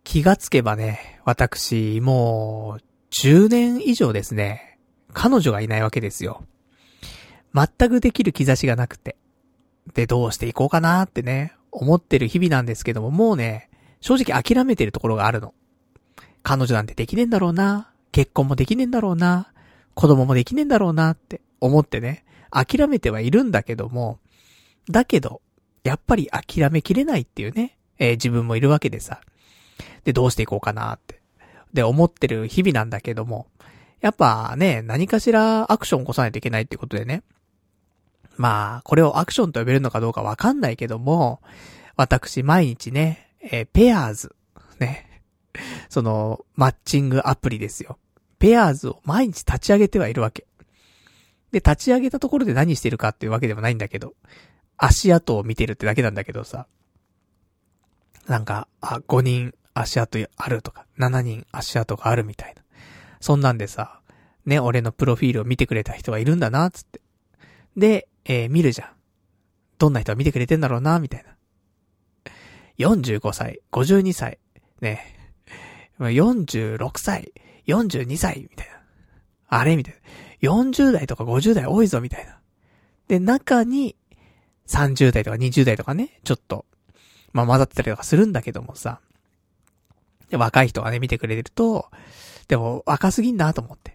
気がつけばね、私、もう、10年以上ですね、彼女がいないわけですよ。全くできる兆しがなくて。で、どうしていこうかなってね、思ってる日々なんですけども、もうね、正直諦めてるところがあるの。彼女なんてできねえんだろうな、結婚もできねえんだろうな、子供もできねえんだろうなって思ってね、諦めてはいるんだけども、だけど、やっぱり諦めきれないっていうね、自分もいるわけでさ。で、どうしていこうかなって。で、思ってる日々なんだけども、やっぱね、何かしらアクションを起こさないといけないってことでね。まあ、これをアクションと呼べるのかどうかわかんないけども、私毎日ね、ペアーズ、ね、その、マッチングアプリですよ。ペアーズを毎日立ち上げてはいるわけ。で、立ち上げたところで何してるかっていうわけでもないんだけど、足跡を見てるってだけなんだけどさ、なんか、5人足跡あるとか、7人足跡があるみたいな。そんなんでさ、ね、俺のプロフィールを見てくれた人がいるんだな、つって。で、見るじゃん。どんな人が見てくれてんだろうな、みたいな。45歳、52歳、ね。46歳、42歳、みたいな。あれみたいな。40代とか50代多いぞ、みたいな。で、中に、30代とか20代とかね、ちょっと、まあ混ざってたりとかするんだけどもさ。で、若い人がね、見てくれてると、でも若すぎんなと思って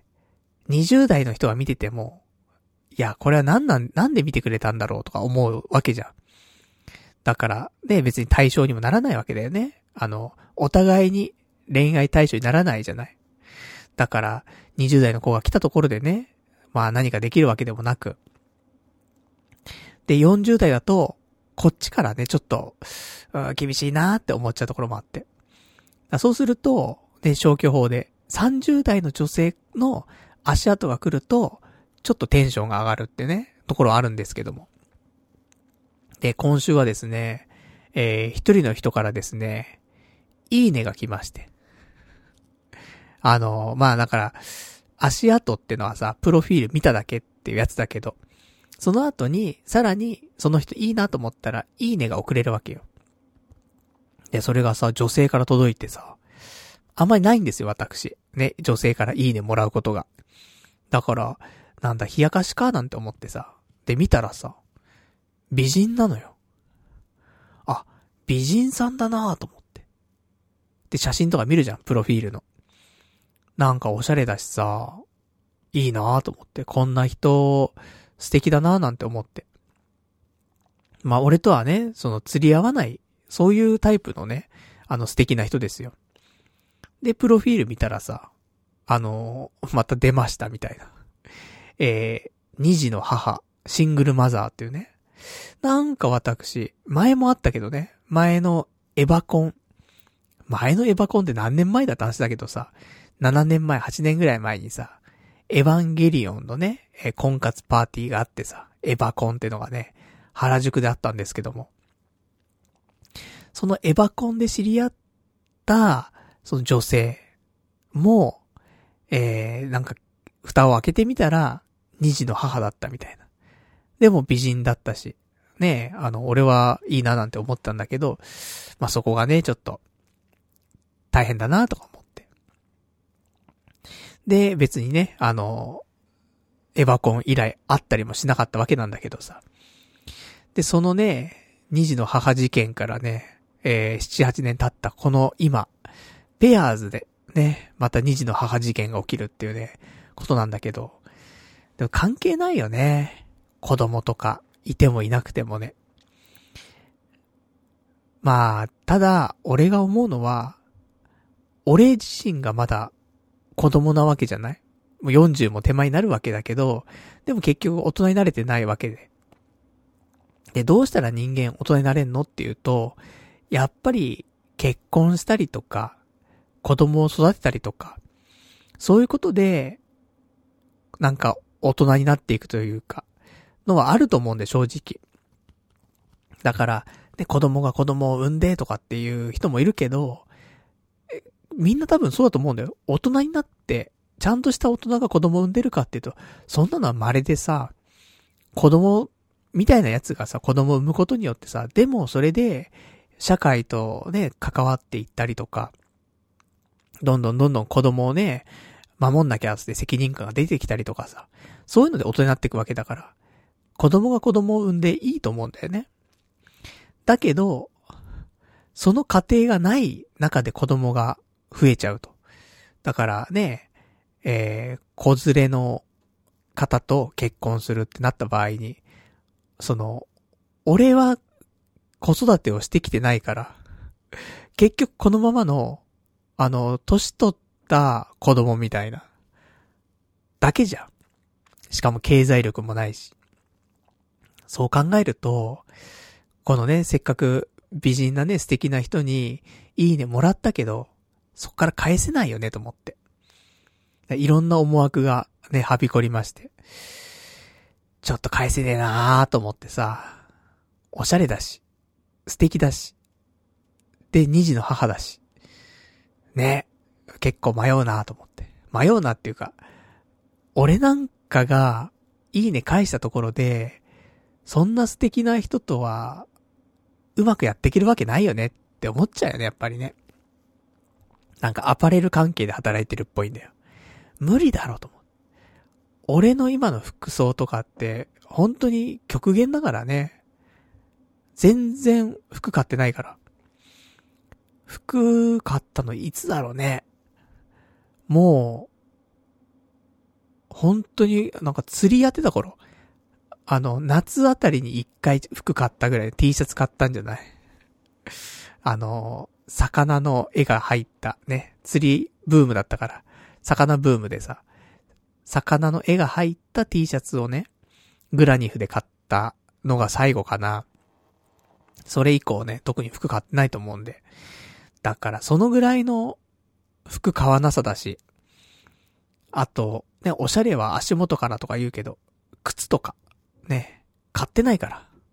。20代の人が見てても、いや、これはなんで見てくれたんだろうとか思うわけじゃん。だから、ね、別に対象にもならないわけだよね。お互いに恋愛対象にならないじゃない。だから、20代の子が来たところでね、まあ何かできるわけでもなく。で、40代だと、こっちからね、ちょっと、厳しいなーって思っちゃうところもあって。そうすると、ね、消去法で、30代の女性の足跡が来ると、ちょっとテンションが上がるってね、ところあるんですけども。で、今週はですね、一人の人からですね、いいねが来まして。まあだから、足跡ってのはさ、プロフィール見ただけっていうやつだけど、その後に、さらに、その人いいなと思ったら、いいねが送れるわけよ。で、それがさ、女性から届いてさ、あんまりないんですよ、私。ね、女性からいいねもらうことが。だから、なんだ、冷やかしかなんて思ってさ。で、見たらさ、美人なのよ。あ、美人さんだなぁと思って。で、写真とか見るじゃん、プロフィールの。なんかおしゃれだしさ、いいなぁと思って。こんな人、素敵だなぁなんて思って。まあ、俺とはね、その釣り合わない、そういうタイプのね、素敵な人ですよ。で、プロフィール見たらさ、また出ましたみたいな。二児の母、シングルマザーっていうね。なんか私、前もあったけどね、前のエヴァコンって何年前だった話だけどさ、7年前、8年ぐらい前にさ、エヴァンゲリオンのね、婚活パーティーがあってさ、エヴァコンってのがね、原宿であったんですけども。そのエヴァコンで知り合った、その女性も、なんか、蓋を開けてみたら、二児の母だったみたいな。でも美人だったし、ね俺はいいななんて思ったんだけど、まあ、そこがね、ちょっと、大変だなとか思って。で、別にね、エヴァコン以来会ったりもしなかったわけなんだけどさ。で、そのね、二児の母事件からね、7、8年経ったこの今、ペアーズでね、また二児の母事件が起きるっていうね、ことなんだけど、でも関係ないよね。子供とか、いてもいなくてもね。まあ、ただ、俺が思うのは、俺自身がまだ子供なわけじゃない？もう40も手前になるわけだけど、でも結局大人になれてないわけで。で、どうしたら人間大人になれんのっていうと、やっぱり結婚したりとか、子供を育てたりとか、そういうことで、なんか大人になっていくというか、のはあると思うんで、正直。だから、ね、子供が子供を産んでとかっていう人もいるけど、みんな多分そうだと思うんだよ。大人になって、ちゃんとした大人が子供を産んでるかっていうと、そんなのは稀でさ、子供みたいなやつがさ、子供を産むことによってさ、でもそれで、社会とね、関わっていったりとか、 どんどん子供をね、守んなきゃって責任感が出てきたりとかさ、そういうので大人になっていくわけだから、子供が子供を産んでいいと思うんだよね。だけど、その家庭がない中で子供が増えちゃうと。だからね、子連れの方と結婚するってなった場合に、俺は子育てをしてきてないから、結局このままの、年取った子供みたいな、だけじゃん。しかも経済力もないし。そう考えると、このね、せっかく美人なね、素敵な人に、いいねもらったけど、そっから返せないよねと思って。いろんな思惑がね、はびこりまして。ちょっと返せねえなーと思ってさ、おしゃれだし、素敵だし、で、二児の母だし、ね、結構迷うなーと思って。迷うなっていうか、俺なんかが、いいね返したところで、そんな素敵な人とは、うまくやっていけるわけないよねって思っちゃうよね、やっぱりね。なんかアパレル関係で働いてるっぽいんだよ。無理だろうと思う。俺の今の服装とかって、本当に極限だからね。全然服買ってないから。服買ったのいつだろうね。もう、本当になんか釣りやってた頃。夏あたりに一回服買ったぐらいで T シャツ買ったんじゃない？魚の絵が入ったね、釣りブームだったから、魚ブームでさ、魚の絵が入った T シャツをね、グラニフで買ったのが最後かな。それ以降ね、特に服買ってないと思うんで。だからそのぐらいの服買わなさだし、あと、ね、おしゃれは足元からとか言うけど、靴とか、ね、買ってないから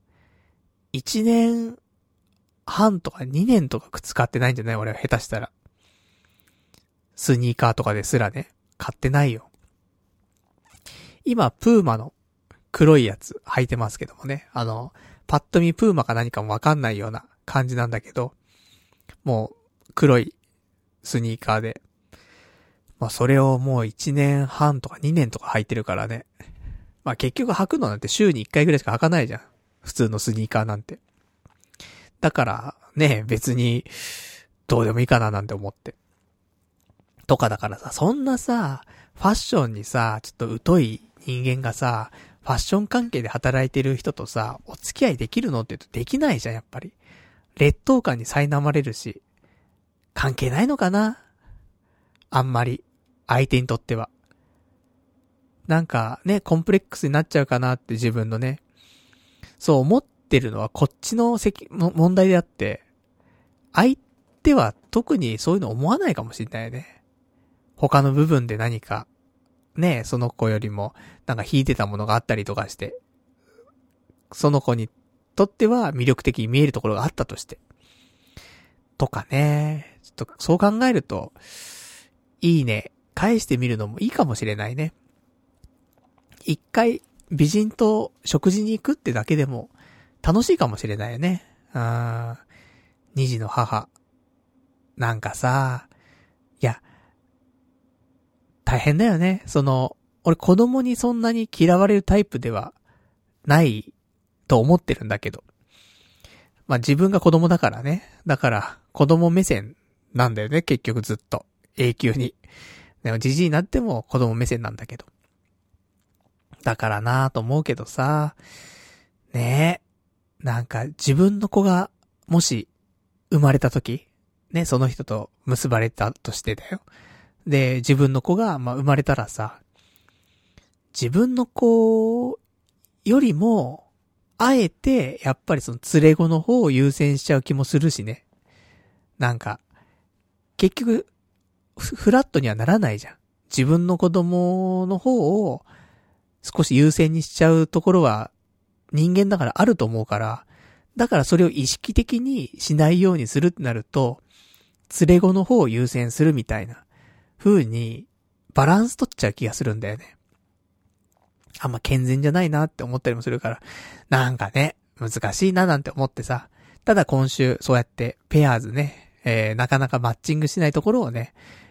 。1年半とか2年とか靴買ってないんじゃない？俺は下手したら。スニーカーとかですらね、買ってないよ。今、プーマの黒いやつ履いてますけどもね。パッと見プーマか何かもわかんないような感じなんだけど、もう黒いスニーカーで、まあそれをもう1年半とか2年とか履いてるからね。まあ結局履くのなんて週に1回ぐらいしか履かないじゃん。普通のスニーカーなんて。だからね、別にどうでもいいかななんて思って。とかだからさ、そんなさ、ファッションにさ、ちょっと疎い人間がさ、ファッション関係で働いてる人とさ、お付き合いできるのって言うとできないじゃん、やっぱり。劣等感に苛まれるし、関係ないのかな？あんまり、相手にとっては。なんかね、コンプレックスになっちゃうかなって自分のね、そう思ってるのはこっちの問題であって、相手は特にそういうの思わないかもしれないよね。他の部分で何か、ね、その子よりも、なんか引いてたものがあったりとかして、その子にとっては魅力的に見えるところがあったとして。とかね、ちょっとそう考えると、いいね、返してみるのもいいかもしれないね。一回美人と食事に行くってだけでも楽しいかもしれないよね。二児の母。なんかさ、いや、大変だよね。俺子供にそんなに嫌われるタイプではないと思ってるんだけど。まあ自分が子供だからね。だから子供目線なんだよね、結局ずっと。永久に。でもじじいになっても子供目線なんだけど。だからなぁと思うけどさ、ねえ、なんか自分の子がもし生まれた時、ね、その人と結ばれたとしてだよ。で、自分の子が生まれたらさ、自分の子よりも、あえてやっぱりその連れ子の方を優先しちゃう気もするしね。なんか、結局、フラットにはならないじゃん。自分の子供の方を少し優先にしちゃうところは人間だからあると思うから、だからそれを意識的にしないようにするってなると、連れ子の方を優先するみたいな風にバランス取っちゃう気がするんだよね。あんま健全じゃないなって思ったりもするから、なんかね、難しいななんて思ってさ、ただ今週そうやってペアーズね、なかなかマッチングしないところをね、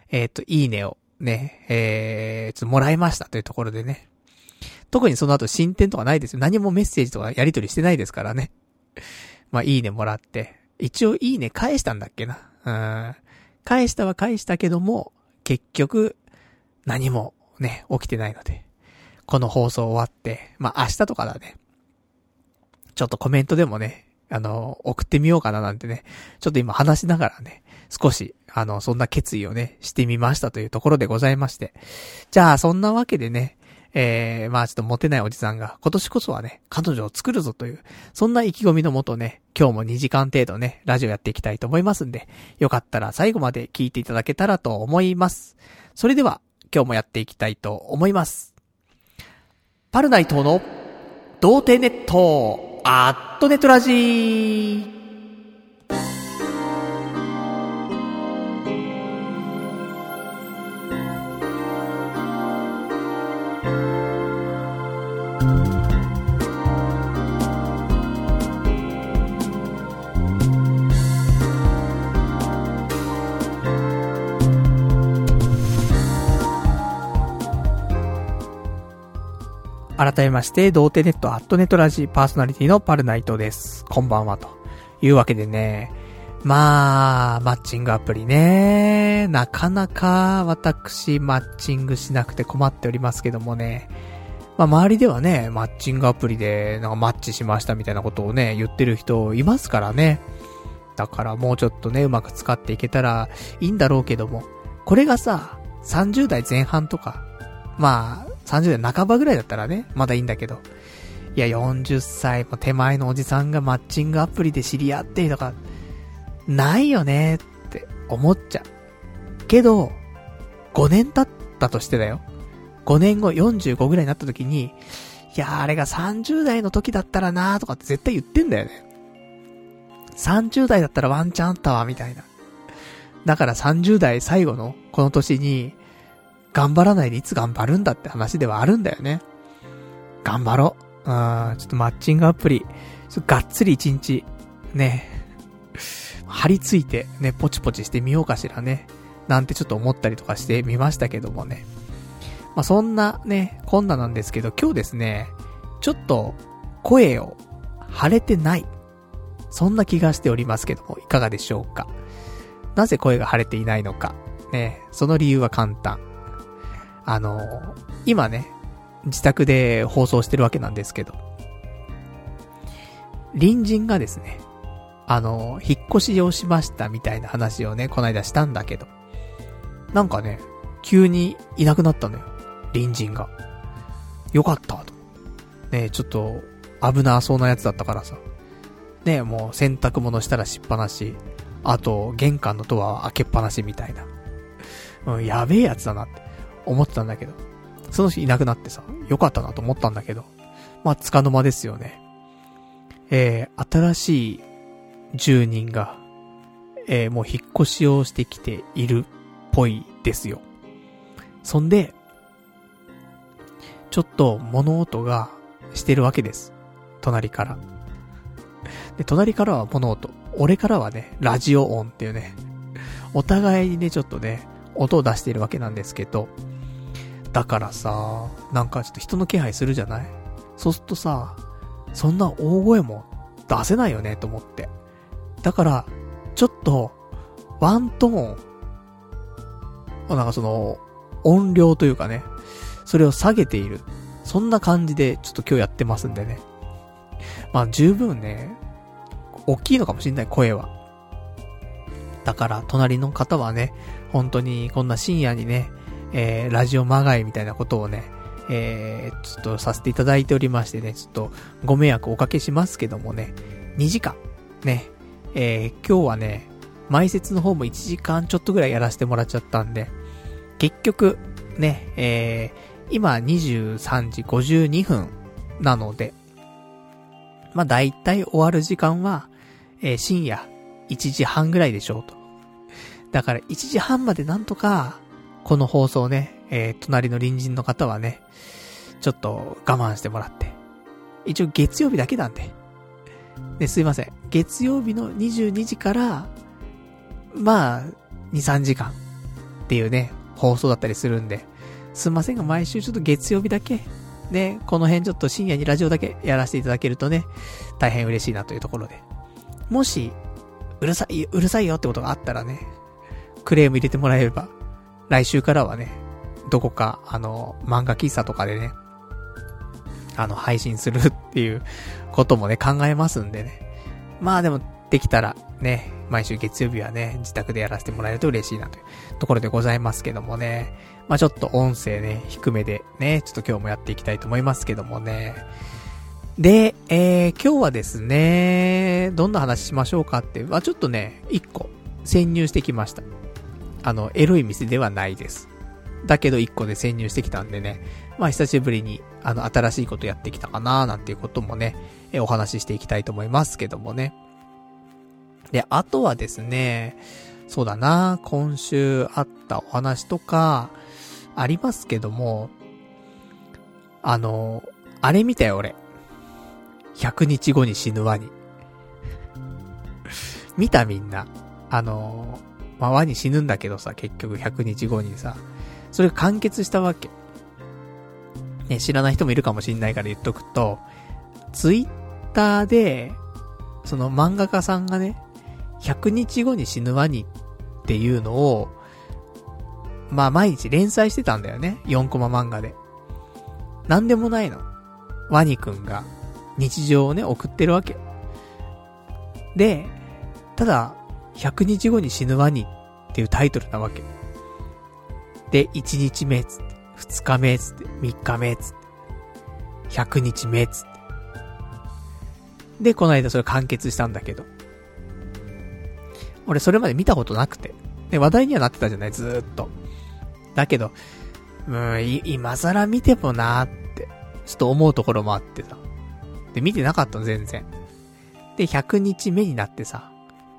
いいねをね、ちょっともらいましたというところでね。特にその後進展とかないですよ。何もメッセージとかやり取りしてないですからね。まあ、いいねもらって。一応いいね返したんだっけな。返したは返したけども、結局、何もね、起きてないので。この放送終わって、まあ、明日とかだね。ちょっとコメントでもね、送ってみようかななんてね。ちょっと今話しながらね、少し、そんな決意をね、してみましたというところでございまして。じゃあ、そんなわけでね、まあちょっとモテないおじさんが今年こそはね、彼女を作るぞという、そんな意気込みのもとね、今日も2時間程度ね、ラジオやっていきたいと思いますんで、よかったら最後まで聞いていただけたらと思います。それでは、今日もやっていきたいと思います。パルナイトの童貞ネット、アットネトラジー。改めまして、童貞ネットアットネットラジパーソナリティのパルナイトです。こんばんはというわけでね、まあ、マッチングアプリね、なかなか私マッチングしなくて困っておりますけどもね、まあ周りではね、マッチングアプリでなんかマッチしましたみたいなことをね、言ってる人いますからね。だからもうちょっとね、うまく使っていけたらいいんだろうけども、これがさ、30代前半とか、まあ、30代半ばぐらいだったらね、まだいいんだけど。いや、40歳も手前のおじさんがマッチングアプリで知り合ってとか、ないよねって思っちゃう。けど、5年経ったとしてだよ。5年後45ぐらいになった時に、いや、あれが30代の時だったらなーとかって絶対言ってんだよね。30代だったらワンチャンあったわ、みたいな。だから30代最後のこの年に、頑張らないでいつ頑張るんだって話ではあるんだよね。頑張ろう。ちょっとマッチングアプリ、がっつり1日、ね、張り付いて、ね、ポチポチしてみようかしらね。なんてちょっと思ったりとかしてみましたけどもね。まあ、そんなね、こんななんですけど、今日ですね、ちょっと声を張れてない。そんな気がしておりますけども、いかがでしょうか。なぜ声が張れていないのか。ね、その理由は簡単。今ね、自宅で放送してるわけなんですけど、隣人がですね、引っ越しをしましたみたいな話をね、この間したんだけど、なんかね、急にいなくなったのよ、隣人が。よかったと。ね、ちょっと危なそうなやつだったからさ。ね、もう洗濯物したらしっぱなし、あと玄関のドアは開けっぱなしみたいな。やべえやつだなって思ってたんだけど、その日いなくなってさ、よかったなと思ったんだけど、まあ、つかの間ですよね。新しい住人が、もう引っ越しをしてきているっぽいですよ。そんで、ちょっと物音がしてるわけです。隣から。で、隣からは物音。俺からはね、ラジオ音っていうね、お互いにね、ちょっとね、音を出しているわけなんですけど、だからさ、なんかちょっと人の気配するじゃない？そうするとさ、そんな大声も出せないよねと思って。だから、ちょっと、ワントーン、なんかその、音量というかね、それを下げている。そんな感じでちょっと今日やってますんでね。まあ十分ね、大きいのかもしんない、声は。だから、隣の方はね、本当にこんな深夜にね、ラジオまがいみたいなことをね、ちょっとさせていただいておりましてね、ちょっとご迷惑おかけしますけどもね、2時間、ね、今日はね、前説の方も1時間ちょっとぐらいやらせてもらっちゃったんで、結局、ね、今23時52分なので、まあだいたい終わる時間は、深夜1時半ぐらいでしょうと。だから1時半までなんとか、この放送ね、隣の隣人の方はね、ちょっと我慢してもらって。一応月曜日だけなんで。ね、すいません。月曜日の22時から、まあ、2、3時間、 っていうね、放送だったりするんで、すいませんが毎週ちょっと月曜日だけ、ね、この辺ちょっと深夜にラジオだけやらせていただけるとね、大変嬉しいなというところで。もし、うるさいよってことがあったらね、クレーム入れてもらえれば、来週からはね、どこか、漫画喫茶とかでね、配信するっていうこともね、考えますんでね。まあでも、できたら、ね、毎週月曜日はね、自宅でやらせてもらえると嬉しいなというところでございますけどもね。まあちょっと音声ね、低めでね、ちょっと今日もやっていきたいと思いますけどもね。で、今日はですね、どんな話しましょうかって、ちょっとね、一個、潜入してきました。エロい店ではないです。だけど一個で潜入してきたんでね、まあ久しぶりに、新しいことやってきたかなーなんていうこともね、お話ししていきたいと思いますけどもね。で、あとはですね、そうだな、今週あったお話とか、ありますけども、あれ見たよ俺。100日後に死ぬワニ。見たみんな。ワニ死ぬんだけどさ、結局100日後にさ、それが完結したわけ。ね、知らない人もいるかもしんないから言っとくと、ツイッターで、その漫画家さんがね、100日後に死ぬワニっていうのを、まあ毎日連載してたんだよね。4コマ漫画で。なんでもないの。ワニくんが日常をね、送ってるわけ。で、ただ、100日後に死ぬワニっていうタイトルなわけ。で、1日目つって、2日目つって、3日目つって、100日目つって。で、この間それ完結したんだけど。俺それまで見たことなくて。で、話題にはなってたじゃない、ずーっと。だけど、今更見てもなーって、ちょっと思うところもあってさ。で、見てなかったの、全然。で、100日目になってさ、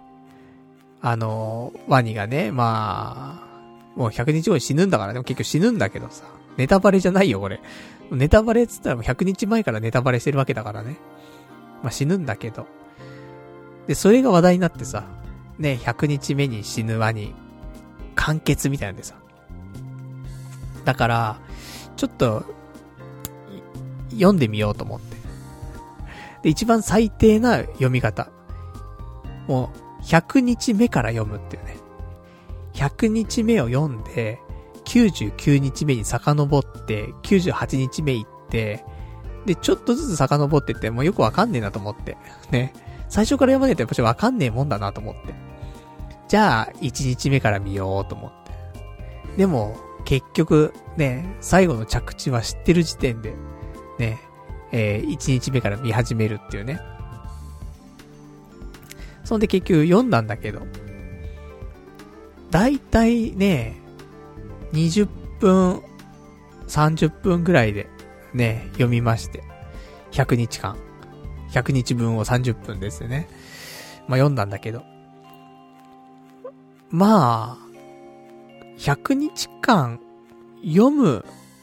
ワニがね、まあ、もう100日後に死ぬんだから、でも結局死ぬんだけどさ、ネタバレじゃないよ、これ。ネタバレっつったらもう100日前からネタバレしてるわけだからね。まあ死ぬんだけど。で、それが話題になってさ、ね、100日目に死ぬワニ、完結みたいなんでさ。だから、ちょっと、読んでみようと思って。で、一番最低な読み方。もう、100日目から読むっていうね。100日目を読んで、99日目に遡って、98日目行って、で、ちょっとずつ遡ってって、もうよくわかんねえなと思って。ね。最初から読まねえとやっぱりわかんねえもんだなと思って。じゃあ、1日目から見ようと思って。でも、結局、ね、最後の着地は知ってる時点で、ね、1日目から見始めるっていうね。そんで結局読んだんだけど、だいたいね、20分、30分ぐらいでね、読みまして。100日間。100日分を30分ですよね。まあ読んだんだけど。まあ、100日間読む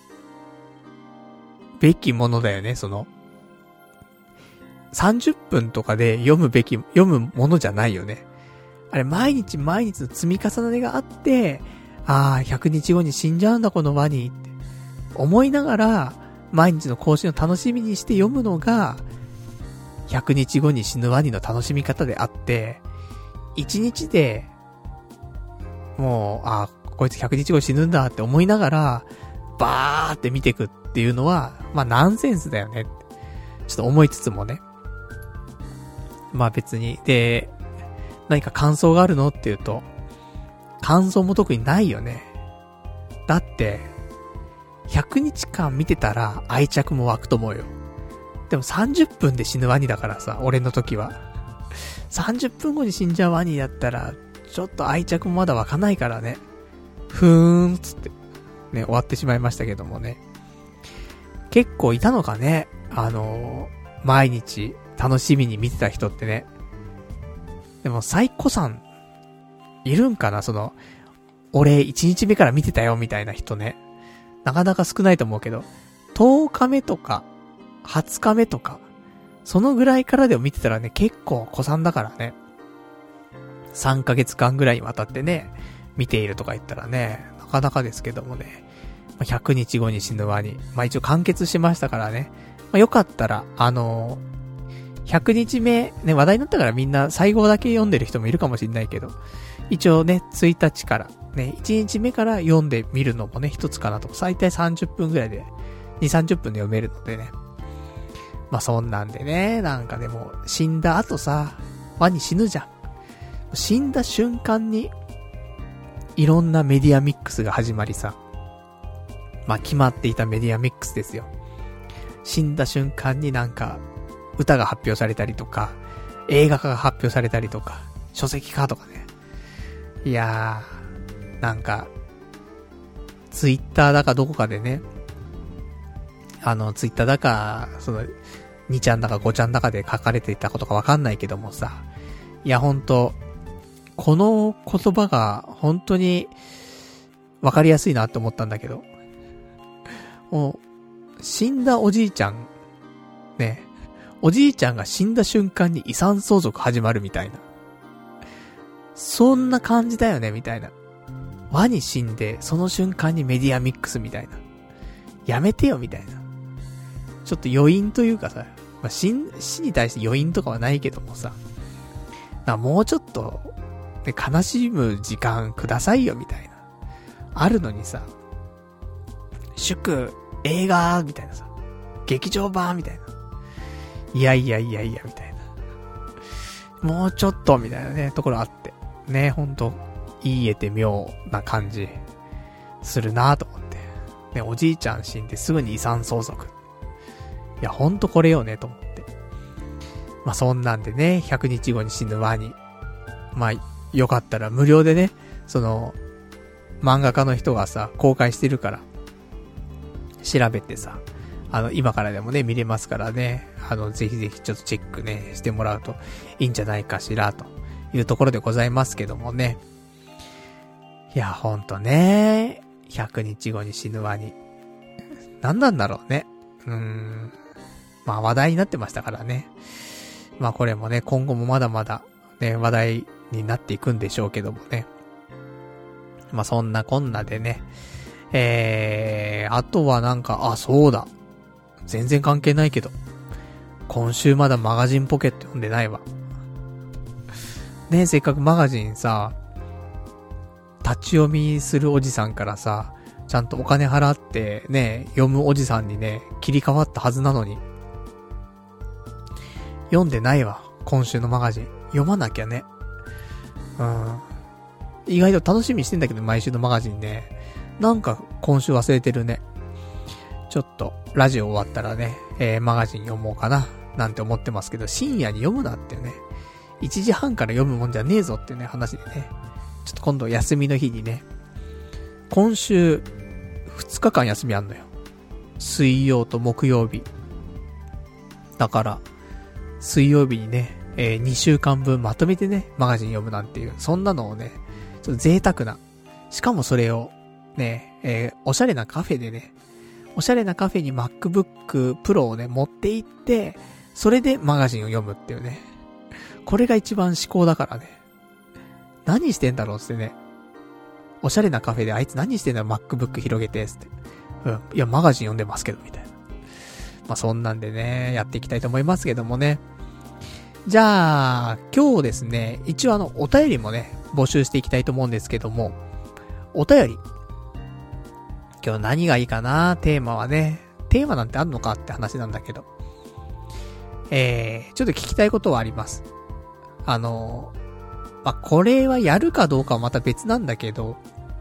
べきものだよね、30分とかで読むものじゃないよね。あれ、毎日毎日の積み重ねがあって、100日後に死んじゃうんだこのワニって思いながら、毎日の更新を楽しみにして読むのが、100日後に死ぬワニの楽しみ方であって、1日で、もう、こいつ100日後死ぬんだって思いながら、バーって見てくっていうのは、まあナンセンスだよねって。ちょっと思いつつもね。まあ別に。で、何か感想があるのって言うと、感想も特にないよね。だって、100日間見てたら愛着も湧くと思うよ。でも30分で死ぬワニだからさ、俺の時は。30分後に死んじゃうワニだったら、ちょっと愛着もまだ湧かないからね。ふーん、つって。ね、終わってしまいましたけどもね。結構いたのかね。毎日楽しみに見てた人ってね。でも、サイコさん、いるんかな俺1日目から見てたよみたいな人ね。なかなか少ないと思うけど、10日目とか、20日目とか、そのぐらいからでも見てたらね、結構古参だからね。3ヶ月間ぐらいにわたってね、 見ているとか言ったらね、なかなかですけどもね、100日後に死ぬワニ。一応完結しましたからね。よかったら、100日目、ね、話題になったからみんな最後だけ読んでる人もいるかもしれないけど、一応ね、1日から、ね、1日目から読んでみるのもね、一つかなと。最大30分ぐらいで、2、30分で読めるのでね。そんなんでね、なんかでも、死んだ後さ、ワニ死ぬじゃん。死んだ瞬間に、いろんなメディアミックスが始まりさ、決まっていたメディアミックスですよ。死んだ瞬間になんか、歌が発表されたりとか、映画化が発表されたりとか、書籍化とかね。いやー、なんか、ツイッターだかどこかでね、ツイッターだか、2ちゃんだか5ちゃんだかで書かれていたことかわかんないけどもさ、いやほんと、この言葉が本当にわかりやすいなって思ったんだけど、もう、死んだおじいちゃん、ね、おじいちゃんが死んだ瞬間に遺産相続始まるみたいな。そんな感じだよね、みたいな。ワニ死んで、その瞬間にメディアミックスみたいな。やめてよ、みたいな。ちょっと余韻というかさ、死に対して余韻とかはないけどもさ、もうちょっと、ね、悲しむ時間くださいよ、みたいな。あるのにさ、祝、映画、みたいなさ、劇場版、みたいな。いや、みたいな。もうちょっと、みたいなね、ところあって。ね、ほんと、言えて妙な感じ、するなと思って。ね、おじいちゃん死んですぐに遺産相続。いや、ほんとこれよね、と思って。そんなんでね、100日後に死ぬワニ。よかったら無料でね、漫画家の人がさ、公開してるから、調べてさ、今からでもね、見れますからね、ぜひぜひちょっとチェックね、してもらうといいんじゃないかしら、というところでございますけどもね。いや、ほんとね、100日後に死ぬワニ。何なんだろうね。話題になってましたからね。これもね、今後もまだまだ、ね、話題になっていくんでしょうけどもね。そんなこんなでね。あとはなんか、そうだ。全然関係ないけど。今週まだマガジンポケット読んでないわ。ね、せっかくマガジンさ、立ち読みするおじさんからさ、ちゃんとお金払ってね、読むおじさんにね、切り替わったはずなのに。読んでないわ。今週のマガジン。読まなきゃね。意外と楽しみにしてんだけど、毎週のマガジンね。なんか今週忘れてるね。ちょっと、ラジオ終わったらね、マガジン読もうかな、なんて思ってますけど、深夜に読むなってね。1時半から読むもんじゃねえぞってね、話でね。ちょっと今度休みの日にね。今週、2日間休みあんのよ。水曜と木曜日。だから、水曜日にね、2週間分まとめてね、マガジン読むなんていう、そんなのをね、ちょっと贅沢な。しかもそれを、ね、おしゃれなカフェでね、おしゃれなカフェに MacBook Pro をね、持って行って、それでマガジンを読むっていうね。これが一番至高だからね。何してんだろうってね。おしゃれなカフェであいつ何してんだろ MacBook 広げてって。いや、マガジン読んでますけど、みたいな。そんなんでね、やっていきたいと思いますけどもね。じゃあ、今日ですね、一応お便りもね、募集していきたいと思うんですけども、お便り。今日何がいいかな、テーマはね。テーマなんてあんのかって話なんだけど。ちょっと聞きたいことはあります。これはやるかどうかはまた別なんだけど、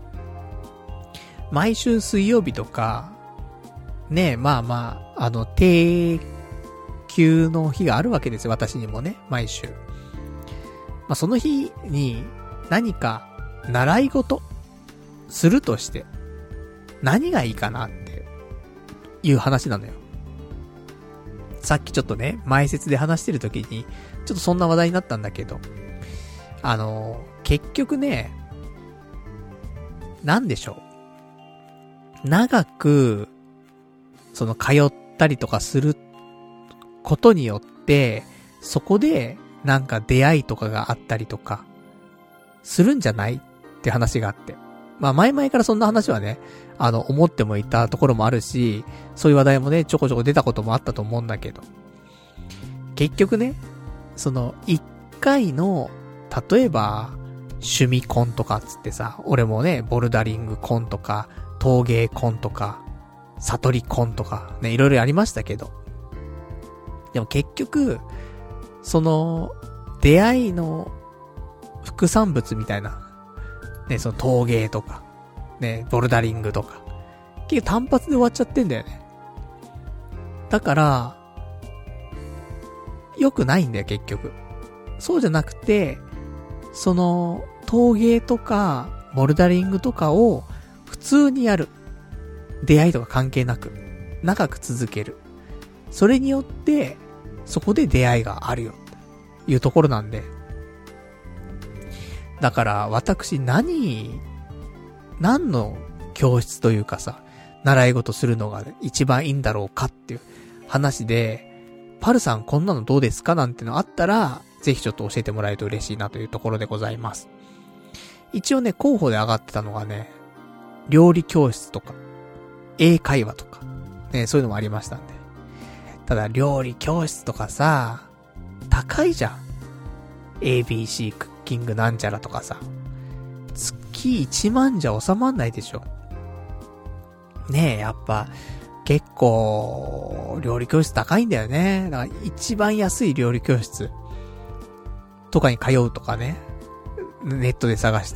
毎週水曜日とか、ね、定休の日があるわけですよ、私にもね、毎週。その日に何か習い事するとして、何がいいかなっていう話なのよ。さっきちょっとね、前説で話してる時に、ちょっとそんな話題になったんだけど、結局ね、なんでしょう。長く、通ったりとかすることによって、そこで、なんか出会いとかがあったりとか、するんじゃないっっていう話があって。まあ前々からそんな話はね、思ってもいたところもあるし、そういう話題もね、ちょこちょこ出たこともあったと思うんだけど。結局ね、その、一回の、例えば、趣味コンとかつってさ、俺もね、ボルダリングコンとか、陶芸コンとか、悟りコンとか、ね、いろいろありましたけど。でも結局、その、出会いの副産物みたいな、ね、その陶芸とか、ね、ボルダリングとか、結局単発で終わっちゃってんだよね。だから、良くないんだよ、結局。そうじゃなくて、その、陶芸とか、ボルダリングとかを、普通にやる。出会いとか関係なく、長く続ける。それによって、そこで出会いがあるよ、というところなんで。だから、私、何の教室というかさ、習い事するのが一番いいんだろうかっていう話で、パルさんこんなのどうですかなんてのあったら、ぜひちょっと教えてもらえると嬉しいなというところでございます。一応ね、候補で上がってたのがね、料理教室とか、英会話とか、ね、そういうのもありましたんで。ただ、料理教室とかさ、高いじゃん。ABC クッキングなんちゃらとかさ、月1万じゃ収まんないでしょ。ねえ、やっぱ、結構、料理教室高いんだよね。だから一番安い料理教室とかに通うとかね。ネットで探して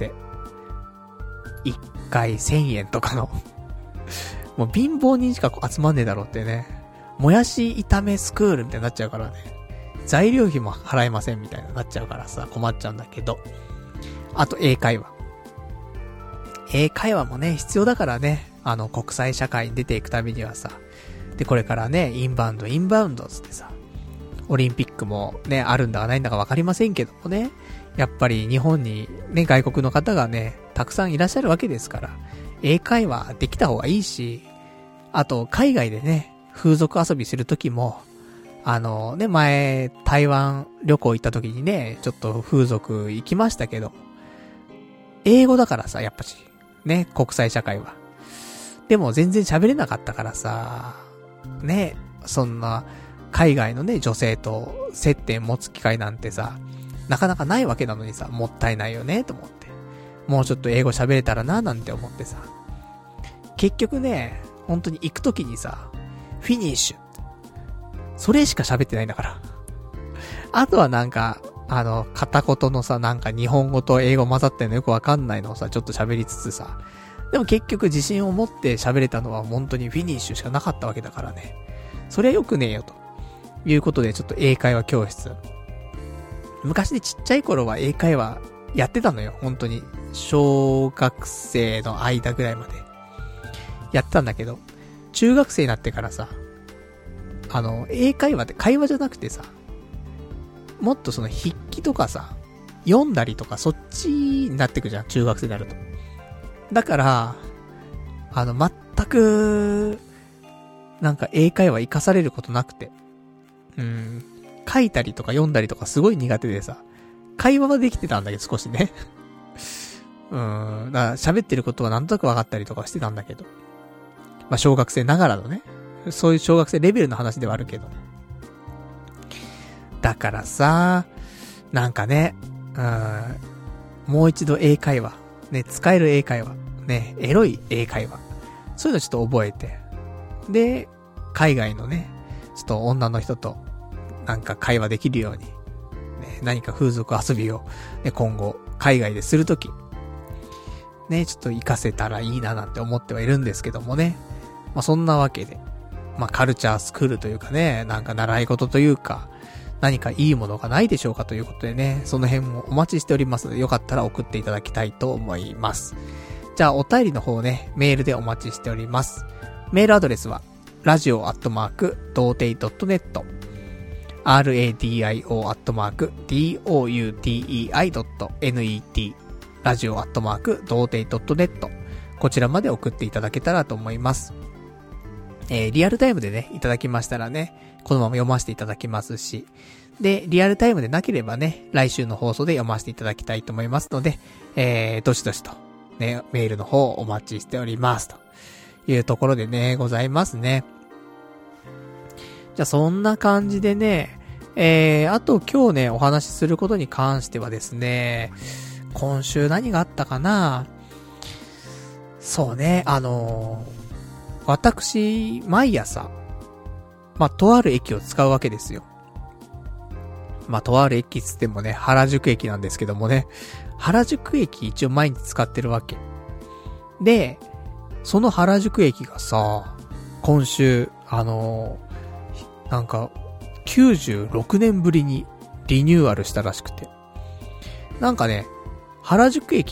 。1回1000円とかの。もう貧乏人しか集まんねえだろうってね。もやし炒めスクールみたいになっちゃうからね。材料費も払えませんみたいになっちゃうからさ、困っちゃうんだけど。あと英会話。英会話もね、必要だからね。国際社会に出ていくためにはさ。で、これからね、インバウンドつってさ。オリンピックもね、あるんだかないんだかわかりませんけどもね。やっぱり日本にね、外国の方がね、たくさんいらっしゃるわけですから。英会話できた方がいいし、あと、海外でね、風俗遊びするときも、ね、前、台湾旅行行った時にね、ちょっと風俗行きましたけど、英語だからさ、やっぱし、ね、国際社会は。でも全然喋れなかったからさ、ね、そんな、海外のね、女性と接点持つ機会なんてさ、なかなかないわけなのにさ、もったいないよね、と思って。もうちょっと英語喋れたらな、なんて思ってさ。結局ね、本当に行くときにさ、フィニッシュ。それしか喋ってないんだから。あとはなんか、片言のさ、なんか日本語と英語混ざってるのよくわかんないのをさ、ちょっと喋りつつさ。でも結局自信を持って喋れたのは本当にフィニッシュしかなかったわけだからね。それは良くねえよと。いうことでちょっと英会話教室。昔でちっちゃい頃は英会話やってたのよ。本当に。小学生の間ぐらいまで。やってたんだけど、中学生になってからさ、英会話って会話じゃなくてさ、もっとその筆記とかさ、読んだりとかそっちになってくじゃん、中学生になると。だから、全く、なんか英会話活かされることなくて。書いたりとか読んだりとかすごい苦手でさ、会話はできてたんだけど少しね。だから喋ってることはなんとなく分かったりとかしてたんだけど。まあ小学生ながらのね、そういう小学生レベルの話ではあるけど。だからさ、なんかね、もう一度英会話、ね、使える英会話、ね、エロい英会話。そういうのちょっと覚えて。で、海外のね、ちょっと女の人と、なんか会話できるように、ね、何か風俗遊びを、ね、今後、海外でするとき、ね、ちょっと活かせたらいいななんて思ってはいるんですけどもね。まあ、そんなわけで、まあ、カルチャースクールというかね、なんか習い事というか、何かいいものがないでしょうかということでね、その辺もお待ちしておりますので、よかったら送っていただきたいと思います。じゃあ、お便りの方ね、メールでお待ちしております。メールアドレスは、radio@doutei.net radio@doutei.net radio@doutei.net こちらまで送っていただけたらと思います。リアルタイムでね、いただきましたらね、このまま読ませていただきますし、 で、リアルタイムでなければね、来週の放送で読ませていただきたいと思いますので、どしどしと、ね、メールの方お待ちしております。というところでね、ございますね。じゃあそんな感じでね、あと今日ね、お話しすることに関してはですね、今週何があったかな？そうね、私、毎朝、とある駅を使うわけですよ。とある駅つってもね、原宿駅なんですけどもね、原宿駅一応毎日使ってるわけ。で、その原宿駅がさ、今週、なんか、96年ぶりにリニューアルしたらしくて。なんかね、原宿駅って、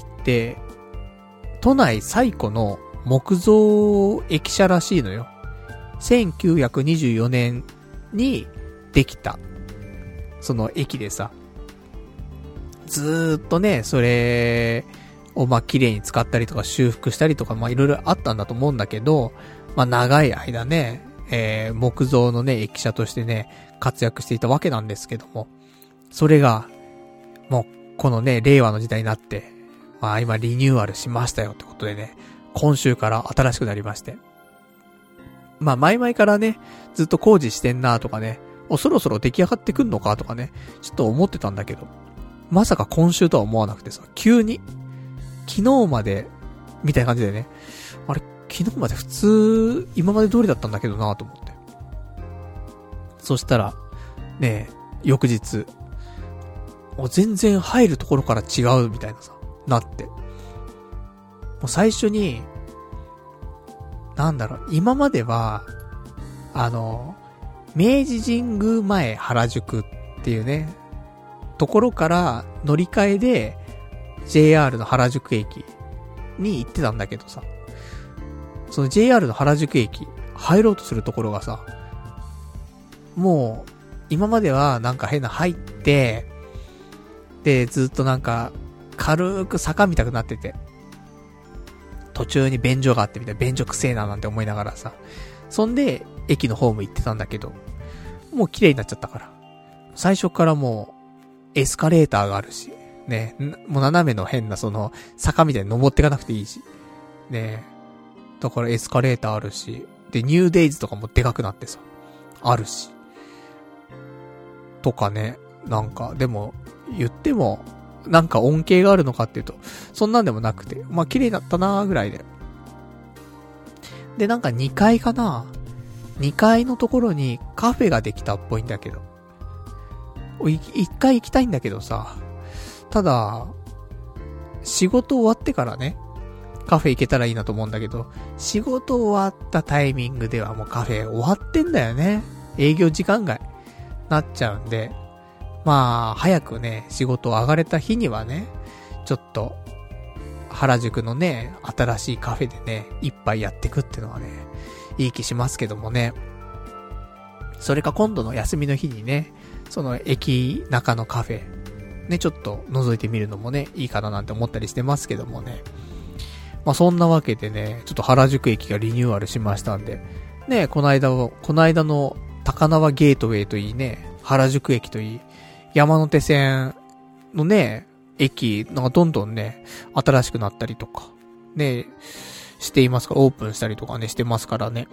都内最古の木造駅舎らしいのよ。1924年にできた、その駅でさ、ずーっとね、それを綺麗に使ったりとか修復したりとかいろいろあったんだと思うんだけど、長い間ね、木造のね、駅舎としてね、活躍していたわけなんですけども、それが、もう、このね、令和の時代になって、今リニューアルしましたよってことでね、今週から新しくなりまして。前々からね、ずっと工事してんなとかね、そろそろ出来上がってくんのかとかね、ちょっと思ってたんだけど、まさか今週とは思わなくてさ、急に、昨日まで、みたいな感じでね、あれ、昨日まで普通、今まで通りだったんだけどなと思って。そしたら、ね、翌日、全然入るところから違うみたいなさ、なって。もう最初に、今までは、明治神宮前原宿っていうね、ところから乗り換えで JR の原宿駅に行ってたんだけどさ、その JR の原宿駅入ろうとするところがさ、もう今までは変な入って、でずっと軽く坂見たくなってて、途中に便所があってみたいな、便所くせえななんて思いながらさ、そんで駅のホーム行ってたんだけど、もう綺麗になっちゃったから、最初からもうエスカレーターがあるしね、もう斜めの変なその坂みたいに登っていかなくていいしね、だからエスカレーターあるし、でニューデイズとかもでかくなってさ、あるしとかね、でも言っても恩恵があるのかっていうと、そんなんでもなくて、綺麗だったなーぐらいで。で、2階かな ?2 階のところにカフェができたっぽいんだけど。1階行きたいんだけどさ、ただ、仕事終わってからね、カフェ行けたらいいなと思うんだけど、仕事終わったタイミングではもうカフェ終わってんだよね。営業時間外なっちゃうんで、早くね、仕事上がれた日にはね、ちょっと、原宿のね、新しいカフェでね、一杯やってくってのはね、いい気しますけどもね。それか今度の休みの日にね、その駅中のカフェ、ね、ちょっと覗いてみるのもね、いいかななんて思ったりしてますけどもね。そんなわけでね、ちょっと原宿駅がリニューアルしましたんで、ね、この間の高輪ゲートウェイといいね、原宿駅といい、山手線のね、駅、どんどんね、新しくなったりとか、ね、していますから、オープンしたりとかね、してますからね。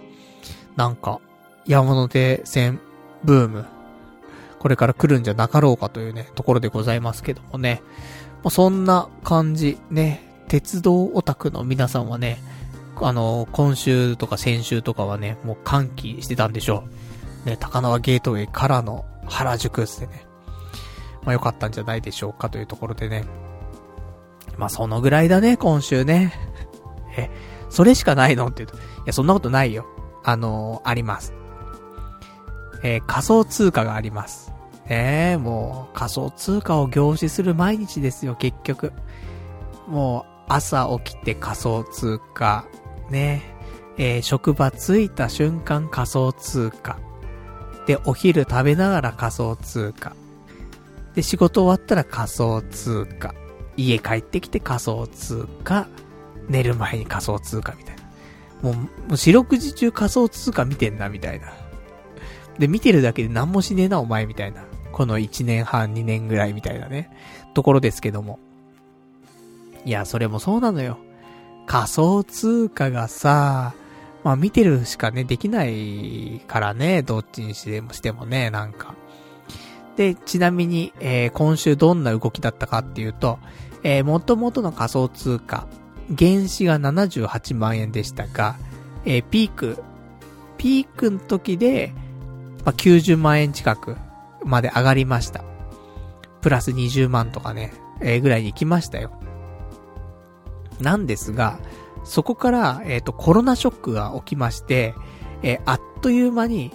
山手線ブーム、これから来るんじゃなかろうかというね、ところでございますけどもね。そんな感じ、ね、鉄道オタクの皆さんはね、今週とか先週とかはね、もう歓喜してたんでしょう。ね、高輪ゲートウェイからの原宿ってね。良かったんじゃないでしょうかというところでね。そのぐらいだね、今週ね。それしかないのって言うと、いや、そんなことないよ。あります。仮想通貨があります。もう、仮想通貨を凝視する毎日ですよ、結局。もう、朝起きて仮想通貨。ね。職場着いた瞬間仮想通貨。で、お昼食べながら仮想通貨。で、仕事終わったら仮想通貨。家帰ってきて仮想通貨。寝る前に仮想通貨みたいな。もう四六時中仮想通貨見てんな、みたいな。で、見てるだけで何もしねえな、お前、みたいなこの1年半2年ぐらいみたいなね、ところですけども。いや、それもそうなのよ。仮想通貨がさ、まあ見てるしかね、できないからね、どっちにしてもね、なんか。で、ちなみに、今週どんな動きだったかっていうと、元々の仮想通貨、原資が78万円でしたが、ピークの時で、まあ、90万円近くまで上がりました。プラス20万とかね、ぐらいに行きましたよ。なんですが、そこから、コロナショックが起きまして、あっという間に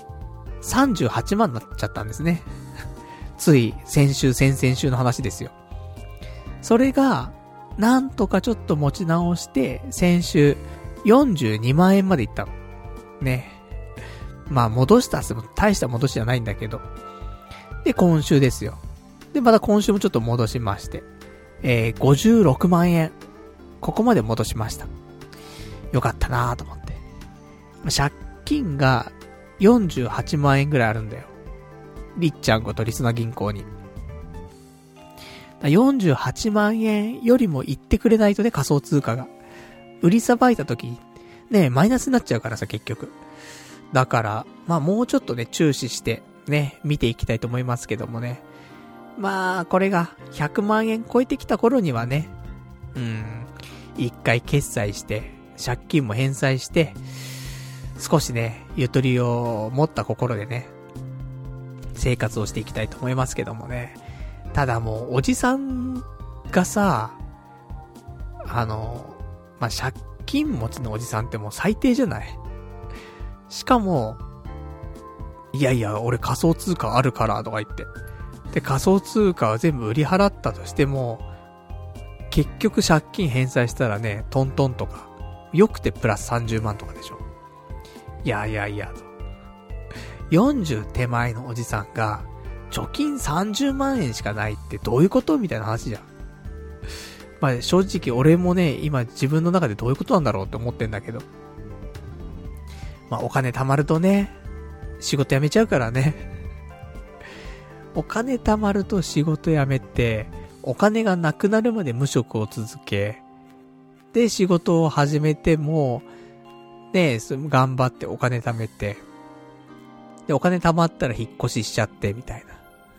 38万になっちゃったんですね。つい先々週の話ですよ。それが、なんとかちょっと持ち直して、先週42万円までいったの。ね。まあ戻したっても大した戻しじゃないんだけど。で、今週ですよ。で、また今週もちょっと戻しまして、56万円。ここまで戻しました。よかったなぁと思って。借金が48万円ぐらいあるんだよ。りっちゃんことリスナ銀行に。48万円よりも言ってくれないとね、仮想通貨が。売りさばいた時ね、マイナスになっちゃうからさ、結局。だから、まあもうちょっとね、注視して、ね、見ていきたいと思いますけどもね。まあ、これが100万円超えてきた頃にはね、一回決済して、借金も返済して、少しね、ゆとりを持った心でね、生活をしていきたいと思いますけどもね。ただもう、おじさんがさ、まあ、借金持ちのおじさんってもう最低じゃない？しかも、いやいや、俺仮想通貨あるからとか言って。で、仮想通貨は全部売り払ったとしても、結局借金返済したらね、トントンとか、よくてプラス30万とかでしょ。いや、40手前のおじさんが、貯金30万円しかないってどういうことみたいな話じゃん。まあ正直俺もね、今自分の中でどういうことなんだろうって思ってんだけど。まあお金貯まるとね、仕事辞めちゃうからね。お金貯まると仕事辞めて、お金がなくなるまで無職を続け、で仕事を始めても、ね、頑張ってお金貯めて、でお金貯まったら引っ越ししちゃってみたいな。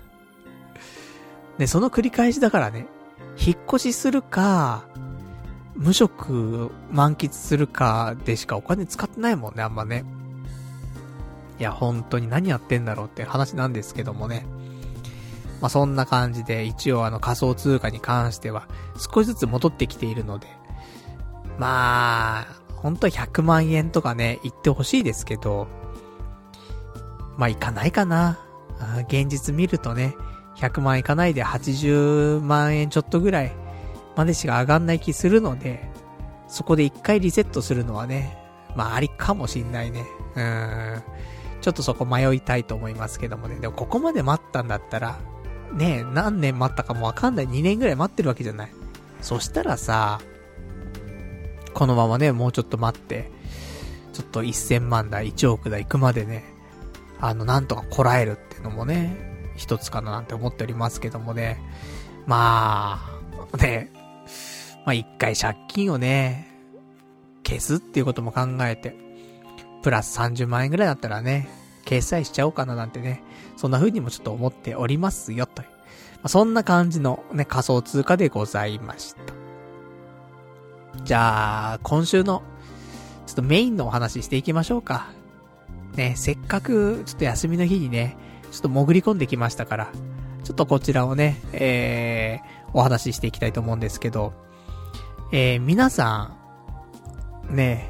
で、その繰り返しだからね、引っ越しするか、無職満喫するかでしかお金使ってないもんね、あんまね。いや、本当に何やってんだろうって話なんですけどもね。まあ、そんな感じで、一応仮想通貨に関しては、少しずつ戻ってきているので、まあ、本当は100万円とかね、言ってほしいですけど、まあ、いかないかな。現実見るとね、100万いかないで80万円ちょっとぐらいまでしか上がんない気するので、そこで一回リセットするのはね、まあありかもしんないね。ちょっとそこ迷いたいと思いますけどもね。でもここまで待ったんだったら、ねえ、何年待ったかもわかんない。2年ぐらい待ってるわけじゃない。そしたらさ、このままね、もうちょっと待って、ちょっと1000万台、1億台行くまでね、なんとかこらえるっていうのもね、一つかななんて思っておりますけどもね。まあ、ね、まあ一回借金をね、消すっていうことも考えて、プラス30万円ぐらいだったらね、決済しちゃおうかななんてね、そんな風にもちょっと思っておりますよ、という。まあ、そんな感じのね、仮想通貨でございました。じゃあ、今週の、ちょっとメインのお話していきましょうか。ね、せっかく、ちょっと休みの日にね、ちょっと潜り込んできましたから、ちょっとこちらをね、お話ししていきたいと思うんですけど、皆さん、ね、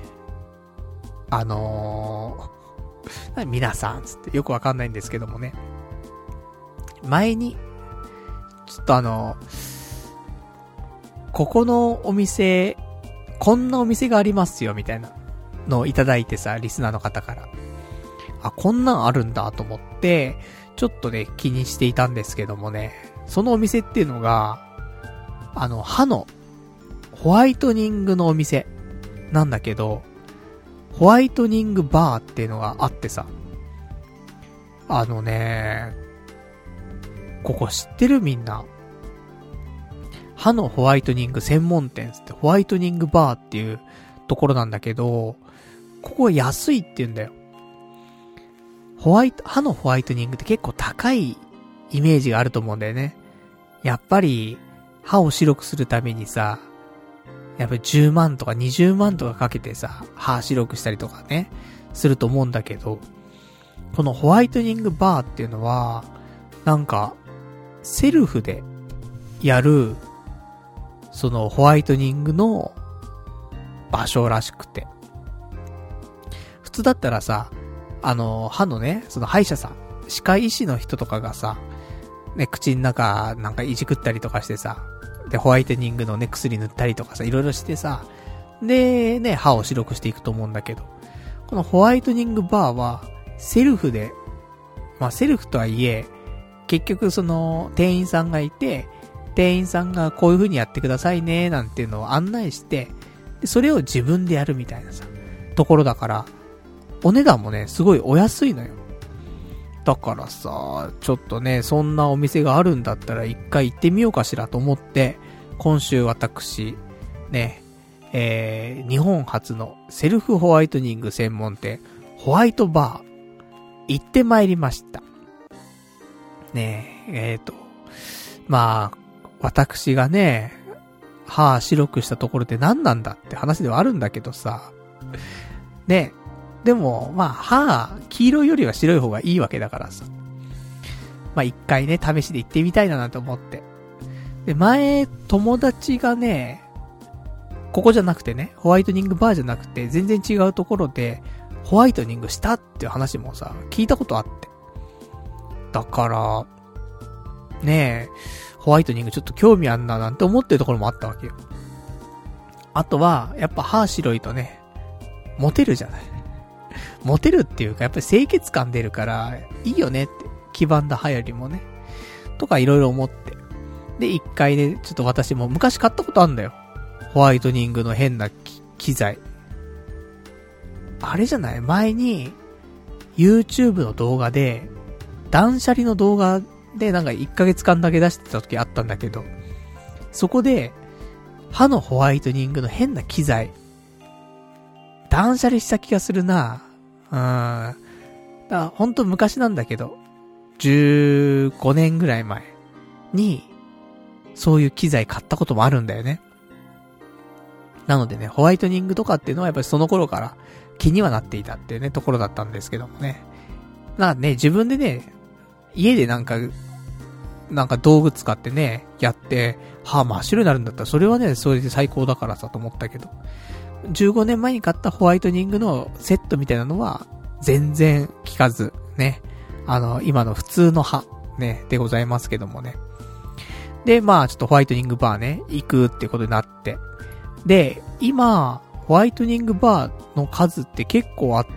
皆さんつってよくわかんないんですけどもね、前に、ちょっとここのお店、こんなお店がありますよみたいなのをいただいてさ、リスナーの方から。あ、こんなんあるんだと思って、ちょっとね、気にしていたんですけどもね、そのお店っていうのが、歯のホワイトニングのお店なんだけど、ホワイトニングバーっていうのがあってさ、 ここ知ってるみんな。歯のホワイトニング専門店つって、ホワイトニングバーっていうところなんだけど、ここは安いって言うんだよ。歯のホワイトニングって結構高いイメージがあると思うんだよね。やっぱり、歯を白くするためにさ、やっぱり10万とか20万とかかけてさ、歯白くしたりとかね、すると思うんだけど、このホワイトニングバーっていうのは、なんか、セルフでやる、そのホワイトニングの場所らしくて。普通だったらさ、歯のね、その歯医者さん、歯科医師の人とかがさ、ね、口の中なんかいじくったりとかしてさ、で、ホワイトニングのね、薬塗ったりとかさ、いろいろしてさ、で、ね、歯を白くしていくと思うんだけど、このホワイトニングバーは、セルフで、まあ、セルフとはいえ、結局その、店員さんがいて、店員さんがこういう風にやってくださいね、なんていうのを案内して、でそれを自分でやるみたいなさ、ところだから、お値段もね、すごいお安いのよ。だからさ、ちょっとね、そんなお店があるんだったら一回行ってみようかしらと思って、今週私、ね、日本初のセルフホワイトニング専門店、ホワイトバー、行ってまいりました。ねまあ、私がね、歯白くしたところで何なんだって話ではあるんだけどさ、ね、でも、まあ、歯、黄色いよりは白い方がいいわけだからさ。まあ、一回ね、試しで行ってみたいなと思って。で、前、友達がね、ここじゃなくてね、ホワイトニングバーじゃなくて、全然違うところで、ホワイトニングしたっていう話もさ、聞いたことあって。だから、ねえ、ホワイトニングちょっと興味あんななんて思ってるところもあったわけよ。あとは、やっぱ歯白いとね、モテるじゃない。モテるっていうか、やっぱり清潔感出るから、いいよねって。黄ばんだ歯よりもね。とかいろいろ思って。で、一回ね、ちょっと私も昔買ったことあるんだよ。ホワイトニングの変な機材。あれじゃない前に、YouTube の動画で、断捨離の動画でなんか1ヶ月間だけ出してた時あったんだけど、そこで、歯のホワイトニングの変な機材、断捨離した気がするな。だからほんと昔なんだけど、15年ぐらい前に、そういう機材買ったこともあるんだよね。なのでね、ホワイトニングとかっていうのはやっぱりその頃から気にはなっていたっていうね、ところだったんですけどもね。なんかね、自分でね、家でなんか道具使ってね、やって、歯真っ白になるんだったら、それはね、それで最高だからさと思ったけど、15年前に買ったホワイトニングのセットみたいなのは、全然効かず、ね。今の普通の歯、ね、でございますけどもね。で、まあ、ちょっとホワイトニングバーね、行くってことになって。で、今、ホワイトニングバーの数って結構あって、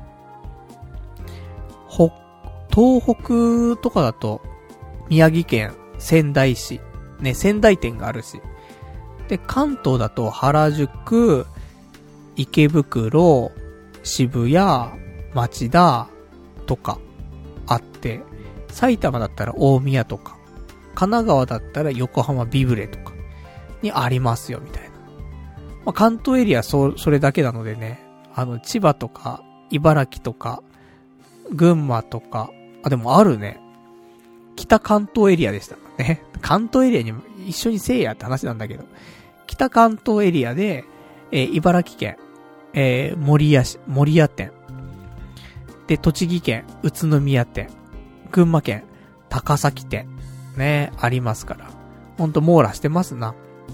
東北とかだと、宮城県仙台市、ね、仙台店があるし。で、関東だと原宿、池袋、渋谷、町田とかあって、埼玉だったら大宮とか、神奈川だったら横浜ビブレとかにありますよみたいな。まあ、関東エリアそれだけなのでね、千葉とか茨城とか群馬とか、でもあるね。北関東エリアでしたね。関東エリアに一緒にせえやって話なんだけど、北関東エリアで、茨城県、守谷店。で、栃木県、宇都宮店。群馬県、高崎店。ね、ありますから。ほんと網羅してますな。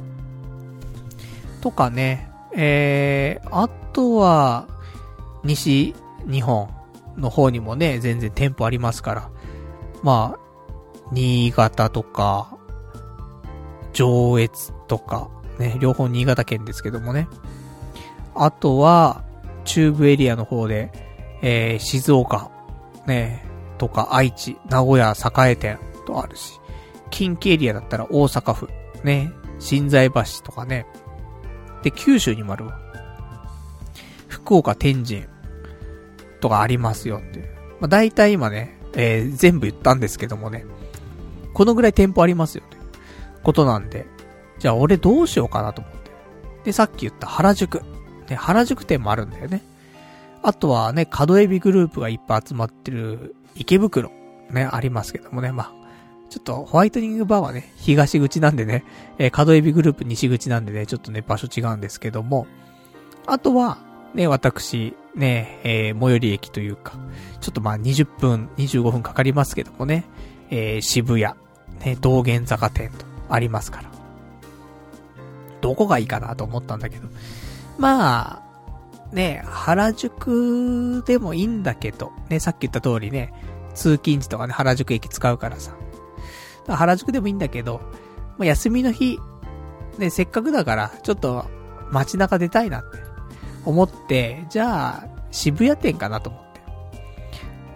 とかね、あとは、西日本の方にもね、全然店舗ありますから。まあ、新潟とか、上越とか、ね、両方新潟県ですけどもね。あとは、中部エリアの方で、静岡、ね、とか愛知、名古屋栄店とあるし、近畿エリアだったら大阪府、ね、心斎橋とかね。で、九州にもあるわ。福岡天神とかありますよっていう。まあ、大体今ね、全部言ったんですけどもね。 このぐらい店舗ありますよということなんで、じゃあ俺どうしようかなと思って。で、さっき言った原宿。ね、原宿店もあるんだよね。あとはね、角エビグループがいっぱい集まってる池袋。ね、ありますけどもね。まあ、ちょっとホワイトニングバーはね、東口なんでね、角エビグループ西口なんでね、ちょっとね、場所違うんですけども。あとは、ね、私、ね、最寄り駅というか、ちょっとまあ20分、25分かかりますけどもね、渋谷、ね、道玄坂店とありますから。どこがいいかなと思ったんだけど。まあ、ね、原宿でもいいんだけど、ね、さっき言った通りね、通勤時とかね、原宿駅使うからさ。原宿でもいいんだけど、まあ、休みの日、ね、せっかくだから、ちょっと街中出たいなって思って、じゃあ、渋谷店かなと思って。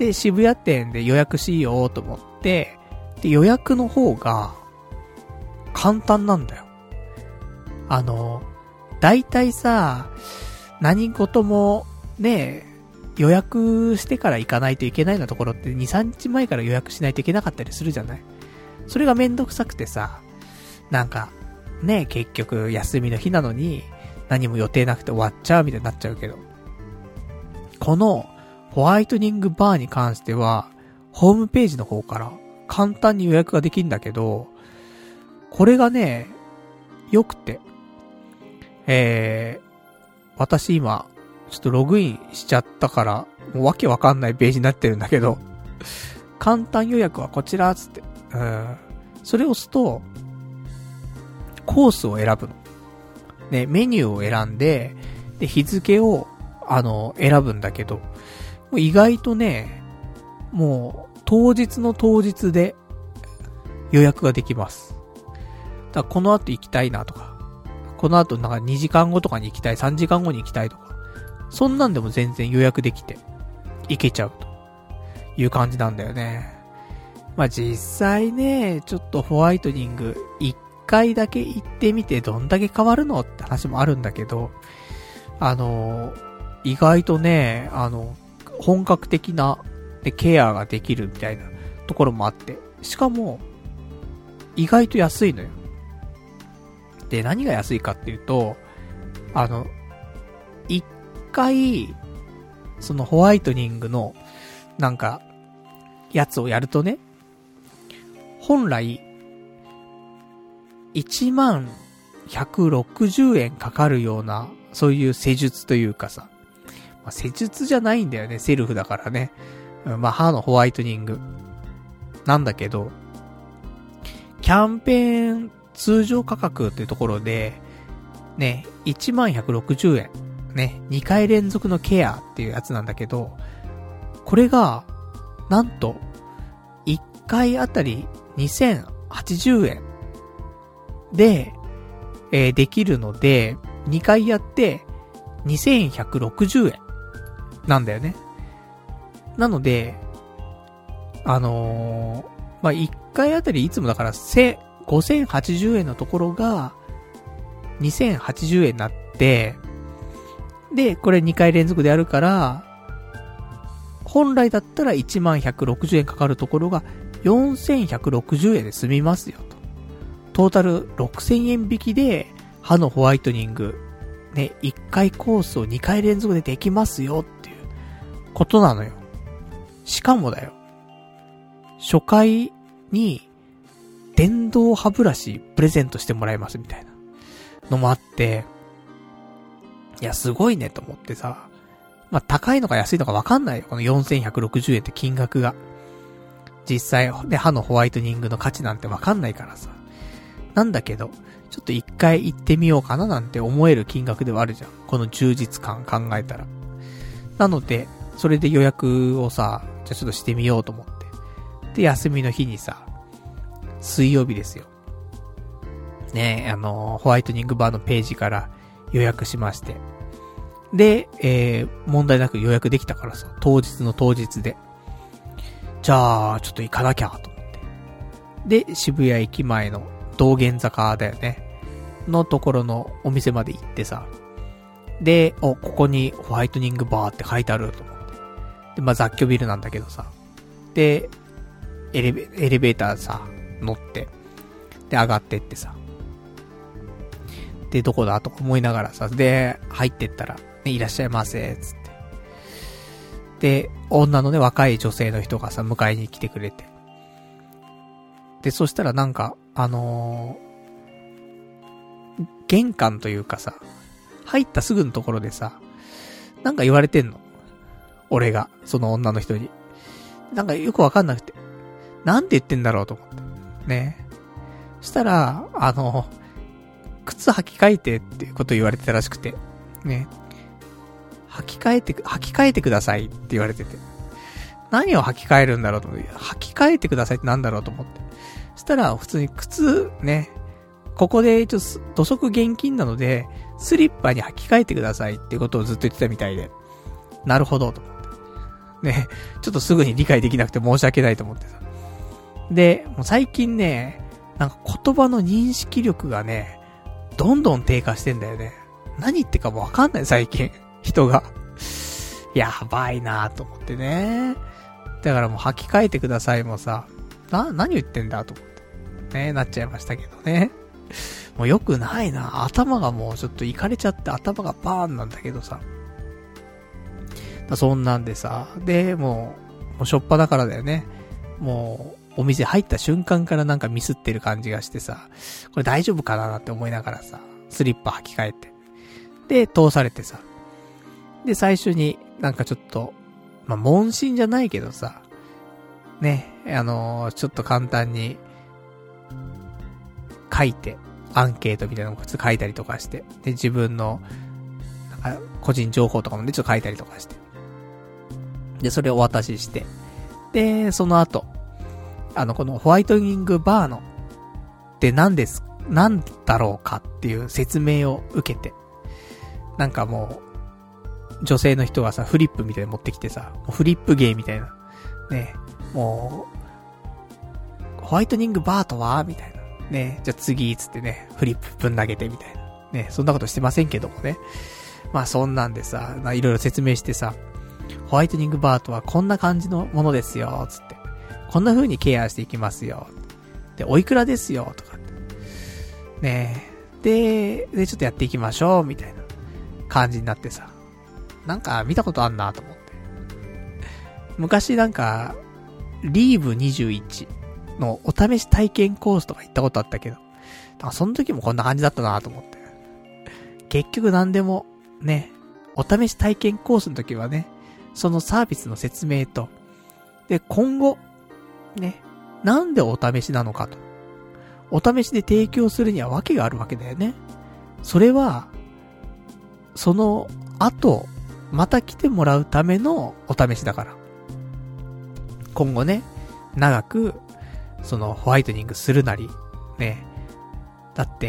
で、渋谷店で予約しようと思って、で、予約の方が、簡単なんだよ。だいたいさ、何事も、ね、予約してから行かないといけないようなところって2、3日前から予約しないといけなかったりするじゃない？それがめんどくさくてさ、なんか、ね、結局休みの日なのに何も予定なくて終わっちゃうみたいになっちゃうけど。このホワイトニングバーに関しては、ホームページの方から簡単に予約ができるんだけど、これがね、良くて、私今、ちょっとログインしちゃったから、もうわけわかんないページになってるんだけど、簡単予約はこちらつって、それを押すと、コースを選ぶの。ね、メニューを選んで、で、日付を、選ぶんだけど、もう意外とね、もう、当日の当日で予約ができます。だからこの後行きたいなとか、この後なんか2時間後とかに行きたい、3時間後に行きたいとか、そんなんでも全然予約できて、行けちゃうという感じなんだよね。まあ、実際ね、ちょっとホワイトニング1回だけ行ってみてどんだけ変わるのって話もあるんだけど、意外とね、本格的なケアができるみたいなところもあって、しかも、意外と安いのよ。で、何が安いかっていうと、一回、そのホワイトニングの、なんか、やつをやるとね、本来、1160円かかるような、そういう施術というかさ、まあ、施術じゃないんだよね、セルフだからね。まあ、歯のホワイトニング。なんだけど、キャンペーン通常価格っていうところで、ね、1160円。ね、2回連続のケアっていうやつなんだけど、これが、なんと、1回あたり2080円で、できるので、2回やって2160円なんだよね。なので、まあ、1回あたりいつもだから5080円のところが2080円になって、で、これ2回連続でやるから、本来だったら1160円かかるところが4160円で済みますよと。トータル6000円引きで歯のホワイトニングね、1回コースを2回連続でできますよっていうことなのよ。しかもだよ。初回に電動歯ブラシプレゼントしてもらえますみたいなのもあって、いやすごいねと思ってさ、まあ、高いのか安いのか分かんないよ。この4160円って金額が。実際、ね、歯のホワイトニングの価値なんて分かんないからさ。なんだけど、ちょっと一回行ってみようかななんて思える金額ではあるじゃん。この充実感考えたら。なので、それで予約をさ、じゃあちょっとしてみようと思って。で、休みの日にさ、水曜日ですよ。ね、ホワイトニングバーのページから予約しまして。で、問題なく予約できたからさ、当日の当日で。じゃあ、ちょっと行かなきゃと思って。で、渋谷駅前の道玄坂だよね。のところのお店まで行ってさ。で、ここにホワイトニングバーって書いてあると思って。で、まあ、雑居ビルなんだけどさ。で、エレベーターさ、 乗って。で、上がってってさ。で、どこだと思いながらさ、で、入ってったら、ね、いらっしゃいませ、つって。で、女のね、若い女性の人がさ、迎えに来てくれて。で、そしたらなんか、玄関というかさ、入ったすぐのところでさ、なんか言われてんの。俺が、その女の人に。なんかよくわかんなくて。なんて言ってんだろうと思って。ね。そしたら、靴履き替えてっていうことを言われてたらしくて。ね。履き替えてくださいって言われてて。何を履き替えるんだろうと思って。履き替えてくださいってなんだろうと思って。そしたら、普通に靴ね、ここで土足厳禁なので、スリッパに履き替えてくださいっていうことをずっと言ってたみたいで。なるほど、と思って。ね、ちょっとすぐに理解できなくて申し訳ないと思ってさ。で、もう最近ね、なんか言葉の認識力がね、どんどん低下してんだよね。何言ってかもわかんない、最近。人が。やばいなぁと思ってね。だからもう履き替えてくださいもさ、何言ってんだと思って。ね、なっちゃいましたけどね。もう良くないな。頭がもうちょっとイカれちゃって頭がバーンなんだけどさ。そんなんでさ、で、もうしょっぱだからだよね。もう、お店入った瞬間からなんかミスってる感じがしてさ、これ大丈夫かなって思いながらさ、スリッパ履き替えて。で、通されてさ。で、最初になんかちょっと、まあ、問診じゃないけどさ、ね、ちょっと簡単に、書いて、アンケートみたいなのを普通書いたりとかして、で、自分の、なんか、個人情報とかもね、ちょっと書いたりとかして。で、それをお渡しして。で、その後、このホワイトニングバーの、ってなんだろうかっていう説明を受けて。なんかもう、女性の人がさ、フリップみたいに持ってきてさ、もうフリップ芸みたいな。ね、もう、ホワイトニングバーとはみたいな。ね、じゃあ次、つってね、フリップぶん投げてみたいな。ね、そんなことしてませんけどもね。まあそんなんでさ、いろいろ説明してさ、ホワイトニングバーとはこんな感じのものですよ、つって。こんな風にケアしていきますよ。で、おいくらですよ、とかって。ねで、ちょっとやっていきましょう、みたいな感じになってさ。なんか見たことあんなと思って。昔なんか、リーブ21のお試し体験コースとか行ったことあったけど、その時もこんな感じだったなと思って。結局何でも、ね、お試し体験コースの時はね、そのサービスの説明と、で、今後、ね、なんでお試しなのかと。お試しで提供するには訳があるわけだよね。それは、その後、また来てもらうためのお試しだから。今後ね、長く、そのホワイトニングするなり、ね。だって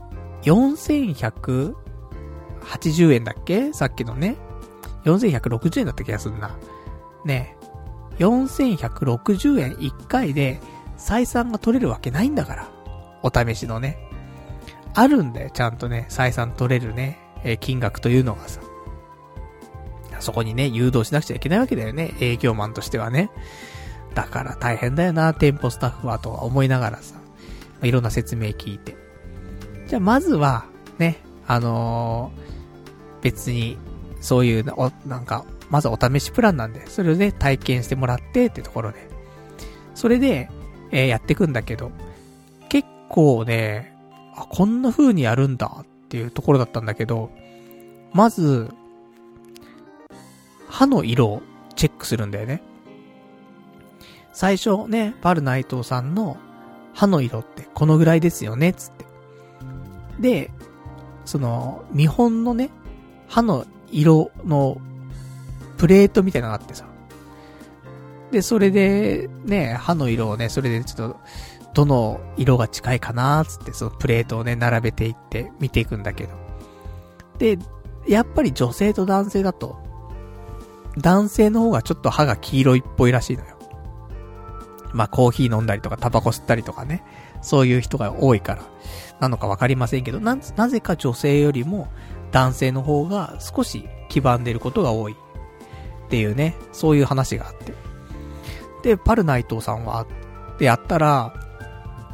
、4180円だっけ？さっきのね。4160円だった気がするな。ね。4160円1回で採算が取れるわけないんだから。お試しのね。あるんだよ、ちゃんとね。採算取れるね。金額というのがさ。そこにね、誘導しなくちゃいけないわけだよね。営業マンとしてはね。だから大変だよな、店舗スタッフはとは思いながらさ。いろんな説明聞いて。じゃあまずは、ね、別に、そういうなんか、まずお試しプランなんで、それをね、体験してもらってってところで。それで、やってくんだけど、結構ね、こんな風にやるんだっていうところだったんだけど、まず、歯の色をチェックするんだよね。最初ね、パル内藤さんの歯の色ってこのぐらいですよね、つって。で、その、見本のね、歯の色のプレートみたいなのがあってさ。で、それで、ね、歯の色をね、それでちょっと、どの色が近いかなーつって、そのプレートをね、並べていって見ていくんだけど。で、やっぱり女性と男性だと、男性の方がちょっと歯が黄色いっぽいらしいのよ。まあ、コーヒー飲んだりとか、タバコ吸ったりとかね。そういう人が多いから、なのかわかりませんけど、なぜか女性よりも、男性の方が少し黄ばんでることが多い。っていうね、そういう話があって。で、パル内藤さんは、でやったら、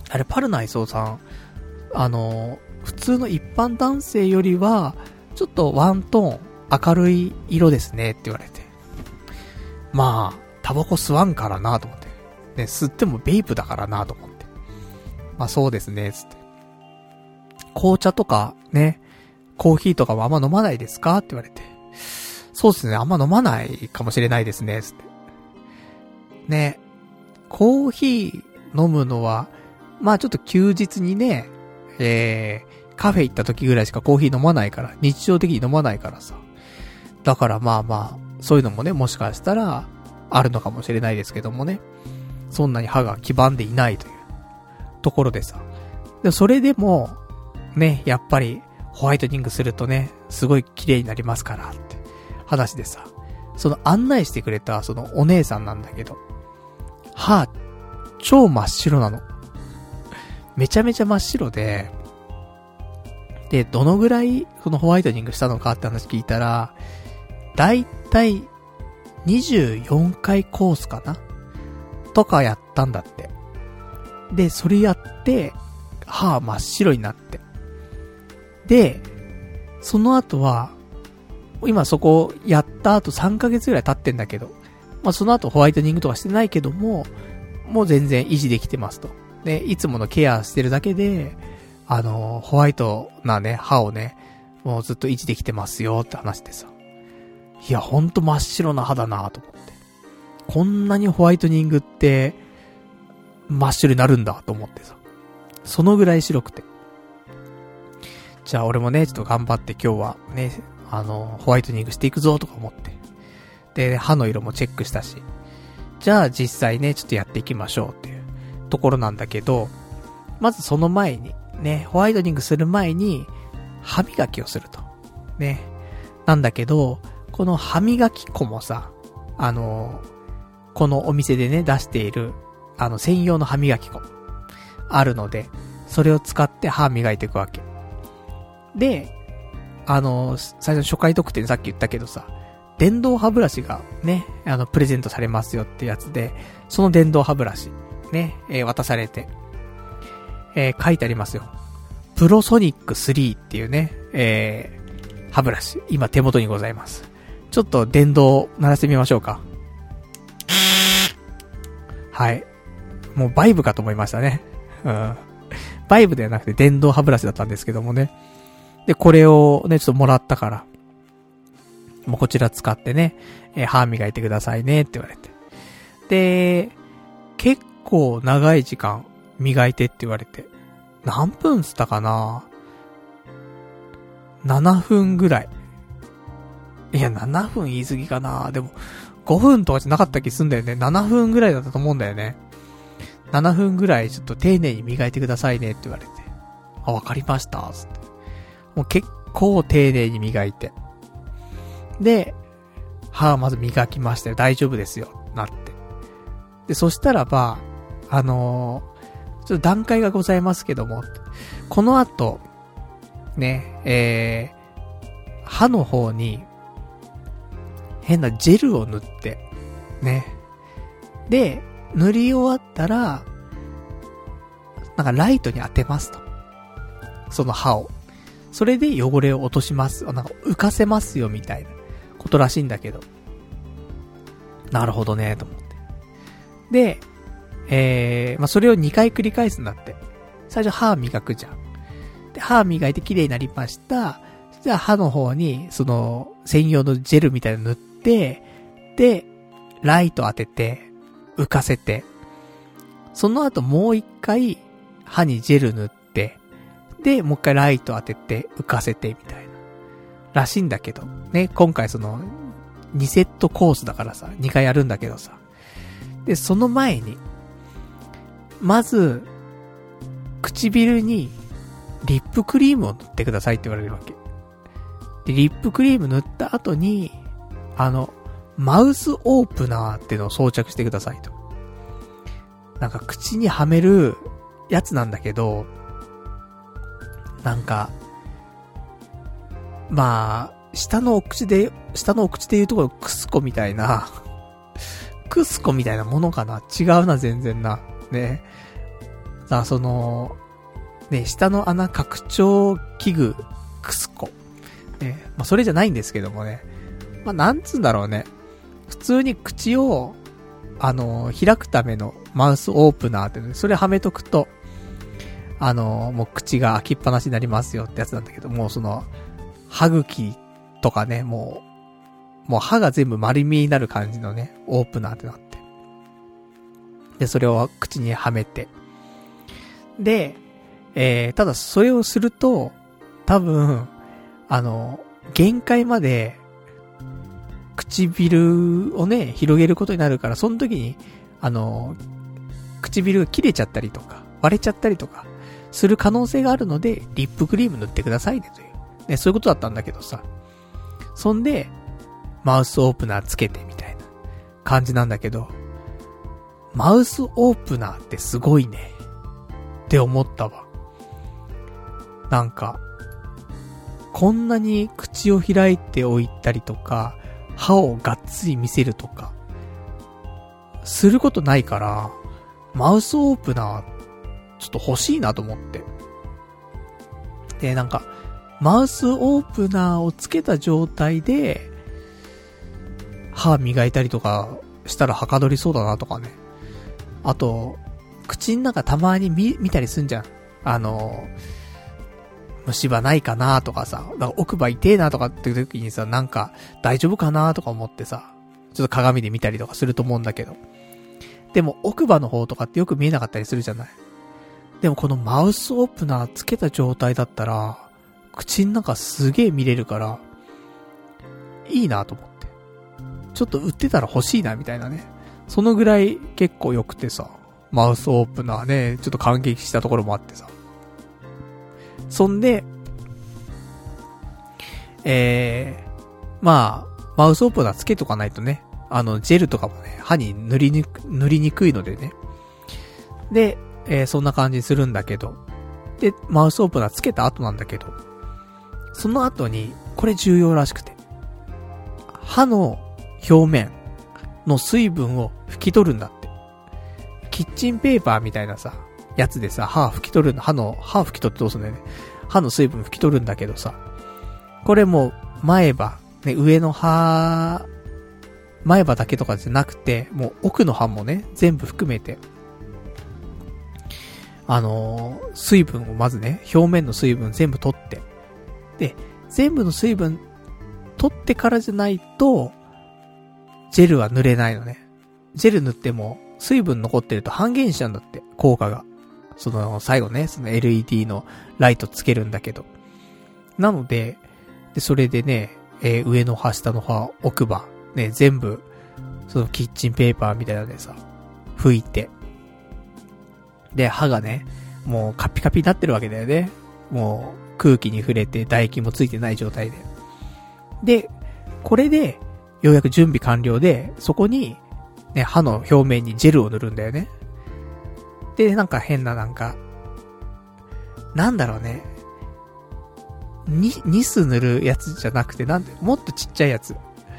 あれ、パルナイソーさん、普通の一般男性よりは、ちょっとワントーン明るい色ですねって言われて。まあ、タバコ吸わんからなと思って。ね、吸ってもベイプだからなと思って。まあそうですね、つって。紅茶とかね、コーヒーとかもあんま飲まないですかって言われて。そうですね、あんま飲まないかもしれないですね、つって。ね、コーヒー飲むのは、まあちょっと休日にね、カフェ行った時ぐらいしかコーヒー飲まないから、日常的に飲まないからさ。だからまあまあ、そういうのもね、もしかしたら、あるのかもしれないですけどもね。そんなに歯が黄ばんでいないというところでさ。で、それでも、ね、やっぱり、ホワイトニングするとね、すごい綺麗になりますからって話でさ。その案内してくれた、そのお姉さんなんだけど、歯、超真っ白なの。めちゃめちゃ真っ白で、で、どのぐらい、そのホワイトニングしたのかって話聞いたら、だいたい24回コースかなとかやったんだって。で、それやって、歯真っ白になって。で、その後は、今そこやった後3ヶ月ぐらい経ってんだけど、まあその後ホワイトニングとかしてないけども、もう全然維持できてますと。で、いつものケアしてるだけで、ホワイトなね、歯をね、もうずっと維持できてますよって話でさ。いや、ほんと真っ白な歯だなと思って。こんなにホワイトニングって、真っ白になるんだと思ってさ。そのぐらい白くて。じゃあ俺もね、ちょっと頑張って今日はね、ホワイトニングしていくぞとか思って。で、歯の色もチェックしたし。じゃあ実際ね、ちょっとやっていきましょうっていうところなんだけど、まずその前に、ね、ホワイトニングする前に、歯磨きをすると。ね。なんだけど、この歯磨き粉もさ、このお店でね、出している、専用の歯磨き粉。あるので、それを使って歯磨いていくわけ。で、最初の初回特典さっき言ったけどさ、電動歯ブラシがね、プレゼントされますよってやつで、その電動歯ブラシ、ね、渡されて、書いてありますよ。プロソニック3っていうね、歯ブラシ、今手元にございます。ちょっと電動鳴らしてみましょうか。はい。もうバイブかと思いましたね。うん。バイブではなくて電動歯ブラシだったんですけどもね。で、これをね、ちょっともらったから、もうこちら使ってね、歯磨いてくださいねって言われて。で、結構長い時間磨いてって言われて。何分つったかな ?7 分ぐらい。いや、7分言い過ぎかな。でも、5分とかじゃなかった気すんだよね。7分ぐらいだったと思うんだよね。7分ぐらいちょっと丁寧に磨いてくださいねって言われて。あ、わかりました。つって。もう結構丁寧に磨いて。で、歯まず磨きましたよ。大丈夫ですよ。なって。で、そしたらば、ちょっと段階がございますけども、この後、ね、歯の方に、変なジェルを塗って、ね。で、塗り終わったら、なんかライトに当てますと。その歯を。それで汚れを落とします。なんか浮かせますよみたいなことらしいんだけど。なるほどね、と思って。で、まあ、それを2回繰り返すんだって。最初歯磨くじゃん。で、歯磨いて綺麗になりました。じゃあ歯の方に、その、専用のジェルみたいなの塗って、で、ライト当てて、浮かせて、その後もう一回、歯にジェル塗って、で、もう一回ライト当てて、浮かせて、みたいな。らしいんだけど。ね、今回その、2セットコースだからさ、2回やるんだけどさ。で、その前に、まず、唇に、リップクリームを塗ってくださいって言われるわけ。で、リップクリーム塗った後に、マウスオープナーっていうのを装着してくださいと。なんか口にはめるやつなんだけど、なんか、まあ、下のお口で言うところクスコみたいな、クスコみたいなものかな違うな、全然な。ね。 さあ、ね、下の穴拡張器具クスコ。ね、まあ、それじゃないんですけどもね。まあ、なんつうんだろうね。普通に口を、開くためのマウスオープナーって、ね、それはめとくと、もう口が開きっぱなしになりますよってやつなんだけど、もう歯茎とかね、もう歯が全部丸見えになる感じのね、オープナーってなって。で、それを口にはめて。で、ただそれをすると、多分、限界まで、唇をね、広げることになるから、その時に、唇が切れちゃったりとか、割れちゃったりとか、する可能性があるので、リップクリーム塗ってくださいねという。ね、そういうことだったんだけどさ。そんで、マウスオープナーつけてみたいな感じなんだけど、マウスオープナーってすごいね。って思ったわ。なんか、こんなに口を開いておいたりとか、歯をがっつり見せるとか、することないから、マウスオープナー、ちょっと欲しいなと思って。で、なんか、マウスオープナーをつけた状態で、歯磨いたりとかしたらはかどりそうだなとかね。あと、口の中たまに見たりすんじゃん。虫歯ないかなとかさ、なんか奥歯痛えなとかっていう時にさ、なんか大丈夫かなとか思ってさ、ちょっと鏡で見たりとかすると思うんだけど。でも奥歯の方とかってよく見えなかったりするじゃない。でもこのマウスオープナーつけた状態だったら、口の中すげえ見れるから、いいなと思って。ちょっと売ってたら欲しいなみたいなね。そのぐらい結構良くてさ、マウスオープナーね、ちょっと感激したところもあってさ。そんで、まあ、マウスオープナーつけとかないとね、ジェルとかもね、歯に塗りにくいのでね。で、そんな感じするんだけど。で、マウスオープナーつけた後なんだけど、その後に、これ重要らしくて。歯の表面の水分を拭き取るんだって。キッチンペーパーみたいなさ、やつでさ、歯拭き取るの、歯拭き取ってどうするんだよね。歯の水分拭き取るんだけどさ、これもう前歯、ね、上の歯、前歯だけとかじゃなくて、もう奥の歯もね、全部含めて、水分をまずね、表面の水分全部取って、で、全部の水分取ってからじゃないと、ジェルは塗れないのね。ジェル塗っても、水分残ってると半減しちゃうんだって、効果が。最後ね、LED のライトつけるんだけど。なので、それでね、上の歯、下の歯、奥歯、ね、全部、キッチンペーパーみたいなのでさ、拭いて。で、歯がね、もうカピカピになってるわけだよね。もう、空気に触れて唾液もついてない状態で。で、これで、ようやく準備完了で、そこに、ね、歯の表面にジェルを塗るんだよね。で、なんか変ななんだろうね。ニス塗るやつじゃなくて、もっとちっちゃいやつ。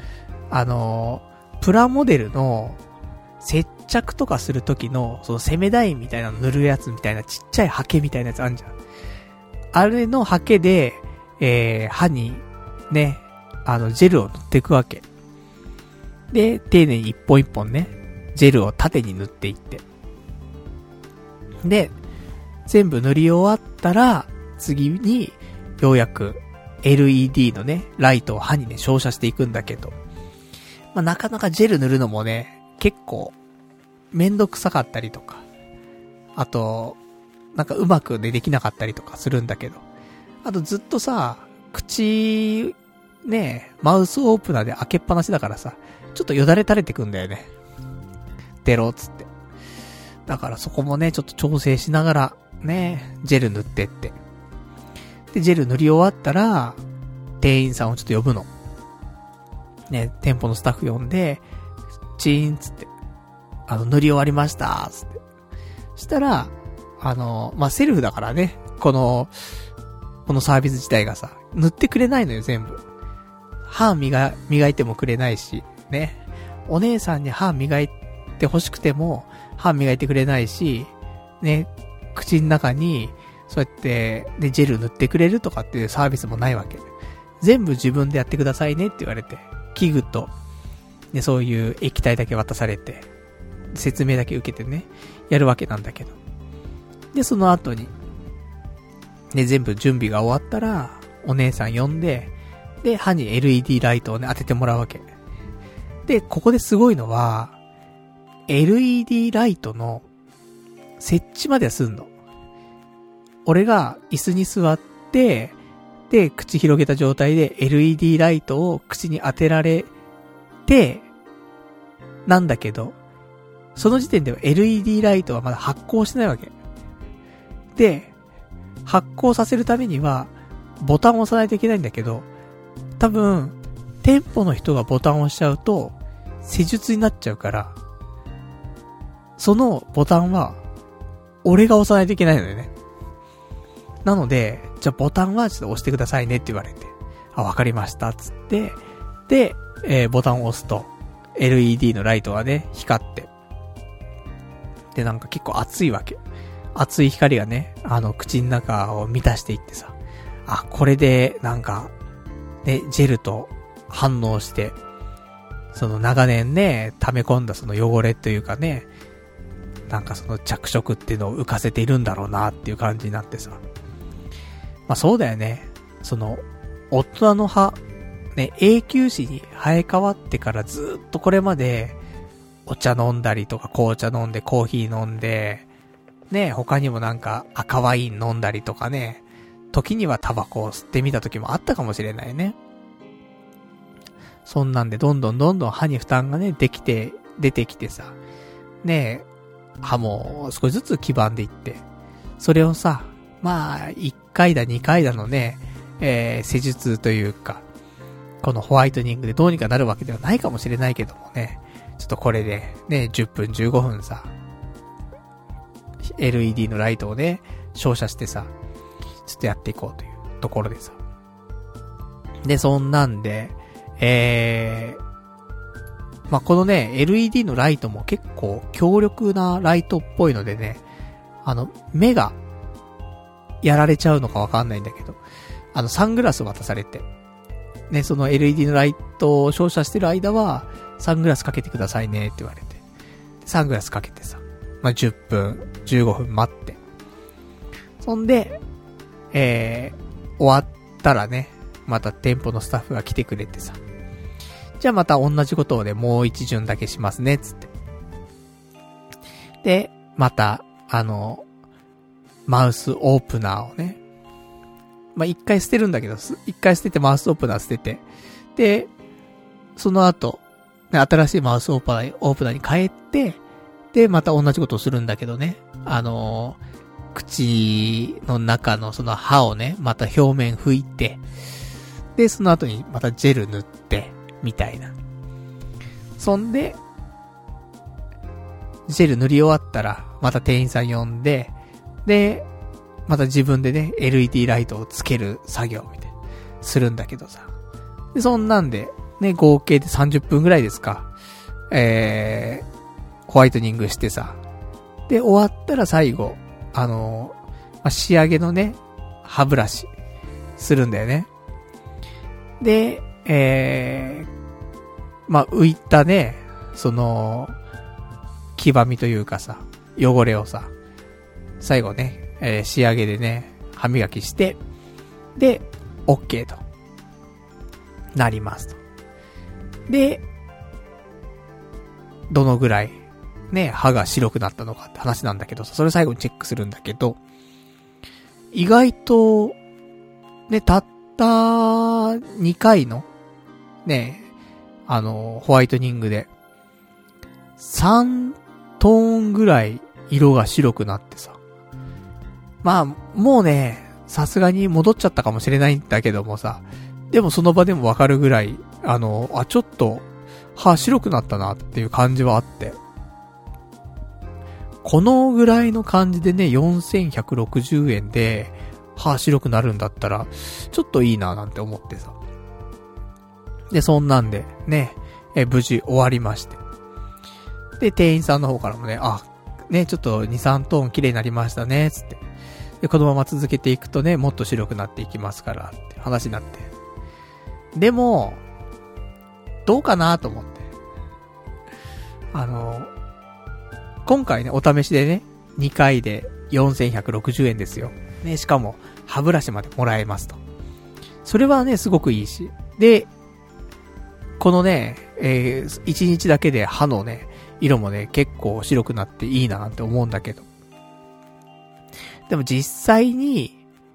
プラモデルの接着とかするときの、セメダインみたいなの塗るやつみたいなちっちゃいハケみたいなやつあるじゃん。あれのハケで、歯に、ね、ジェルを塗っていくわけ。で、丁寧に一本一本ね、ジェルを縦に塗っていって。で、全部塗り終わったら、次に、ようやく LED のね、ライトを歯にね、照射していくんだけど。まあ、なかなかジェル塗るのもね、結構、めんどくさかったりとか。あと、なんかうまくね、できなかったりとかするんだけど。あとずっとさ、口、ね、マウスオープナーで開けっぱなしだからさ、ちょっとよだれ垂れてくんだよね。出ろっつって。だからそこもね、ちょっと調整しながら、ね、ジェル塗ってって。で、ジェル塗り終わったら、店員さんをちょっと呼ぶの。ね、店舗のスタッフ呼んで、チーンつって、塗り終わりましたつって。したら、まあ、セルフだからね、このサービス自体がさ、塗ってくれないのよ、全部。歯磨いてもくれないし、ね。お姉さんに歯磨いて欲しくても、歯磨いてくれないし、ね、 口の中に、そうやって、で、ジェル塗ってくれるとかっていうサービスもないわけ。全部自分でやってくださいねって言われて、器具と、で、そういう液体だけ渡されて、説明だけ受けてね、やるわけなんだけど。で、その後に、で、全部準備が終わったら、お姉さん呼んで、で、歯に LED ライトをね、当ててもらうわけ。で、ここですごいのは、LED ライトの設置まではすんの。俺が椅子に座って、で、口広げた状態で LED ライトを口に当てられて、なんだけど、その時点では LED ライトはまだ発光してないわけ。で、発光させるためには、ボタンを押さないといけないんだけど、多分、店舗の人がボタンを押しちゃうと、施術になっちゃうから、そのボタンは、俺が押さないといけないのよね。なので、じゃあボタンはちょっと押してくださいねって言われて、あ、わかりました、つって、で、ボタンを押すと、LED のライトがね、光って、で、なんか結構熱いわけ。熱い光がね、口の中を満たしていってさ、あ、これで、なんか、ね、ジェルと反応して、その長年ね、溜め込んだその汚れというかね、なんかその着色っていうのを浮かせているんだろうなっていう感じになってさ。まあそうだよね。その、大人の歯、ね、永久歯に生え変わってからずっとこれまで、お茶飲んだりとか紅茶飲んでコーヒー飲んで、ね、他にもなんか赤ワイン飲んだりとかね、時にはタバコを吸ってみた時もあったかもしれないね。そんなんでどんどん歯に負担がね、出てきてさ、ね、歯も少しずつ黄ばんでいって、それをさ、まあ、1回だ2回だのね、施術というか、このホワイトニングでどうにかなるわけではないかもしれないけどもね、ちょっとこれでね、10分15分さ、LED のライトをね、照射してさ、ちょっとやっていこうというところでさ。で、そんなんで、まあ、このね、LED のライトも結構強力なライトっぽいのでね、目がやられちゃうのかわかんないんだけど、サングラスを渡されて、ね、その LED のライトを照射してる間は、サングラスかけてくださいねって言われて、サングラスかけてさ、まあ、10分、15分待って、そんで、終わったらね、また店舗のスタッフが来てくれてさ、じゃあまた同じことをね、もう一巡だけしますね、つって。で、また、マウスオープナーをね、まあ、一回捨てるんだけど、一回捨ててマウスオープナー捨てて、で、その後、ね、新しいマウスオープナーに変えて、で、また同じことをするんだけどね、口の中のその歯をね、また表面拭いて、で、その後にまたジェル塗って、みたいな。そんで、ジェル塗り終わったら、また店員さん呼んで、で、また自分でね、LED ライトをつける作業みたいな、するんだけどさ。で、そんなんで、ね、合計で30分ぐらいですか。ホワイトニングしてさ。で、終わったら最後、まあ、仕上げのね、歯ブラシ、するんだよね。で、まあ、浮いたね、その、黄ばみというかさ、汚れをさ、最後ね、仕上げでね、歯磨きして、で、OK と、なりますと。で、どのぐらい、ね、歯が白くなったのかって話なんだけどさ、それ最後にチェックするんだけど、意外と、ね、たった2回の、ね、ホワイトニングで、3トーンぐらい色が白くなってさ。まあ、もうね、さすがに戻っちゃったかもしれないんだけどもさ、でもその場でもわかるぐらい、ちょっと、歯白くなったなっていう感じはあって。このぐらいの感じでね、4160円で、歯白くなるんだったら、ちょっといいななんて思ってさ。で、そんなんで、ね、無事終わりまして。で、店員さんの方からもね、 ね、ちょっと2、3トーン綺麗になりましたね、つって。で、このまま続けていくとね、もっと白くなっていきますから、って話になって。でも、どうかなと思って。今回ね、お試しでね、2回で4160円ですよ。ね、しかも、歯ブラシまでもらえますと。それはね、すごくいいし。で、このね、1日だけで歯のね、色もね、結構白くなっていいななんて思うんだけど。でも実際に、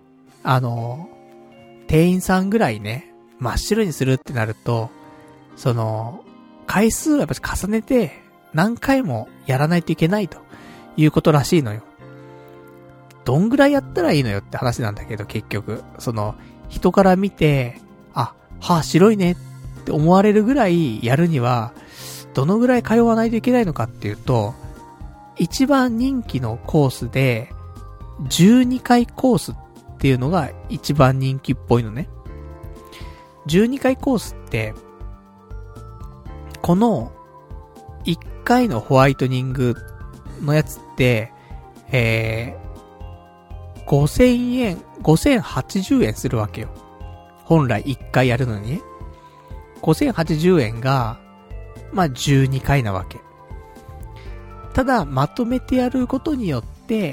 店員さんぐらいね、真っ白にするってなると、回数をやっぱり重ねて、何回もやらないといけないということらしいのよ。どんぐらいやったらいいのよって話なんだけど、結局。人から見て、あ、歯白いねって思われるぐらいやるには、どのぐらい通わないといけないのかっていうと、一番人気のコースで、12回コースっていうのが一番人気っぽいのね。12回コースって、この1回のホワイトニングのやつって、5000円、5080円するわけよ。本来1回やるのにね。5080円が、まあ、12回なわけ。ただ、まとめてやることによって、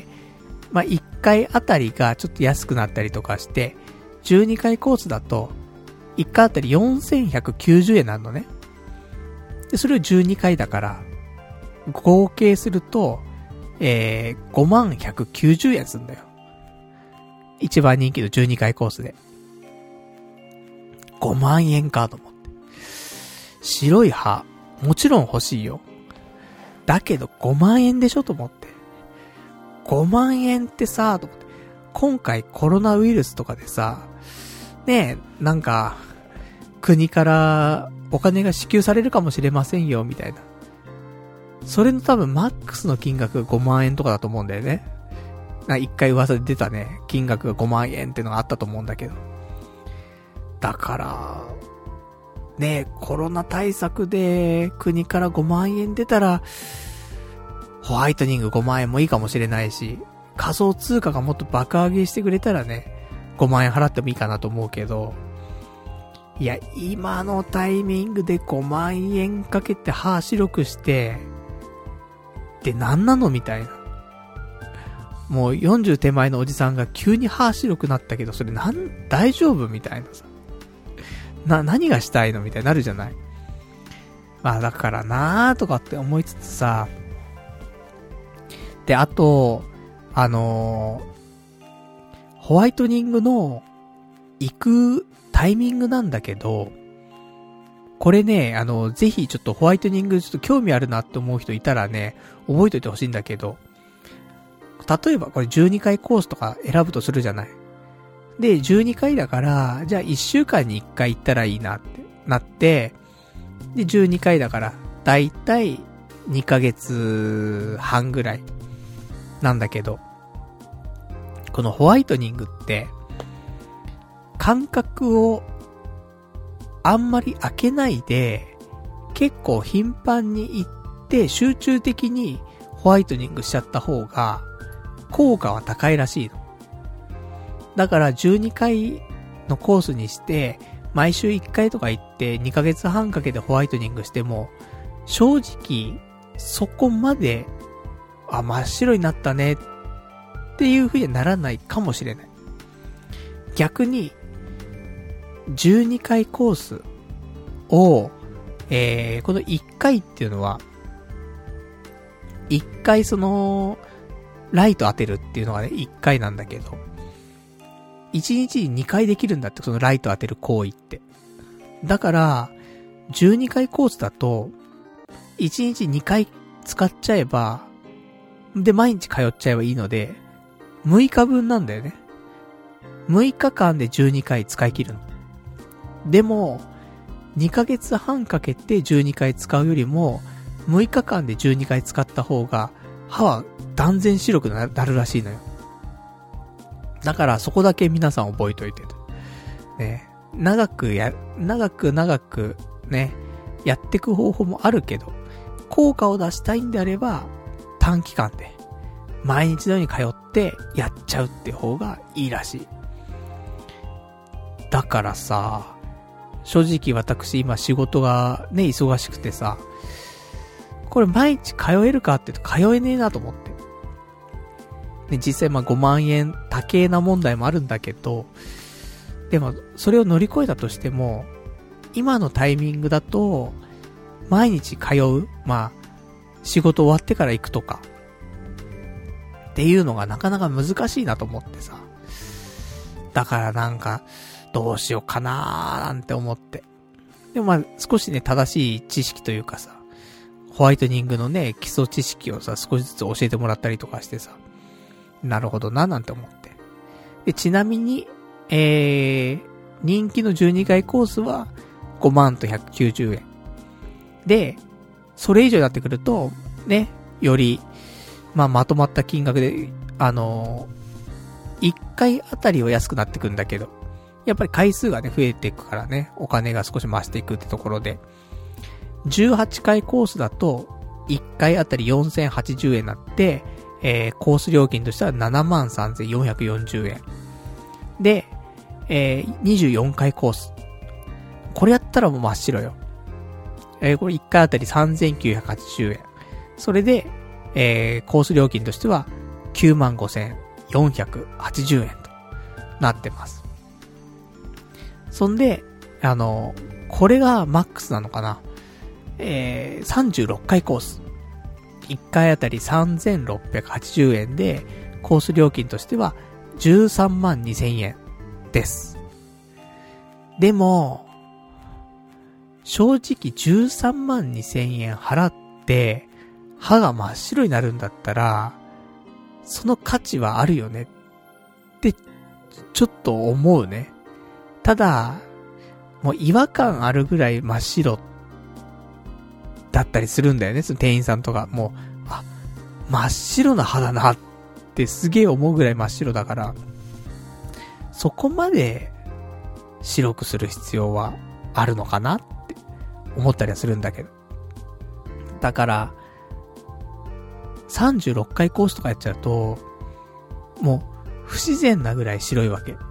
まあ、1回あたりがちょっと安くなったりとかして、12回コースだと、1回あたり4190円なのね。で、それを12回だから、合計すると、5190円するんだよ。一番人気の12回コースで。5万円かと思って。白い歯、もちろん欲しいよ。だけど5万円でしょと思って。5万円ってさ、と思って。今回コロナウイルスとかでさ、ねえ、なんか、国からお金が支給されるかもしれませんよ、みたいな。それの多分マックスの金額が5万円とかだと思うんだよね。一回噂で出たね、金額が5万円っていうのがあったと思うんだけど。だから、ね、コロナ対策で国から5万円出たら、ホワイトニング5万円もいいかもしれないし、仮想通貨がもっと爆上げしてくれたらね、5万円払ってもいいかなと思うけど、いや、今のタイミングで5万円かけて歯白くして、で、なんなのみたいな。もう40手前のおじさんが急に歯白くなったけど、それ大丈夫みたいなさ。何がしたいのみたいになるじゃない。まあだからなーとかって思いつつさ。で、あと、ホワイトニングの行くタイミングなんだけど、これね、ぜひちょっとホワイトニングちょっと興味あるなって思う人いたらね、覚えといてほしいんだけど、例えばこれ12回コースとか選ぶとするじゃない。で、12回だから、じゃあ1週間に1回行ったらいいなってなって、で、12回だから、だいたい2ヶ月半ぐらいなんだけど、このホワイトニングって、間隔をあんまり開けないで、結構頻繁に行って集中的にホワイトニングしちゃった方が、効果は高いらしいの。だから12回のコースにして、毎週1回とか行って2ヶ月半かけてホワイトニングしても、正直、そこまで、真っ白になったねっていう風にはならないかもしれない。逆に、12回コースを、この1回っていうのは、1回ライト当てるっていうのがね、1回なんだけど、1日に2回できるんだって、そのライト当てる行為って。だから、12回コースだと、1日2回使っちゃえば、で、毎日通っちゃえばいいので、6日分なんだよね。6日間で12回使い切るの。でも、2ヶ月半かけて12回使うよりも、6日間で12回使った方が、歯は断然白くなるらしいのよ。だからそこだけ皆さん覚えといてと。ね。長くね、やってく方法もあるけど、効果を出したいんであれば、 短期間で、毎日のように通ってやっちゃうって方がいいらしい。だからさ、正直私今仕事がね、忙しくてさ、これ毎日通えるかって言うと通えねえなと思って。で、実際5万円高えな問題もあるんだけど、でもそれを乗り越えたとしても、今のタイミングだと、毎日通う、仕事終わってから行くとか、っていうのがなかなか難しいなと思ってさ。だからなんか、どうしようかなーなんて思って。でも少しね、正しい知識というかさ、ホワイトニングのね、基礎知識をさ、少しずつ教えてもらったりとかしてさ、なるほどななんて思って。で、ちなみに、人気の12回コースは5万と190円。で、それ以上になってくると、ね、より、まとまった金額で、1回あたりは安くなってくんだけど、やっぱり回数がね、増えていくからね、お金が少し増していくってところで、18回コースだと、1回あたり4080円になって、コース料金としては73,440円。で、24回コース。これやったらもう真っ白よ。これ1回あたり3980円。それで、コース料金としては95,480円となってます。そんで、これがマックスなのかな。36回コース。1回あたり3680円で、コース料金としては132,000円です。でも、正直132,000円払って、歯が真っ白になるんだったら、その価値はあるよねって、ちょっと思うね。ただ、もう違和感あるぐらい真っ白だったりするんだよね、その店員さんとか。もう、真っ白な歯だなってすげえ思うぐらい真っ白だから、そこまで白くする必要はあるのかなって思ったりはするんだけど。だから、36回コースとかやっちゃうと、もう、不自然なぐらい白いわけ。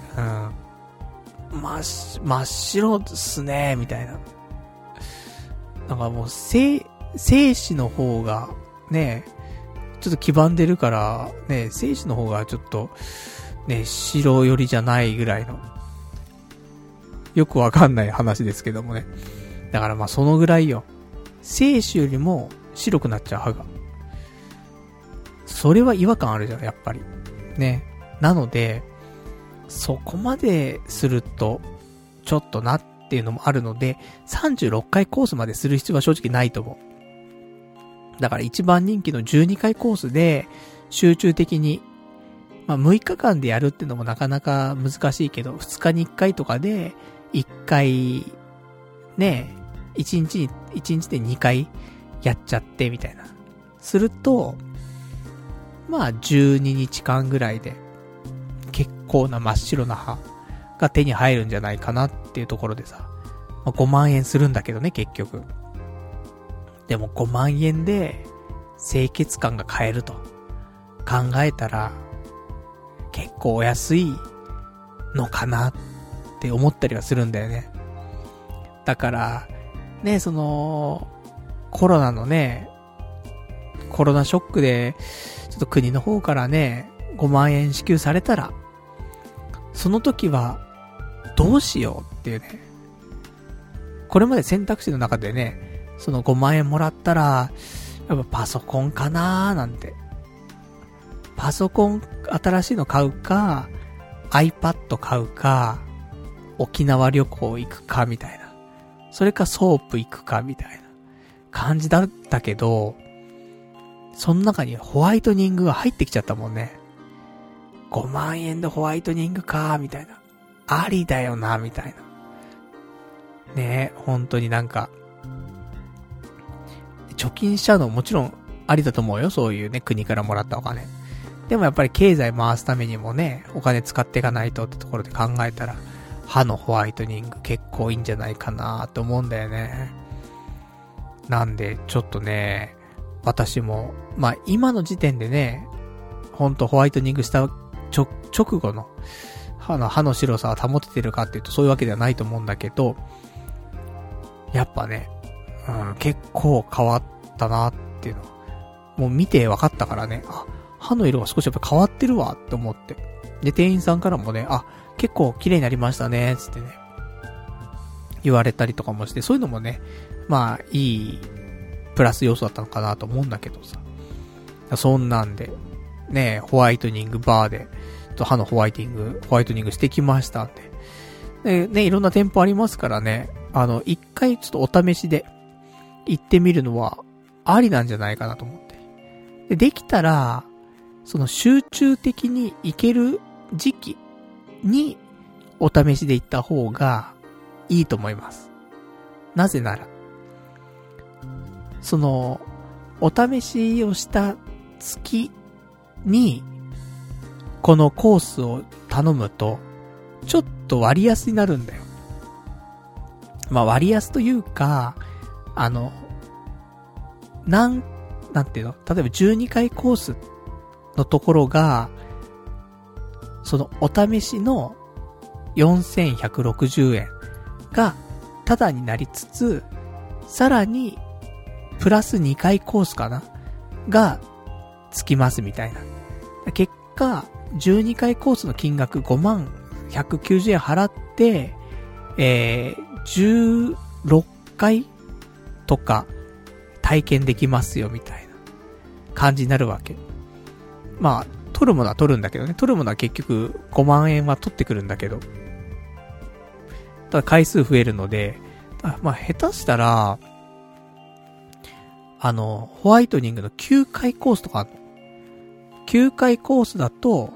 真っ白っすねみたいな。なんかもう、精子の方が、ね、ちょっと黄ばんでるから、ね、精子の方がちょっと、ね、白寄りじゃないぐらいの。よくわかんない話ですけどもね。だからそのぐらいよ。精子よりも白くなっちゃう歯が。それは違和感あるじゃん、やっぱり。ね。なので、そこまですると、ちょっとなっていうのもあるので、36回コースまでする必要は正直ないと思う。だから一番人気の12回コースで、集中的に、6日間でやるっていうのもなかなか難しいけど、2日に1回とかで、1回、ね、1日で2回やっちゃってみたいな。すると、12日間ぐらいで、結構な真っ白な歯が手に入るんじゃないかなっていうところでさ、5万円するんだけどね、結局。でも5万円で清潔感が買えると考えたら、結構お安いのかなって思ったりはするんだよね。だから、ね、コロナのね、コロナショックで、ちょっと国の方からね、5万円支給されたら、その時は、どうしようっていうね。これまで選択肢の中でね、その5万円もらったら、やっぱパソコンかなーなんて。パソコン新しいの買うか、iPad 買うか、沖縄旅行行くかみたいな。それかソープ行くかみたいな感じだったけど、その中にホワイトニングが入ってきちゃったもんね。5万円でホワイトニングかみたいな。ありだよなみたいな。ねえ、本当になんか、貯金しちゃうのももちろんありだと思うよ。そういうね、国からもらったお金。でもやっぱり経済回すためにもね、お金使っていかないとってところで考えたら、歯のホワイトニング結構いいんじゃないかなと思うんだよね。なんで、ちょっとね、 私も、まあ今の時点でね、ほんとホワイトニングした直後の歯の白さは保ててるかっていうとそういうわけではないと思うんだけど、やっぱね、結構変わったなっていうの。もう見て分かったからね、歯の色が少しやっぱ変わってるわって思って。で、店員さんからもね、結構綺麗になりましたね、つってね。言われたりとかもして、そういうのもね、まあ、いい、プラス要素だったのかなと思うんだけどさ。そんなんで、ね、ホワイトニングバーで、歯のホワイトニングしてきましたんで。で、ね、いろんな店舗ありますからね、一回ちょっとお試しで行ってみるのは、ありなんじゃないかなと思って。できたら、その集中的に行ける時期にお試しで行った方がいいと思います。なぜなら、その、お試しをした月に、このコースを頼むと、ちょっと割安になるんだよ。まあ割安というか、なんていうの？例えば12回コースのところが、そのお試しの4160円がタダになりつつ、さらにプラス2回コースかながつきますみたいな。結果、12回コースの金額5190円払って、16回とか体験できますよみたいな感じになるわけ。まあ、取るものは取るんだけどね。取るものは結局5万円は取ってくるんだけど。ただ回数増えるので、まあ下手したら、ホワイトニングの9回コースとかあるの。9回コースだと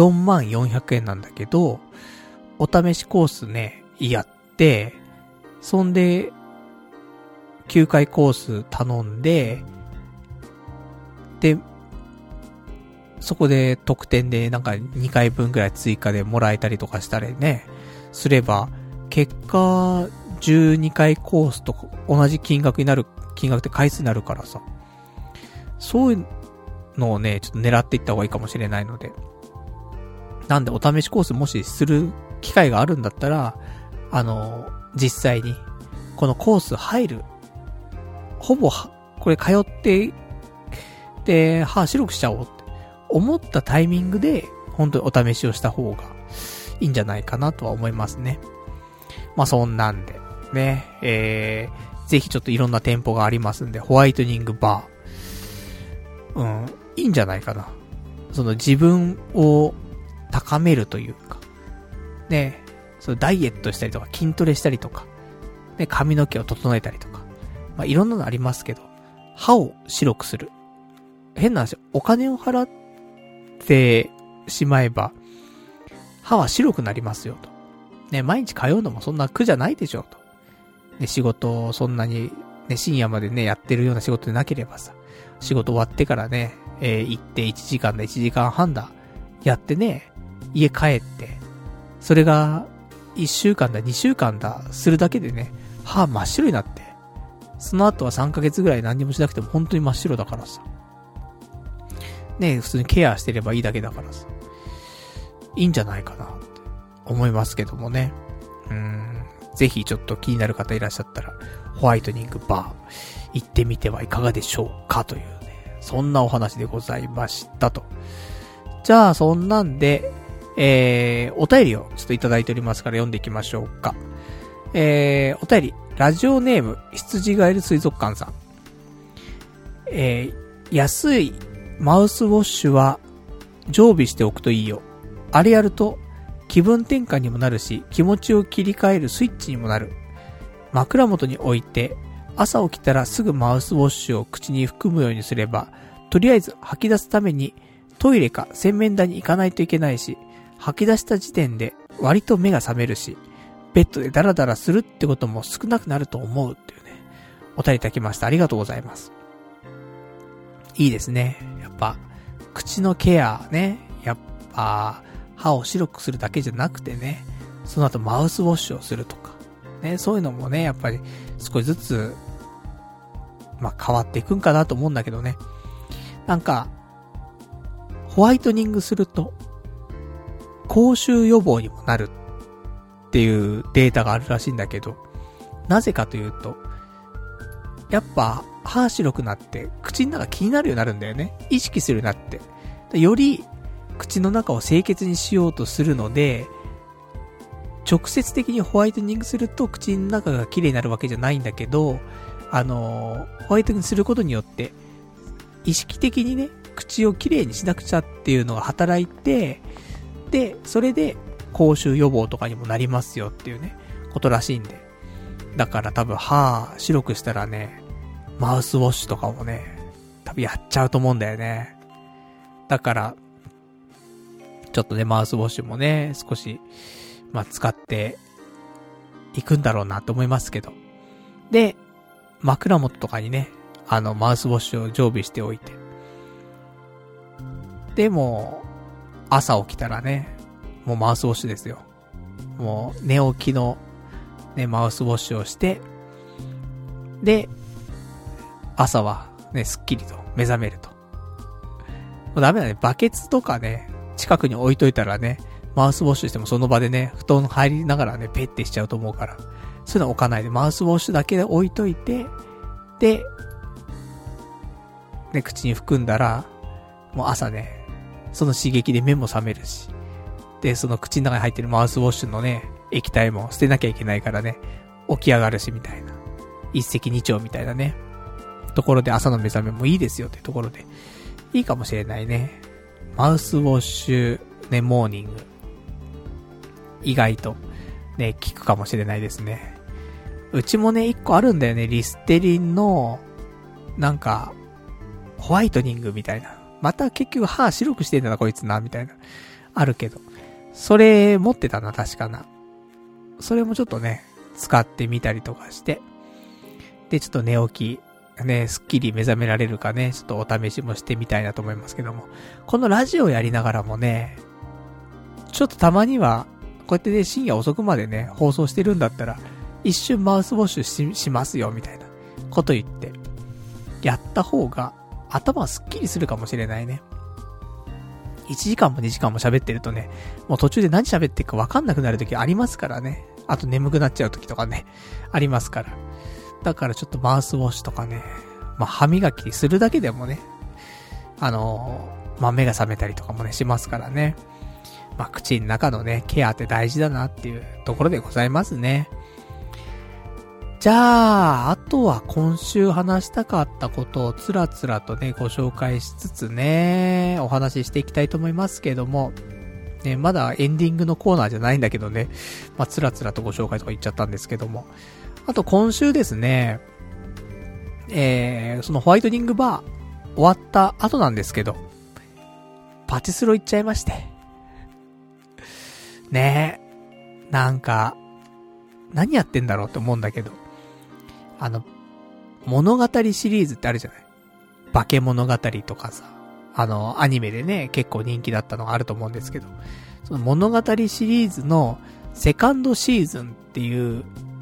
44,400円なんだけど、お試しコースね、やって、そんで、9回コース頼んで、で、そこで特典でなんか2回分くらい追加でもらえたりとかしたりね、すれば、結果、12回コースと同じ金額って回数になるからさ、そういうのをね、ちょっと狙っていった方がいいかもしれないので。なんでお試しコースもしする機会があるんだったら、実際に、このコース入る、ほぼ、これ通って、で、歯白くしちゃおうって思ったタイミングで、本当にお試しをした方がいいんじゃないかなとは思いますね。まあ、そんなんで、ね、ぜひちょっといろんな店舗がありますんで、ホワイトニングバー。いいんじゃないかな。その自分を高めるというか、ね、そのダイエットしたりとか、筋トレしたりとか、ね、髪の毛を整えたりとか、まあ、いろんなのありますけど、歯を白くする。変な話、お金を払ってしまえば、歯は白くなりますよと。ね、毎日通うのもそんな苦じゃないでしょうと。ね、仕事をそんなに、ね、深夜までね、やってるような仕事でなければさ、仕事終わってからね、行って1時間だ、1時間半だ、やってね、家帰って、それが、1週間だ、2週間だ、するだけでね、歯真っ白になって、その後は3ヶ月ぐらい何にもしなくても本当に真っ白だからさ。ね、普通にケアしてればいいだけだからさ。いいんじゃないかなって思いますけどもね。ぜひちょっと気になる方いらっしゃったら、ホワイトニングバー行ってみてはいかがでしょうかというね、そんなお話でございましたと。じゃあそんなんで、お便りをちょっといただいておりますから読んでいきましょうか。お便り、ラジオネーム、羊ガエル水族館さん。安いマウスウォッシュは常備しておくといいよ。あれやると気分転換にもなるし、気持ちを切り替えるスイッチにもなる。枕元に置いて、朝起きたらすぐマウスウォッシュを口に含むようにすれば、とりあえず吐き出すためにトイレか洗面台に行かないといけないし、吐き出した時点で割と目が覚めるし、ベッドでダラダラするってことも少なくなると思うっていうね、お便りいただきました。ありがとうございます。いいですね。やっぱ、口のケアね、やっぱ、歯を白くするだけじゃなくてね、その後マウスウォッシュをするとか、ね、そういうのもね、やっぱり少しずつ、 変わっていくんかなと思うんだけどね。なんか、ホワイトニングすると、口臭予防にもなるっていうデータがあるらしいんだけど、なぜかというと、やっぱ歯白くなって口の中気になるようになるんだよね。意識するようになって。より口の中を清潔にしようとするので、直接的にホワイトニングすると口の中が綺麗になるわけじゃないんだけど、ホワイトニングすることによって意識的にね、口を綺麗にしなくちゃっていうのが働いて、で、それで口臭予防とかにもなりますよっていうね、ことらしいんで。だから多分歯白くしたらね、マウスウォッシュとかもね、多分やっちゃうと思うんだよね。だから、ちょっとね、マウスウォッシュもね、少し、使っていくんだろうなと思いますけど。で、枕元とかにね、マウスウォッシュを常備しておいて。でも、朝起きたらね、もうマウスウォッシュですよ。もう、寝起きの、ね、マウスウォッシュをして、で、朝はね、すっきりと目覚めると。もうダメだね、バケツとかね、近くに置いといたらね、マウスウォッシュしてもその場でね、布団入りながらね、ペッてしちゃうと思うから、そういうの置かないで、マウスウォッシュだけで置いといて、で、ね、口に含んだら、もう朝ね、その刺激で目も覚めるし、で、その口の中に入ってるマウスウォッシュのね、液体も捨てなきゃいけないからね、起き上がるしみたいな。一石二鳥みたいなね。ところで朝の目覚めもいいですよってところで、いいかもしれないね。マウスウォッシュ、ね、モーニング。意外と、ね、効くかもしれないですね。うちもね、一個あるんだよね。リステリンの、なんか、ホワイトニングみたいな。また結局歯白くしてんだな、こいつな、みたいな。あるけど。それ持ってたな、確かな。それもちょっとね、使ってみたりとかして。で、ちょっと寝起き、ね、すっきり目覚められるかね、ちょっとお試しもしてみたいなと思いますけども。このラジオやりながらもね、ちょっとたまには、こうやってね、深夜遅くまでね、放送してるんだったら、一瞬マウスウォッシュしますよ、みたいなこと言って、やった方が、頭はすっきりするかもしれないね。1時間も2時間も喋ってるとね、もう途中で何喋ってるか分かんなくなる時ありますからね。あと眠くなっちゃう時とかね、ありますから。だからちょっとマウスウォッシュとかね、歯磨きするだけでもね、目が覚めたりとかもね、しますからね。口の中のね、ケアって大事だなっていうところでございますね。じゃあ、あとは今週話したかったことをつらつらとね、ご紹介しつつね、お話ししていきたいと思いますけども、ね、まだエンディングのコーナーじゃないんだけどね、つらつらとご紹介とか言っちゃったんですけども、あと今週ですね、そのホワイトニングバー終わった後なんですけど、パチスロ行っちゃいまして。ねえ、なんか、何やってんだろうって思うんだけど、物語シリーズってあるじゃない？化け物語とかさ、アニメでね、結構人気だったのがあると思うんですけど、その物語シリーズのセカンドシーズンっていう、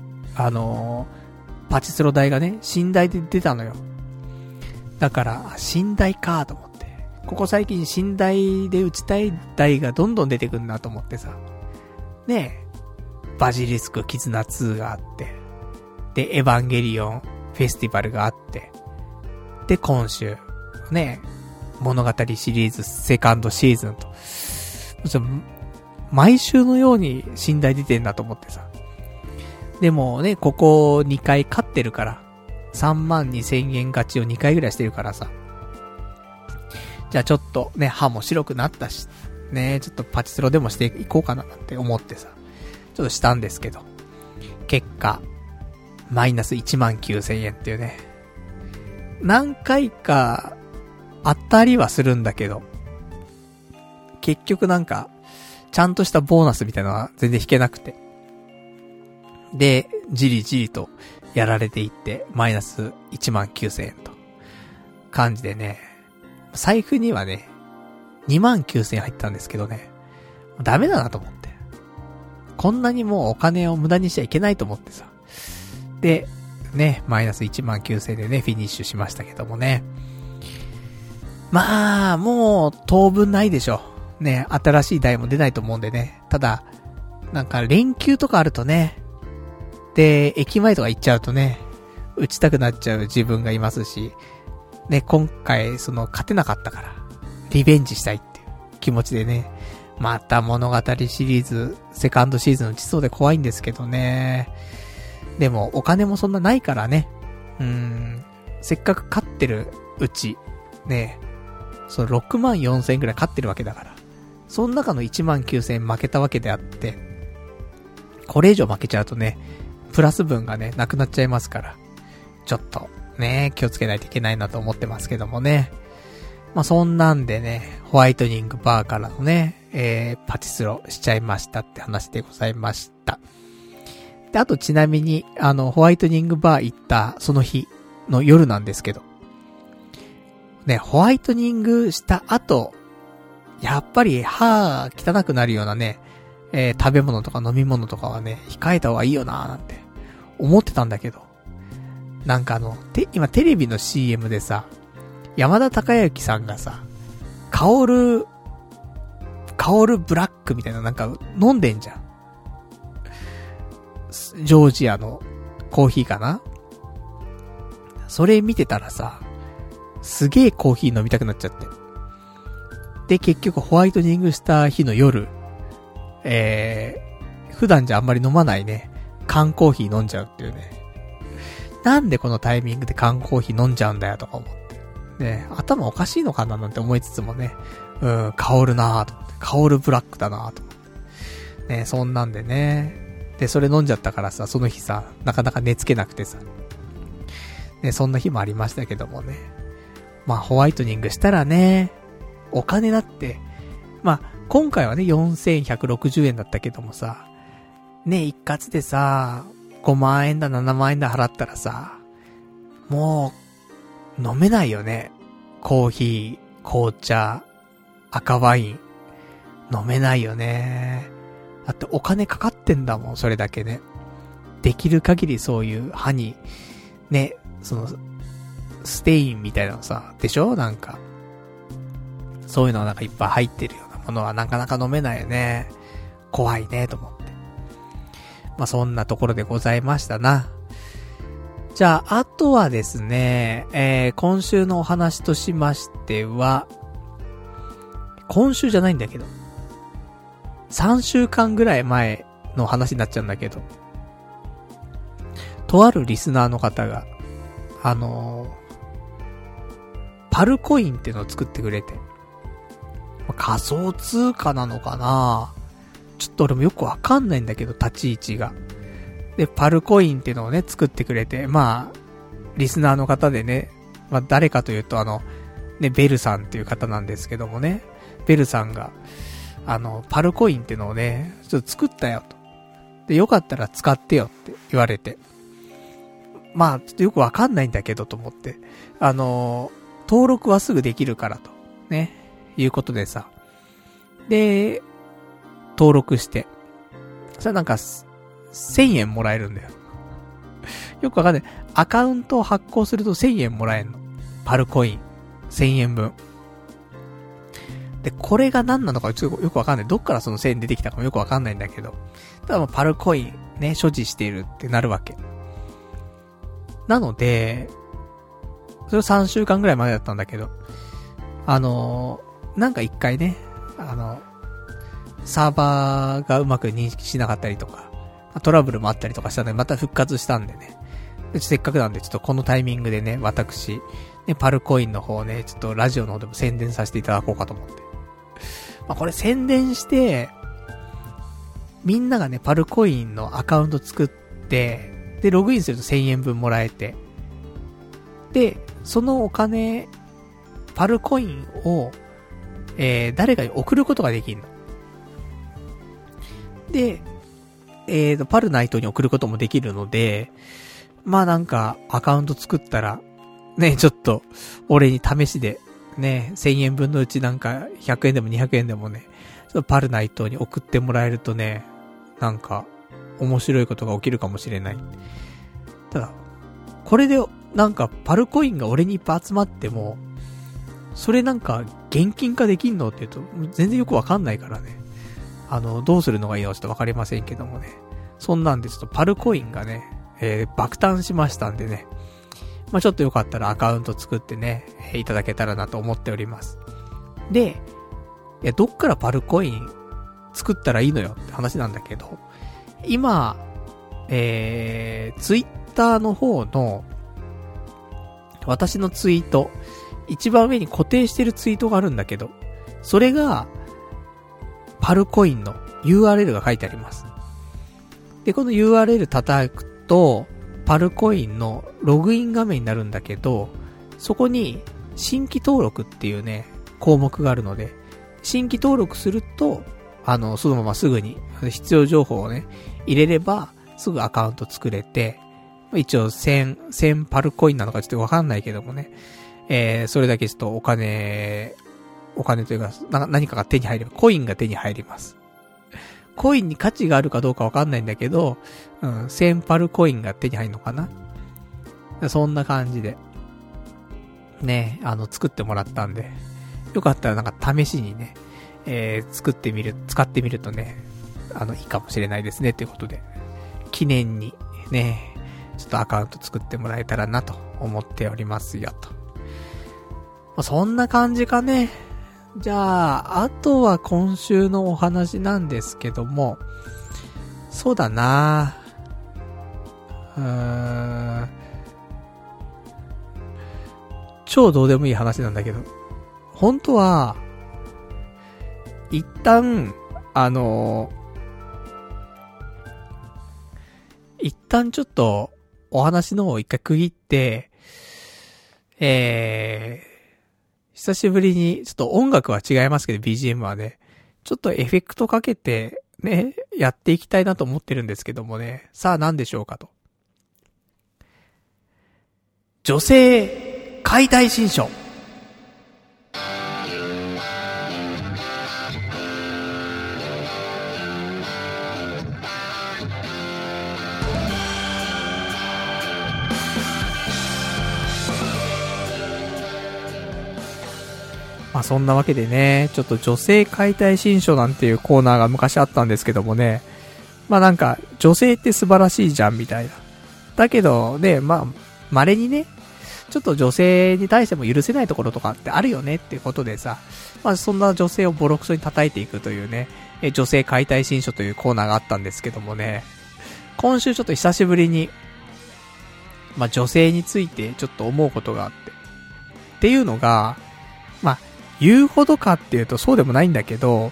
パチスロ台がね、新台で出たのよ。だから、新台かと思って。ここ最近新台で打ちたい台がどんどん出てくんなと思ってさ。ねえ、バジリスク絆2があって、で、エヴァンゲリオンフェスティバルがあって、で、今週、ねえ、物語シリーズセカンドシーズンと。毎週のように新台出てんなと思ってさ。でもね、ここ2回勝ってるから、32,000円勝ちを2回ぐらいしてるからさ。じゃあちょっとね、歯も白くなったし、ね、ちょっとパチスロでもしていこうかななんて思ってさ、ちょっとしたんですけど、結果、マイナス19,000円っていうね。何回か当たりはするんだけど、結局なんか、ちゃんとしたボーナスみたいなのは全然引けなくて。で、じりじりとやられていって、マイナス19,000円と。感じでね、財布にはね、29,000円入ったんですけどね、ダメだなと思って。こんなにもうお金を無駄にしちゃいけないと思ってさ。で、 ね、マイナス19,000でね、フィニッシュしましたけどもね。まあ、もう、当分ないでしょ。ね、新しい台も出ないと思うんでね。ただ、なんか連休とかあるとね、で、駅前とか行っちゃうとね、打ちたくなっちゃう自分がいますし、ね、今回、勝てなかったから、リベンジしたいっていう気持ちでね、また物語シリーズ、セカンドシーズン打ちそうで怖いんですけどね。でも、お金もそんなないからね、せっかく勝ってるうち、ね、64,000ぐらい勝ってるわけだから、その中の19,000負けたわけであって、これ以上負けちゃうとね、プラス分がね、なくなっちゃいますから、ちょっと、ね、気をつけないといけないなと思ってますけどもね。まあ、そんなんでね、ホワイトニングバーからのね、パチスロしちゃいましたって話でございました。で、あとちなみに、ホワイトニングバー行ったその日の夜なんですけど、ね、ホワイトニングした後、やっぱり歯汚くなるようなね、食べ物とか飲み物とかはね、控えた方がいいよなーなんて思ってたんだけど、なんか今テレビの CM でさ、山田孝之さんがさ、香るブラックみたいななんか飲んでんじゃん。ジョージアのコーヒーかな？それ見てたらさ、すげえコーヒー飲みたくなっちゃって。で、結局ホワイトニングした日の夜、普段じゃあんまり飲まないね、缶コーヒー飲んじゃうっていうね。なんでこのタイミングで缶コーヒー飲んじゃうんだよとか思って。ね、頭おかしいのかななんて思いつつもね、香るなぁと思って。香るブラックだなぁと思って。ね、そんなんでね。で、それ飲んじゃったからさ、その日さ、なかなか寝つけなくてさ。ね、そんな日もありましたけどもね。まあ、ホワイトニングしたらね、お金だって、まあ、今回はね、4,160円だったけどもさ、ね、一括でさ、5万円だ、7万円だ払ったらさ、もう、飲めないよね。コーヒー、紅茶、赤ワイン、飲めないよね。だってお金かかってんだもん、それだけね。できる限りそういう歯に、ね、ステインみたいなのさ、でしょ？なんか。そういうのがなんかいっぱい入ってるようなものはなかなか飲めないよね。怖いね、と思って。まあ、そんなところでございましたな。じゃあ、あとはですね、今週のお話としましては、今週じゃないんだけど、3週間ぐらい前の話になっちゃうんだけど、とあるリスナーの方が、パルコインっていうのを作ってくれて、仮想通貨なのかな？ちょっと俺もよくわかんないんだけど、立ち位置が。で、パルコインっていうのをね、作ってくれて、まあ、リスナーの方でね、まあ誰かというとね、ベルさんっていう方なんですけどもね、ベルさんが、パルコインっていうのをね、ちょっと作ったよと。で、よかったら使ってよって言われて。まあ、ちょっとよくわかんないんだけどと思って。登録はすぐできるからと。ね。いうことでさ。で、登録して。それなんか、1000円もらえるんだよ。よくわかんない。アカウントを発行すると1000円もらえるの。パルコイン。1000円分。で、これが何なのかちょっとよくわかんない。どっからその1000円出てきたかもよくわかんないんだけど。ただパルコインね、所持しているってなるわけ。なので、それ3週間ぐらい前だったんだけど、なんか一回ね、サーバーがうまく認識しなかったりとか、トラブルもあったりとかしたので、また復活したんでね。せっかくなんで、ちょっとこのタイミングでね、私、ね、パルコインの方ね、ちょっとラジオの方でも宣伝させていただこうかと思って。まあ、これ宣伝して、みんながね、パルコインのアカウント作って、で、ログインすると1000円分もらえて、で、そのお金、パルコインを、誰かに送ることができるの。で、パルナイトに送ることもできるので、まあなんか、アカウント作ったら、ね、ちょっと、俺に試しで、ね、1000円分のうちなんか、100円でも200円でもね、ちょっとパルナイトに送ってもらえるとね、なんか、面白いことが起きるかもしれない。ただ、 これでなんかパルコインが俺にいっぱい集まっても、それなんか現金化できんのって言うと全然よくわかんないからね。どうするのがいいのかちょっとわかりませんけどもね。そんなんでちょっとパルコインがね、爆誕しましたんでね。まあ、ちょっとよかったらアカウント作ってね、いただけたらなと思っております。で、いや、どっからパルコイン作ったらいいのよって話なんだけど、今、ツイッターの方の、私のツイート、一番上に固定してるツイートがあるんだけど、それが、パルコインの URL が書いてあります。で、この URL 叩くと、パルコインのログイン画面になるんだけど、そこに新規登録っていうね、項目があるので、新規登録すると、そのまますぐに必要情報をね、入れれば、すぐアカウント作れて、一応1000パルコインなのかちょっとわかんないけどもね、それだけちょっとお金というか、何かが手に入れば、コインが手に入ります。コインに価値があるかどうかわかんないんだけど、1000パルコインが手に入るのかな？そんな感じで。ね、作ってもらったんで、よかったらなんか試しにね、使ってみるとね、いいかもしれないですね、ということで、記念にね、ちょっとアカウント作ってもらえたらなと思っておりますよ、と。まあ、そんな感じかね。じゃあ、あとは今週のお話なんですけども、そうだな超どうでもいい話なんだけど、本当は、一旦ちょっと、お話の方を一回区切って、久しぶりに、ちょっと音楽は違いますけど、BGM はね、ちょっとエフェクトかけて、ね、やっていきたいなと思ってるんですけどもね、さあ何でしょうかと。女性解体新書。まあそんなわけでね、ちょっと女性解体新書なんていうコーナーが昔あったんですけどもね、まあなんか女性って素晴らしいじゃんみたいな。だけどね、まあ稀にね、ちょっと女性に対しても許せないところとかってあるよねっていうことでさ、まあそんな女性をボロクソに叩いていくというね、女性解体新書というコーナーがあったんですけどもね、今週ちょっと久しぶりに、まあ女性についてちょっと思うことがあって、っていうのが、まあ言うほどかっていうとそうでもないんだけど、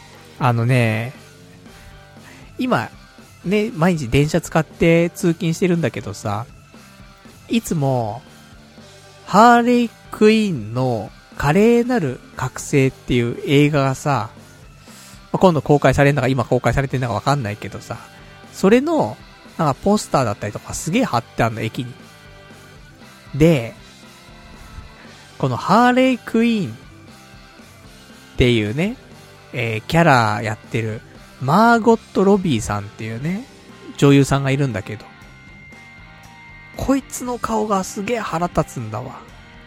今、ね、毎日電車使って通勤してるんだけどさ、いつも、ハーレイクイーンの華麗なる覚醒っていう映画がさ、今度公開されるのか今公開されてるのかわかんないけどさ、それの、なんかポスターだったりとかすげえ貼ってあるの、駅に。で、このハーレイクイーンっていうね、キャラやってるマーゴット・ロビーさんっていうね、女優さんがいるんだけど、こいつの顔がすげえ腹立つんだわ。だ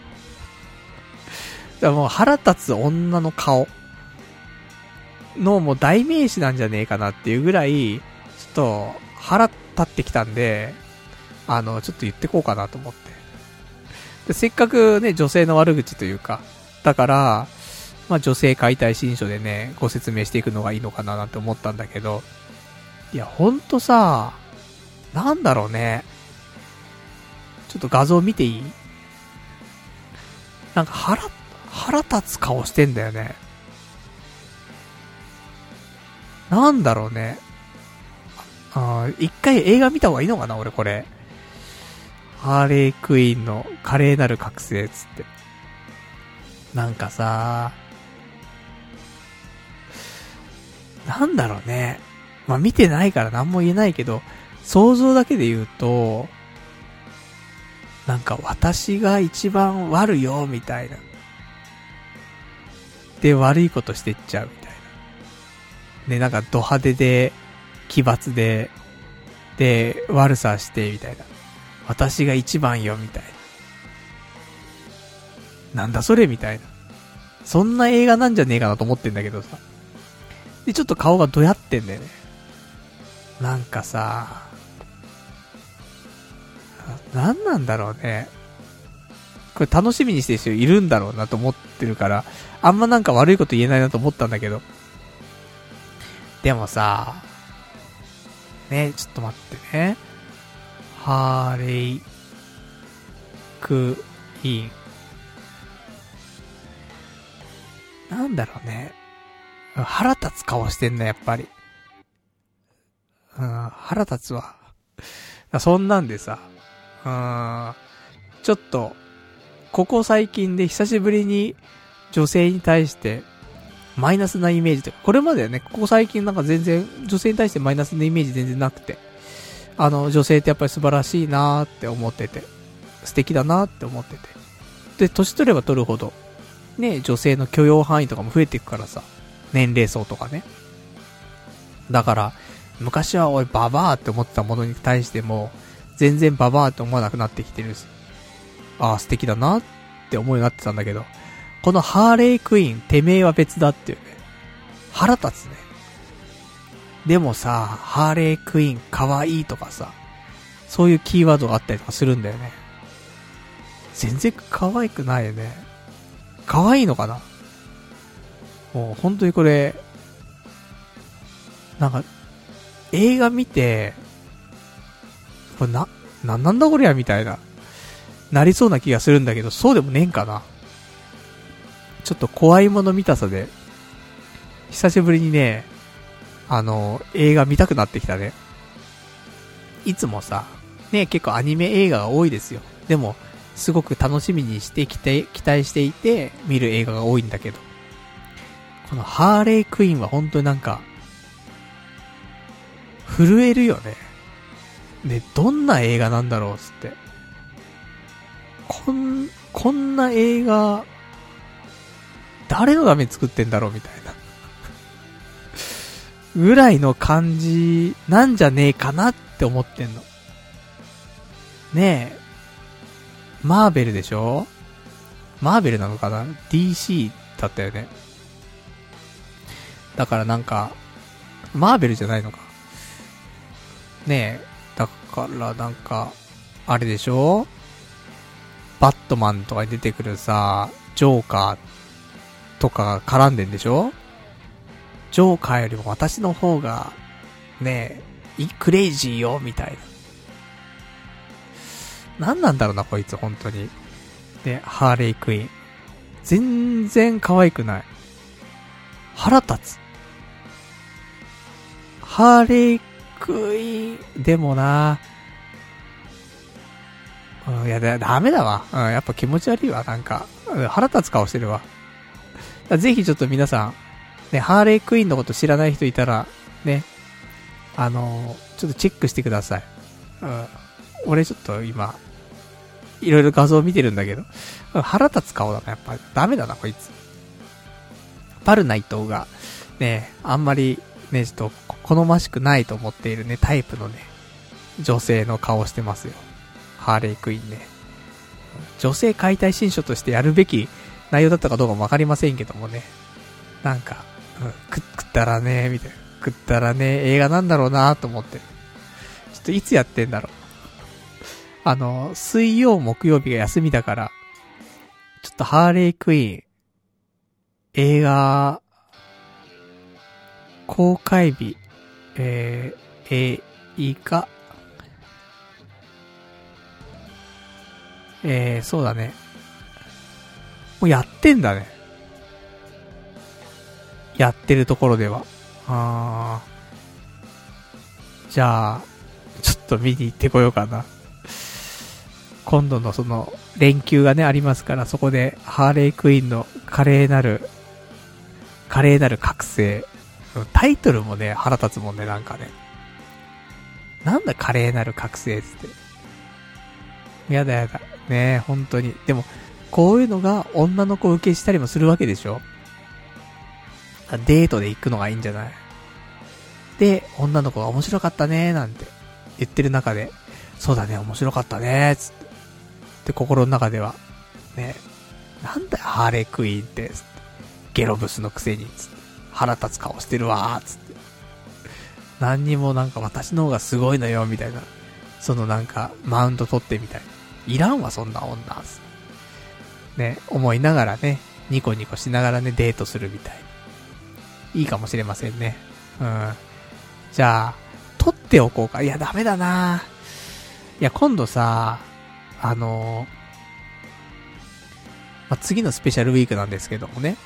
からもう腹立つ女の顔のもう代名詞なんじゃねえかなっていうぐらい、ちょっと腹立ってきたんで、ちょっと言ってこうかなと思って。で、せっかくね、女性の悪口というか、だから、まあ女性解体新書でね、ご説明していくのがいいのかななんて思ったんだけど、いや、ほんとさ、なんだろうね。ちょっと画像見ていい？なんか腹立つ顔してんだよね。なんだろうね。一回映画見た方がいいのかな俺これ。ハーレークイーンの華麗なる覚醒つって。なんかさ、なんだろうね。まあ、見てないから何も言えないけど、想像だけで言うと、なんか私が一番悪よ、みたいな。で、悪いことしてっちゃう、みたいな。ね、なんかド派手で、奇抜で、で、悪さして、みたいな。 私が一番よ、みたいな。なんだそれみたいな。そんな映画なんじゃねえかなと思ってんだけどさ。で、ちょっと顔がどやってんだよね。なんかさ、なんなんだろうね。これ楽しみにしてる人いるんだろうなと思ってるから、あんまなんか悪いこと言えないなと思ったんだけど。でもさ、ね、ちょっと待ってね。ハーレイクイーン。なんだろうね。腹立つ顔してんだ、やっぱり。腹立つわ。そんなんでさ、ちょっと、ここ最近で久しぶりに女性に対してマイナスなイメージとか、これまではね、ここ最近なんか全然女性に対してマイナスなイメージ全然なくて、女性ってやっぱり素晴らしいなーって思ってて、素敵だなーって思ってて。で、年取れば取るほど、ね、女性の許容範囲とかも増えていくからさ、年齢層とかね。だから、昔はおいババアって思ってたものに対しても、全然ババアって思わなくなってきてるし、ああ素敵だなって思うようになってたんだけど、このハーレイクイーン、てめえは別だっていうね。腹立つね。でもさ、ハーレイクイーン可愛いとかさ、そういうキーワードがあったりとかするんだよね。全然可愛くないよね。可愛いのかな？もう本当にこれ、なんか、映画見て、これなんだこりゃみたいな、なりそうな気がするんだけど、そうでもねえんかな。ちょっと怖いもの見たさで、久しぶりにね、映画見たくなってきたね。いつもさ、ね、結構アニメ映画が多いですよ。でも、すごく楽しみにして期待していて、見る映画が多いんだけど、このハーレイクイーンは本当になんか、震えるよね。で、どんな映画なんだろうつって。こんな映画、誰のために作ってんだろうみたいな。ぐらいの感じなんじゃねえかなって思ってんの。ねえ。マーベルでしょ？マーベルなのかな？ DC だったよね。だからなんか、マーベルじゃないのか。ねえ。だからなんか、あれでしょ？バットマンとかに出てくるさ、ジョーカーとかが絡んでんでしょ？ジョーカーよりも私の方が、ねえ、クレイジーよ、みたいな。なんなんだろうな、こいつ、本当に。で、ハーレイクイーン。全然可愛くない。腹立つ。ハーレイクイーン、でもな、いや、ダメだわ。やっぱ気持ち悪いわ、なんか。腹立つ顔してるわ。ぜひちょっと皆さん、ね、ハーレイクイーンのこと知らない人いたら、ね、ちょっとチェックしてください。俺ちょっと今、いろいろ画像見てるんだけど、腹立つ顔だな、やっぱ。ダメだな、こいつ。パルナイトが、ね、あんまり、ね、ちょっと、好ましくないと思っているね、タイプのね、女性の顔してますよ。ハーレイクイーンね。女性解体新書としてやるべき内容だったかどうかもわかりませんけどもね。なんか、食ったらね、みたいな。食ったらね、映画なんだろうなと思って。ちょっといつやってんだろう。水曜、木曜日が休みだから、ちょっとハーレイクイーン、映画、公開日、映画、そうだね。もうやってんだね。やってるところでは。じゃあ、ちょっと見に行ってこようかな。今度のその、連休がね、ありますから、そこで、ハーレイクイーンの華麗なる覚醒。タイトルもね、腹立つもんね、なんかね。なんだ、華麗なる覚醒って。やだやだ。ねえ、本当に。でも、こういうのが女の子受けしたりもするわけでしょ？デートで行くのがいいんじゃない？で、女の子が面白かったねーなんて言ってる中で、 そうだね、面白かったね、つって。で、心の中では、ね、なんだよ、ハーレークイーンって、つって。ゲロブスのくせに、つって。腹立つ顔してるわ、つって。何にもなんか私の方がすごいのよ、みたいな。そのなんか、マウント取ってみたいな。いらんわ、そんな女、つって。ね、思いながらね、ニコニコしながらね、デートするみたいな。いいかもしれませんね。うん。じゃあ、撮っておこうか。いや、ダメだな。いや、今度さ、次のスペシャルウィークなんですけどもね。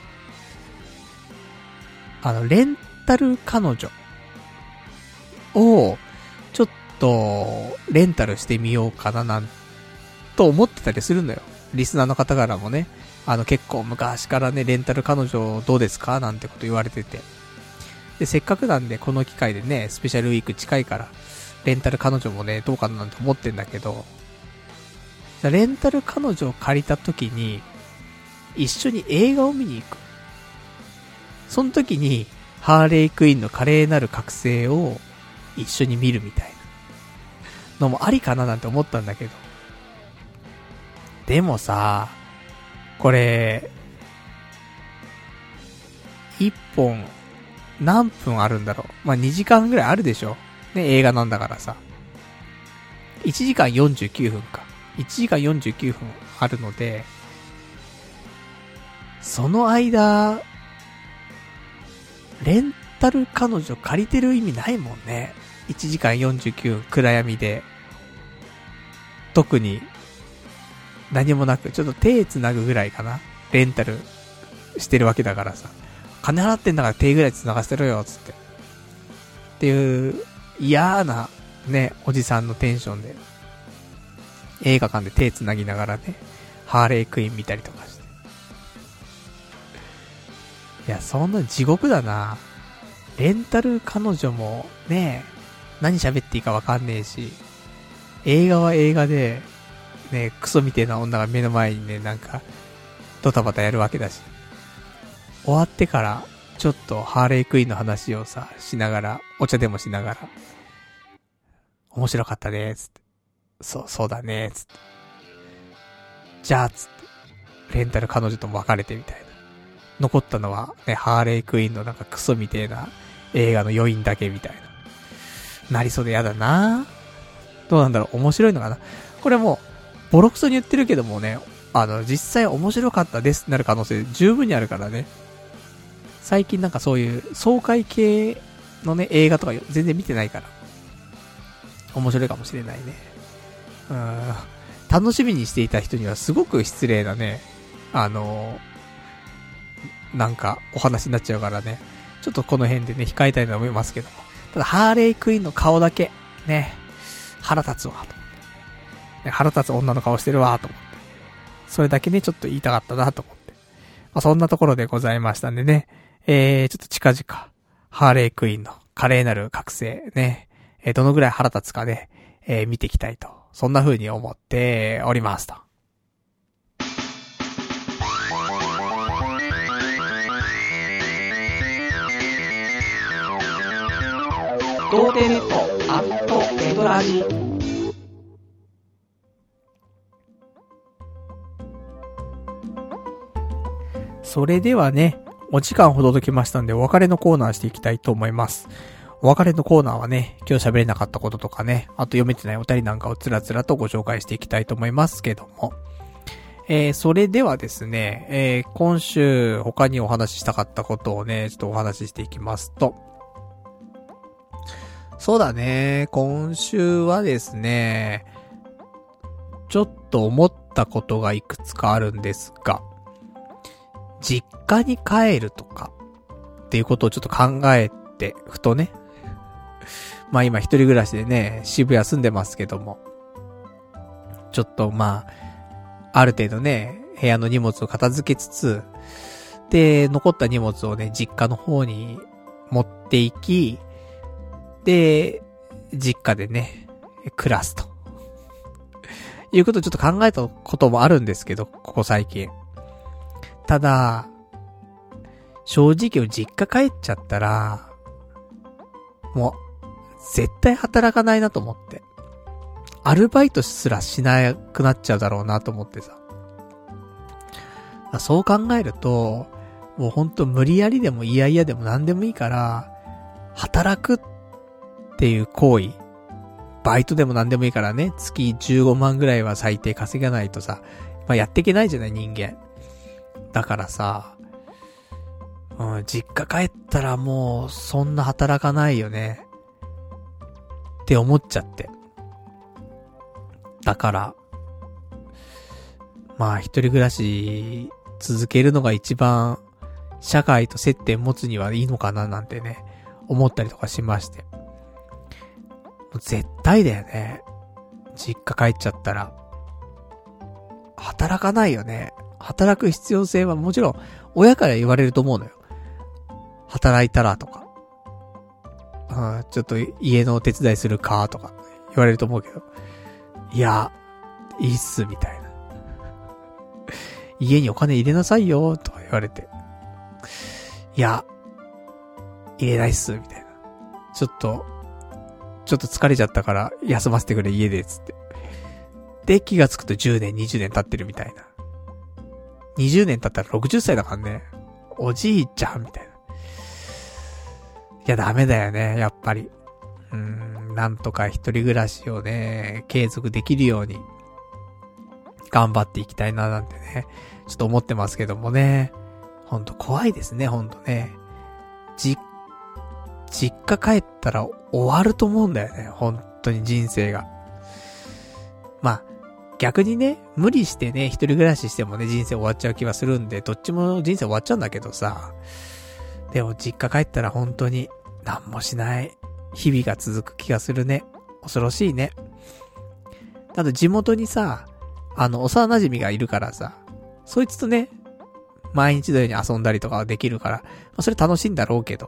レンタル彼女を、ちょっと、レンタルしてみようかななん、と思ってたりするのよ。リスナーの方からもね、結構昔からね、レンタル彼女どうですかなんてこと言われてて。で、せっかくなんで、この機会でね、スペシャルウィーク近いから、レンタル彼女もね、どうかななんて思ってんだけど、じゃレンタル彼女を借りた時に、一緒に映画を見に行く。その時に、ハーレークイーンの華麗なる覚醒を一緒に見るみたいなのもありかななんて思ったんだけど。でもさ、これ、一本、何分あるんだろう。まあ、2時間ぐらいあるでしょ。ね、映画なんだからさ。1時間49分か。1時間49分あるので、その間、レンタル彼女借りてる意味ないもんね。1時間49分暗闇で。特に、何もなく、ちょっと手繋ぐぐらいかな。レンタルしてるわけだからさ。金払ってんだから手ぐらい繋がせろよ、つって。っていう、嫌な、ね、おじさんのテンションで、映画館で手繋ぎながらね、ハーレークイーン見たりとかして。いや、そんな地獄だな。レンタル彼女も、ね、何喋っていいかわかんねえし、映画は映画で、ね、クソみてえな女が目の前にね、なんか、ドタバタやるわけだし。終わってから、ちょっとハーレークイーンの話をさ、しながら、お茶でもしながら、面白かったね、つって。そうだね、つって。じゃあ、つって。レンタル彼女とも別れてみたいな。残ったのは、ね、ハーレークイーンのなんかクソみてえな映画の余韻だけみたいな。なりそうでやだな。どうなんだろう、面白いのかな。これもう、ボロクソに言ってるけどもね、実際面白かったですってなる可能性十分にあるからね。最近なんかそういう爽快系のね、映画とか全然見てないから。面白いかもしれないね。楽しみにしていた人にはすごく失礼なね、なんかお話になっちゃうからね。ちょっとこの辺でね、控えたいと思いますけども。ただ、ハーレークイーンの顔だけ、ね、腹立つわ、と。ね、腹立つ女の顔してるわ、と思って。それだけね、ちょっと言いたかったな、と思って。まあ、そんなところでございましたんでね。ちょっと近々、ハーレークイーンの華麗なる覚醒ね、どのぐらい腹立つかね、見ていきたいと。そんな風に思っておりますと。童貞ネットアットエドラジ。それではね、お時間ほど届きましたんでお別れのコーナーしていきたいと思います。お別れのコーナーはね、今日喋れなかったこととかね、あと読めてないお便りなんかをつらつらとご紹介していきたいと思いますけども。それではですね、今週他にお話ししたかったことをね、ちょっとお話ししていきますと。そうだね、今週はですね、ちょっと思ったことがいくつかあるんですが、実家に帰るとかっていうことをちょっと考えて、ふとね。まあ今一人暮らしでね、渋谷住んでますけども。ちょっとまあ、ある程度ね、部屋の荷物を片付けつつ、で、残った荷物をね、実家の方に持っていき、で、実家でね、暮らすと。いうことをちょっと考えたこともあるんですけど、ここ最近。ただ、正直実家帰っちゃったら、もう、絶対働かないなと思って。 アルバイトすらしなくなっちゃうだろうなと思ってさ。そう考えると、もうほんと無理やりでも嫌々でも何でもいいから、働くっていう行為、バイトでも何でもいいからね、月15万ぐらいは最低稼がないとさ、やっていけないじゃない人間。だからさ、実家帰ったらもうそんな働かないよね。って思っちゃって。だから、一人暮らし続けるのが一番社会と接点持つにはいいのかななんてね、思ったりとかしまして。もう絶対だよね。実家帰っちゃったら。働かないよね。働く必要性はもちろん親から言われると思うのよ。働いたらとか。ちょっと家のお手伝いするかとか言われると思うけど。いや、いいっす、みたいな。家にお金入れなさいよ、とか言われて。いや、入れないっす、みたいな。ちょっと疲れちゃったから休ませてくれ、家で、つって。で、気がつくと10年、20年経ってるみたいな。20年経ったら60歳だからね。おじいちゃん、みたいな。いや、ダメだよね、やっぱり。なんとか一人暮らしをね、継続できるように、頑張っていきたいな、なんてね、ちょっと思ってますけどもね。ほんと怖いですね、ほんとね。実家帰ったら終わると思うんだよね、本当に人生が。逆にね、無理してね、一人暮らししてもね、人生終わっちゃう気はするんで、どっちも人生終わっちゃうんだけどさ。でも実家帰ったら本当に何もしない日々が続く気がするね。恐ろしいね。あと地元にさ、幼馴染がいるからさ、そいつとね、毎日のように遊んだりとかはできるから、それ楽しいんだろうけど。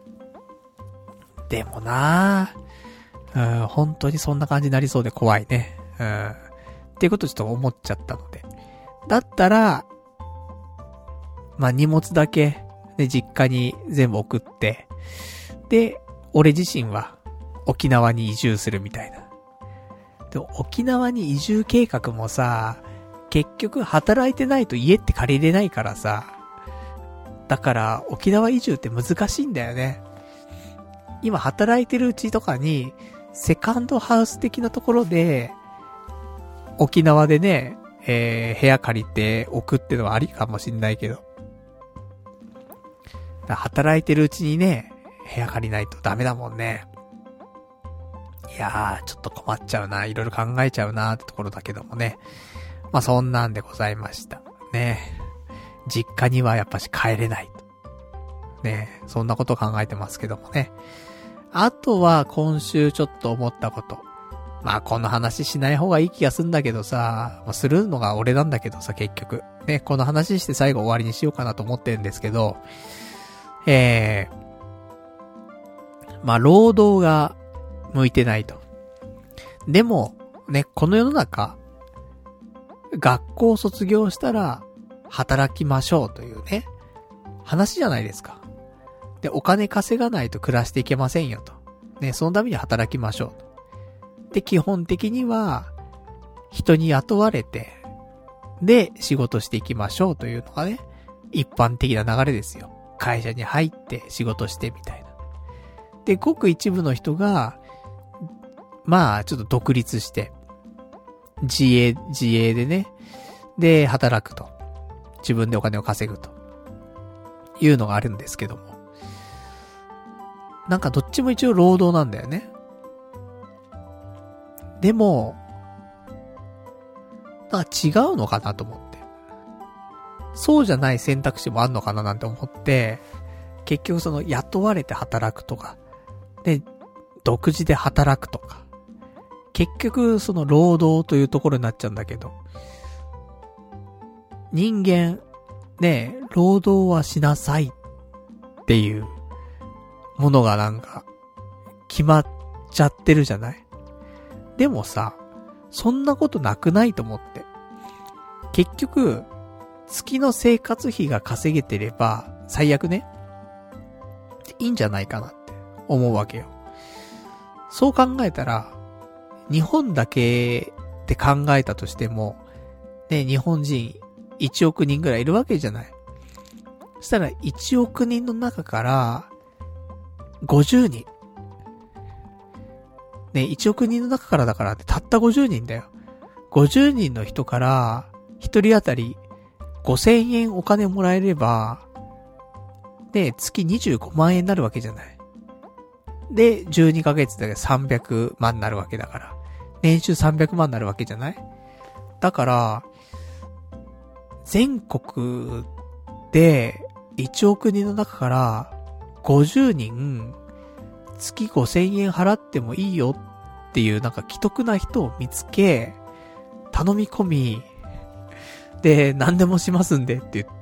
でもなぁ、本当にそんな感じになりそうで怖いね。っていうことをちょっと思っちゃったので。だったら、荷物だけ、ね、実家に全部送って、で、俺自身は沖縄に移住するみたいな。でも沖縄に移住計画もさ、結局働いてないと家って借りれないからさ、だから沖縄移住って難しいんだよね。今働いてるうちとかに、セカンドハウス的なところで、沖縄でね、部屋借りて置くってのはありかもしんないけど。働いてるうちにね、部屋借りないとダメだもんね。いやー、ちょっと困っちゃうな。いろいろ考えちゃうなってところだけどもね。そんなんでございました。ね。実家にはやっぱし帰れないと。ね。そんなことを考えてますけどもね。あとは今週ちょっと思ったこと。この話しない方がいい気がするんだけどさ、するのが俺なんだけどさ、結局。ね、この話して最後終わりにしようかなと思ってるんですけど、労働が向いてないと。でも、ね、この世の中、学校を卒業したら働きましょうというね、話じゃないですか。で、お金稼がないと暮らしていけませんよと。ね、そのために働きましょうと。で、基本的には、人に雇われて、で、仕事していきましょうというのがね、一般的な流れですよ。会社に入って仕事してみたいな。で、ごく一部の人が、ちょっと独立して、自営でね、で、働くと。自分でお金を稼ぐと。いうのがあるんですけども。なんかどっちも一応労働なんだよね。でも、なんか違うのかなと思って。そうじゃない選択肢もあんのかななんて思って、結局その雇われて働くとか、で、独自で働くとか、結局その労働というところになっちゃうんだけど、人間、ね、労働はしなさいっていうものがなんか決まっちゃってるじゃない。でもさ、そんなことなくないと思って。結局、月の生活費が稼げてれば、最悪ね、いいんじゃないかなって思うわけよ。そう考えたら、 日本だけで考えたとしても、ね、日本人1億人ぐらいいるわけじゃない。そしたら1億人の中から50人。ね、1億人の中からだからってたった50人だよ。50人の人から1人当たり5000円お金もらえれば、で、月25万円になるわけじゃない。で、12ヶ月で300万になるわけだから。年収300万になるわけじゃない？だから、全国で1億人の中から50人月5000円払ってもいいよっていうなんか既得な人を見つけ、頼み込み、で、何でもしますんでって言って、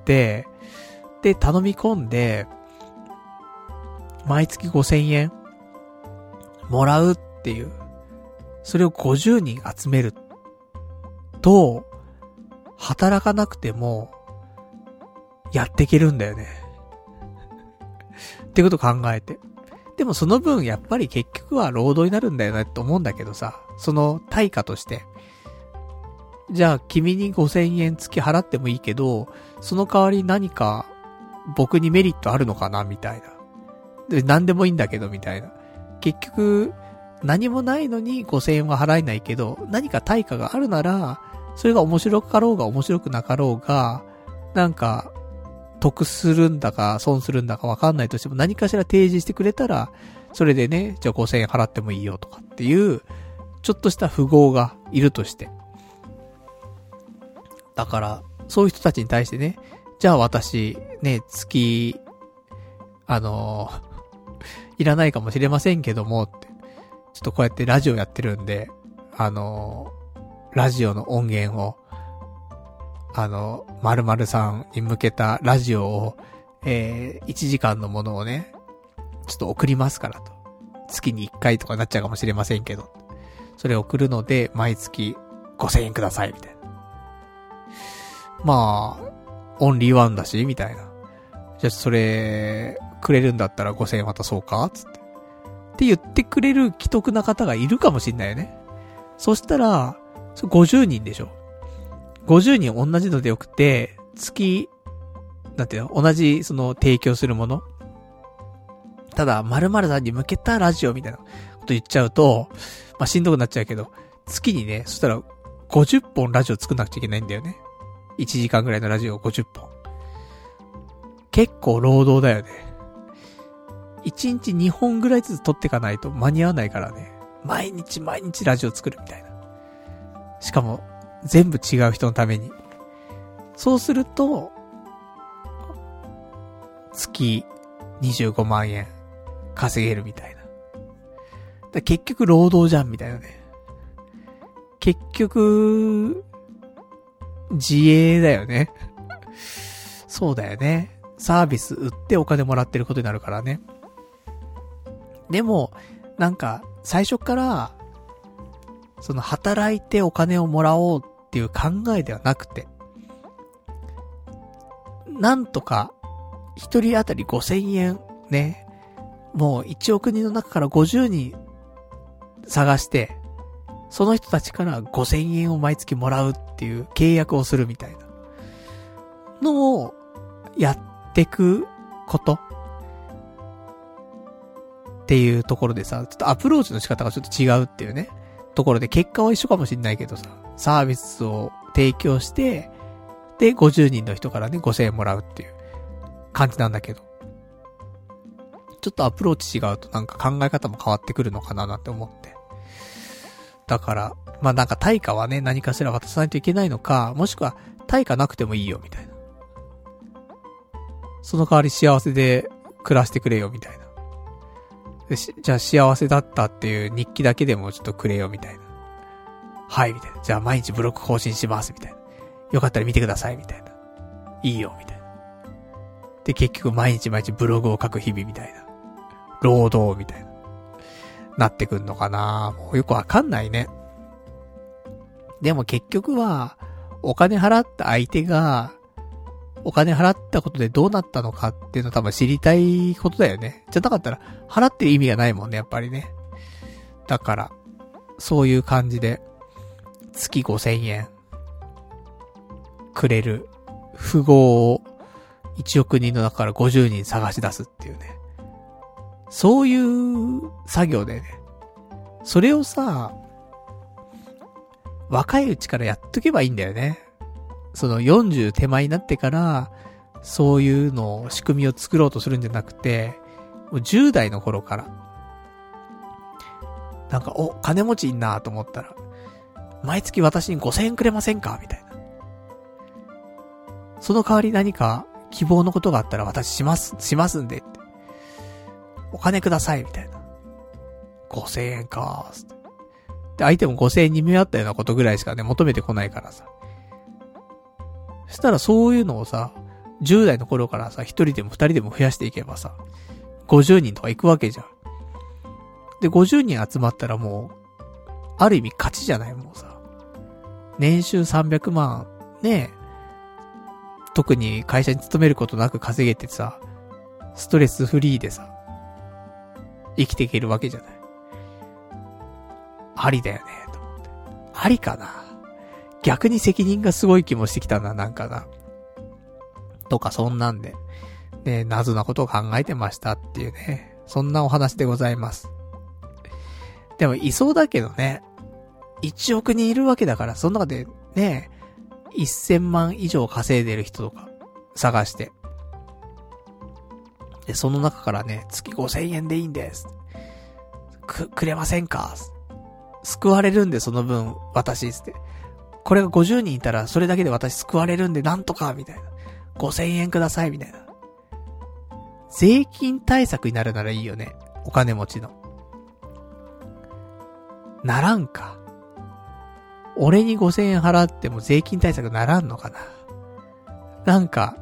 で、頼み込んで、毎月5000円もらうっていう、それを50人集めると、働かなくても、やっていけるんだよね。ってこと考えて。でもその分、やっぱり結局は労働になるんだよねって思うんだけどさ、その対価として。じゃあ、君に5000円月払ってもいいけど、その代わり何か、僕にメリットあるのかなみたいな。で、何でもいいんだけど、みたいな。結局、何もないのに5000円は払えないけど、何か対価があるなら、それが面白かろうが面白くなかろうが、なんか、得するんだか損するんだかわかんないとしても何かしら提示してくれたら、それでね、じゃあ5000円払ってもいいよとかっていう、ちょっとした富豪がいるとして。だから、そういう人たちに対してね、じゃあ私、ね、月、いらないかもしれませんけどもって、ちょっとこうやってラジオやってるんで、ラジオの音源を、〇〇さんに向けたラジオを、1時間のものをね、ちょっと送りますからと。月に1回とかなっちゃうかもしれませんけど。それを送るので、毎月5000円ください、みたいな。まあ、オンリーワンだし、みたいな。じゃあ、それ、くれるんだったら5000円渡そうかつって。って言ってくれる既得な方がいるかもしんないよね。そしたら、50人でしょ。50人同じのでよくて、月、なんていうの、同じその提供するもの。ただ、〇〇さんに向けたラジオみたいなこと言っちゃうと、まあ、しんどくなっちゃうけど、月にね、そしたら50本ラジオ作んなくちゃいけないんだよね。1時間ぐらいのラジオを50本。結構労働だよね。1日2本ぐらいずつ撮っていかないと間に合わないからね。毎日ラジオ作るみたいな。しかも、全部違う人のために。そうすると、月25万円稼げるみたいな。だ結局労働じゃんみたいなね。結局、自営だよね。そうだよね。サービス売ってお金もらってることになるからね。でも、なんか、最初から、その働いてお金をもらおうっていう考えではなくて、なんとか、一人当たり5000円、ね、もう1億人の中から50人探して、その人たちから5000円を毎月もらうっていう契約をするみたいなのをやってくことっていうところでさ、ちょっとアプローチの仕方がちょっと違うっていうね、ところで結果は一緒かもしんないけどさ、サービスを提供して、で、50人の人からね、5000円もらうっていう感じなんだけど。ちょっとアプローチ違うとなんか考え方も変わってくるのかななんて思って。だから、まあなんか対価はね、何かしら渡さないといけないのか、もしくは対価なくてもいいよみたいな。その代わり幸せで暮らしてくれよみたいな。でじゃあ幸せだったっていう日記だけでもちょっとくれよみたいな。はいみたいな。じゃあ毎日ブログ更新しますみたいな。よかったら見てくださいみたいな。いいよみたいな。で結局毎日ブログを書く日々みたいな。労働みたいな。なってくんのかな。もうよくわかんないね。でも結局は、お金払った相手が、お金払ったことでどうなったのかっていうの多分知りたいことだよね。じゃなかったら、払ってる意味がないもんね、やっぱりね。だから、 そういう感じで、月5000円、くれる、富豪を1億人の中から50人探し出すっていうね。そういう作業でね。それをさ、若いうちからやっとけばいいんだよね。その40手前になってから、そういうのを仕組みを作ろうとするんじゃなくて、もう10代の頃から、なんか、金持ちいんなと思ったら、毎月私に5000円くれませんかみたいな。その代わり何か希望のことがあったら私しますんでって。お金くださいみたいな。5000円かーって。で、相手も5000円に見合ったようなことぐらいしかね、求めてこないからさ。そしたらそういうのをさ、10代の頃からさ、1人でも2人でも増やしていけばさ、50人とか行くわけじゃん。で、50人集まったらもう、ある意味勝ちじゃないもうさ。年収300万、ねえ。特に会社に勤めることなく稼げてさ、ストレスフリーでさ、生きていけるわけじゃない。ありだよね、と思って。ありかな。逆に責任がすごい気もしてきたな、なんかな。とか、そんなんで。ね、謎なことを考えてましたっていうね。そんなお話でございます。でも、いそうだけどね。1億人いるわけだから、その中で、ね、1000万以上稼いでる人とか、探して。で、その中からね、月5000円でいいんです。くれませんか？救われるんで、その分、私、つって。これが50人いたら、それだけで私救われるんで、なんとか、みたいな。5000円ください、みたいな。税金対策になるならいいよね。お金持ちの。ならんか。俺に5000円払っても税金対策ならんのかな。なんか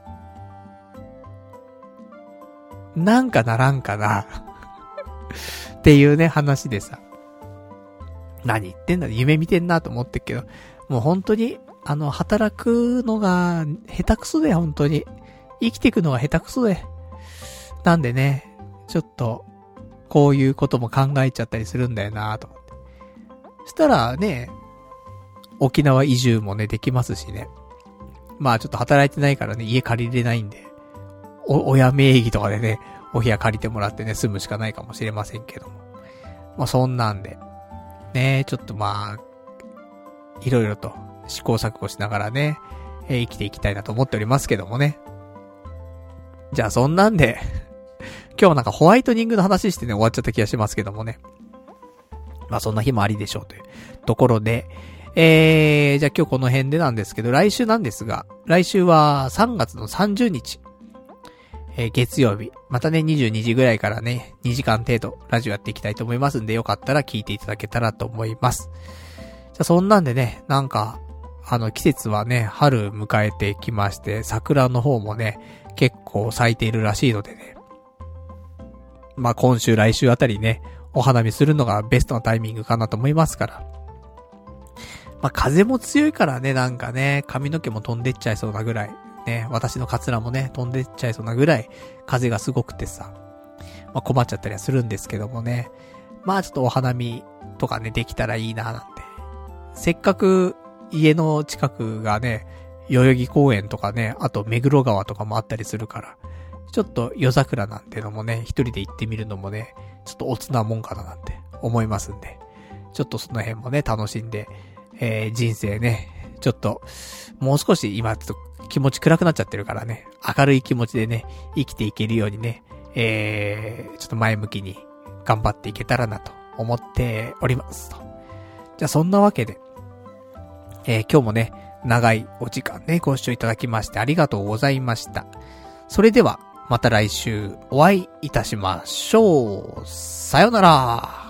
ならんかな。っていうね、話でさ。何言ってんだ、夢見てんなと思ってっけど、もう本当に、働くのが下手くそで、本当に。生きていくのが下手くそで。なんでね、ちょっと、こういうことも考えちゃったりするんだよなと思って。そしたらね、沖縄移住もね、できますしね。まあちょっと働いてないからね、家借りれないんで、親名義とかでね、お部屋借りてもらってね、住むしかないかもしれませんけども。まあそんなんで、ね、ちょっとまあ、いろいろと試行錯誤しながらね、生きていきたいなと思っておりますけどもね。じゃあそんなんで、今日なんかホワイトニングの話してね、終わっちゃった気がしますけどもね。まあそんな日もありでしょうというところで、じゃあ今日この辺でなんですけど、来週なんですが、来週は3月の30日、月曜日、またね、22時ぐらいからね、2時間程度、ラジオやっていきたいと思いますんで、よかったら聞いていただけたらと思います。じゃあそんなんでね、なんか、季節はね、春迎えてきまして、桜の方もね、結構咲いているらしいのでね。まあ今週来週あたりね、お花見するのがベストなタイミングかなと思いますから。まあ風も強いからね、なんかね、髪の毛も飛んでっちゃいそうなぐらい、ね、私のカツラもね、飛んでっちゃいそうなぐらい、風がすごくてさ、まあ困っちゃったりはするんですけどもね。まあちょっとお花見とかね、できたらいいななんて。せっかく家の近くがね、代々木公園とかね、あと目黒川とかもあったりするから、ちょっと夜桜なんてのもね、一人で行ってみるのもね、ちょっとおつなもんかななんて思いますんで、ちょっとその辺もね、楽しんで、人生ね、ちょっと、もう少し今ちょっと気持ち暗くなっちゃってるからね、明るい気持ちでね、生きていけるようにね、ちょっと前向きに頑張っていけたらなと思っておりますと。じゃあそんなわけで、今日もね、長いお時間ね、ご視聴いただきましてありがとうございました。それでは、また来週お会いいたしましょう。さよなら。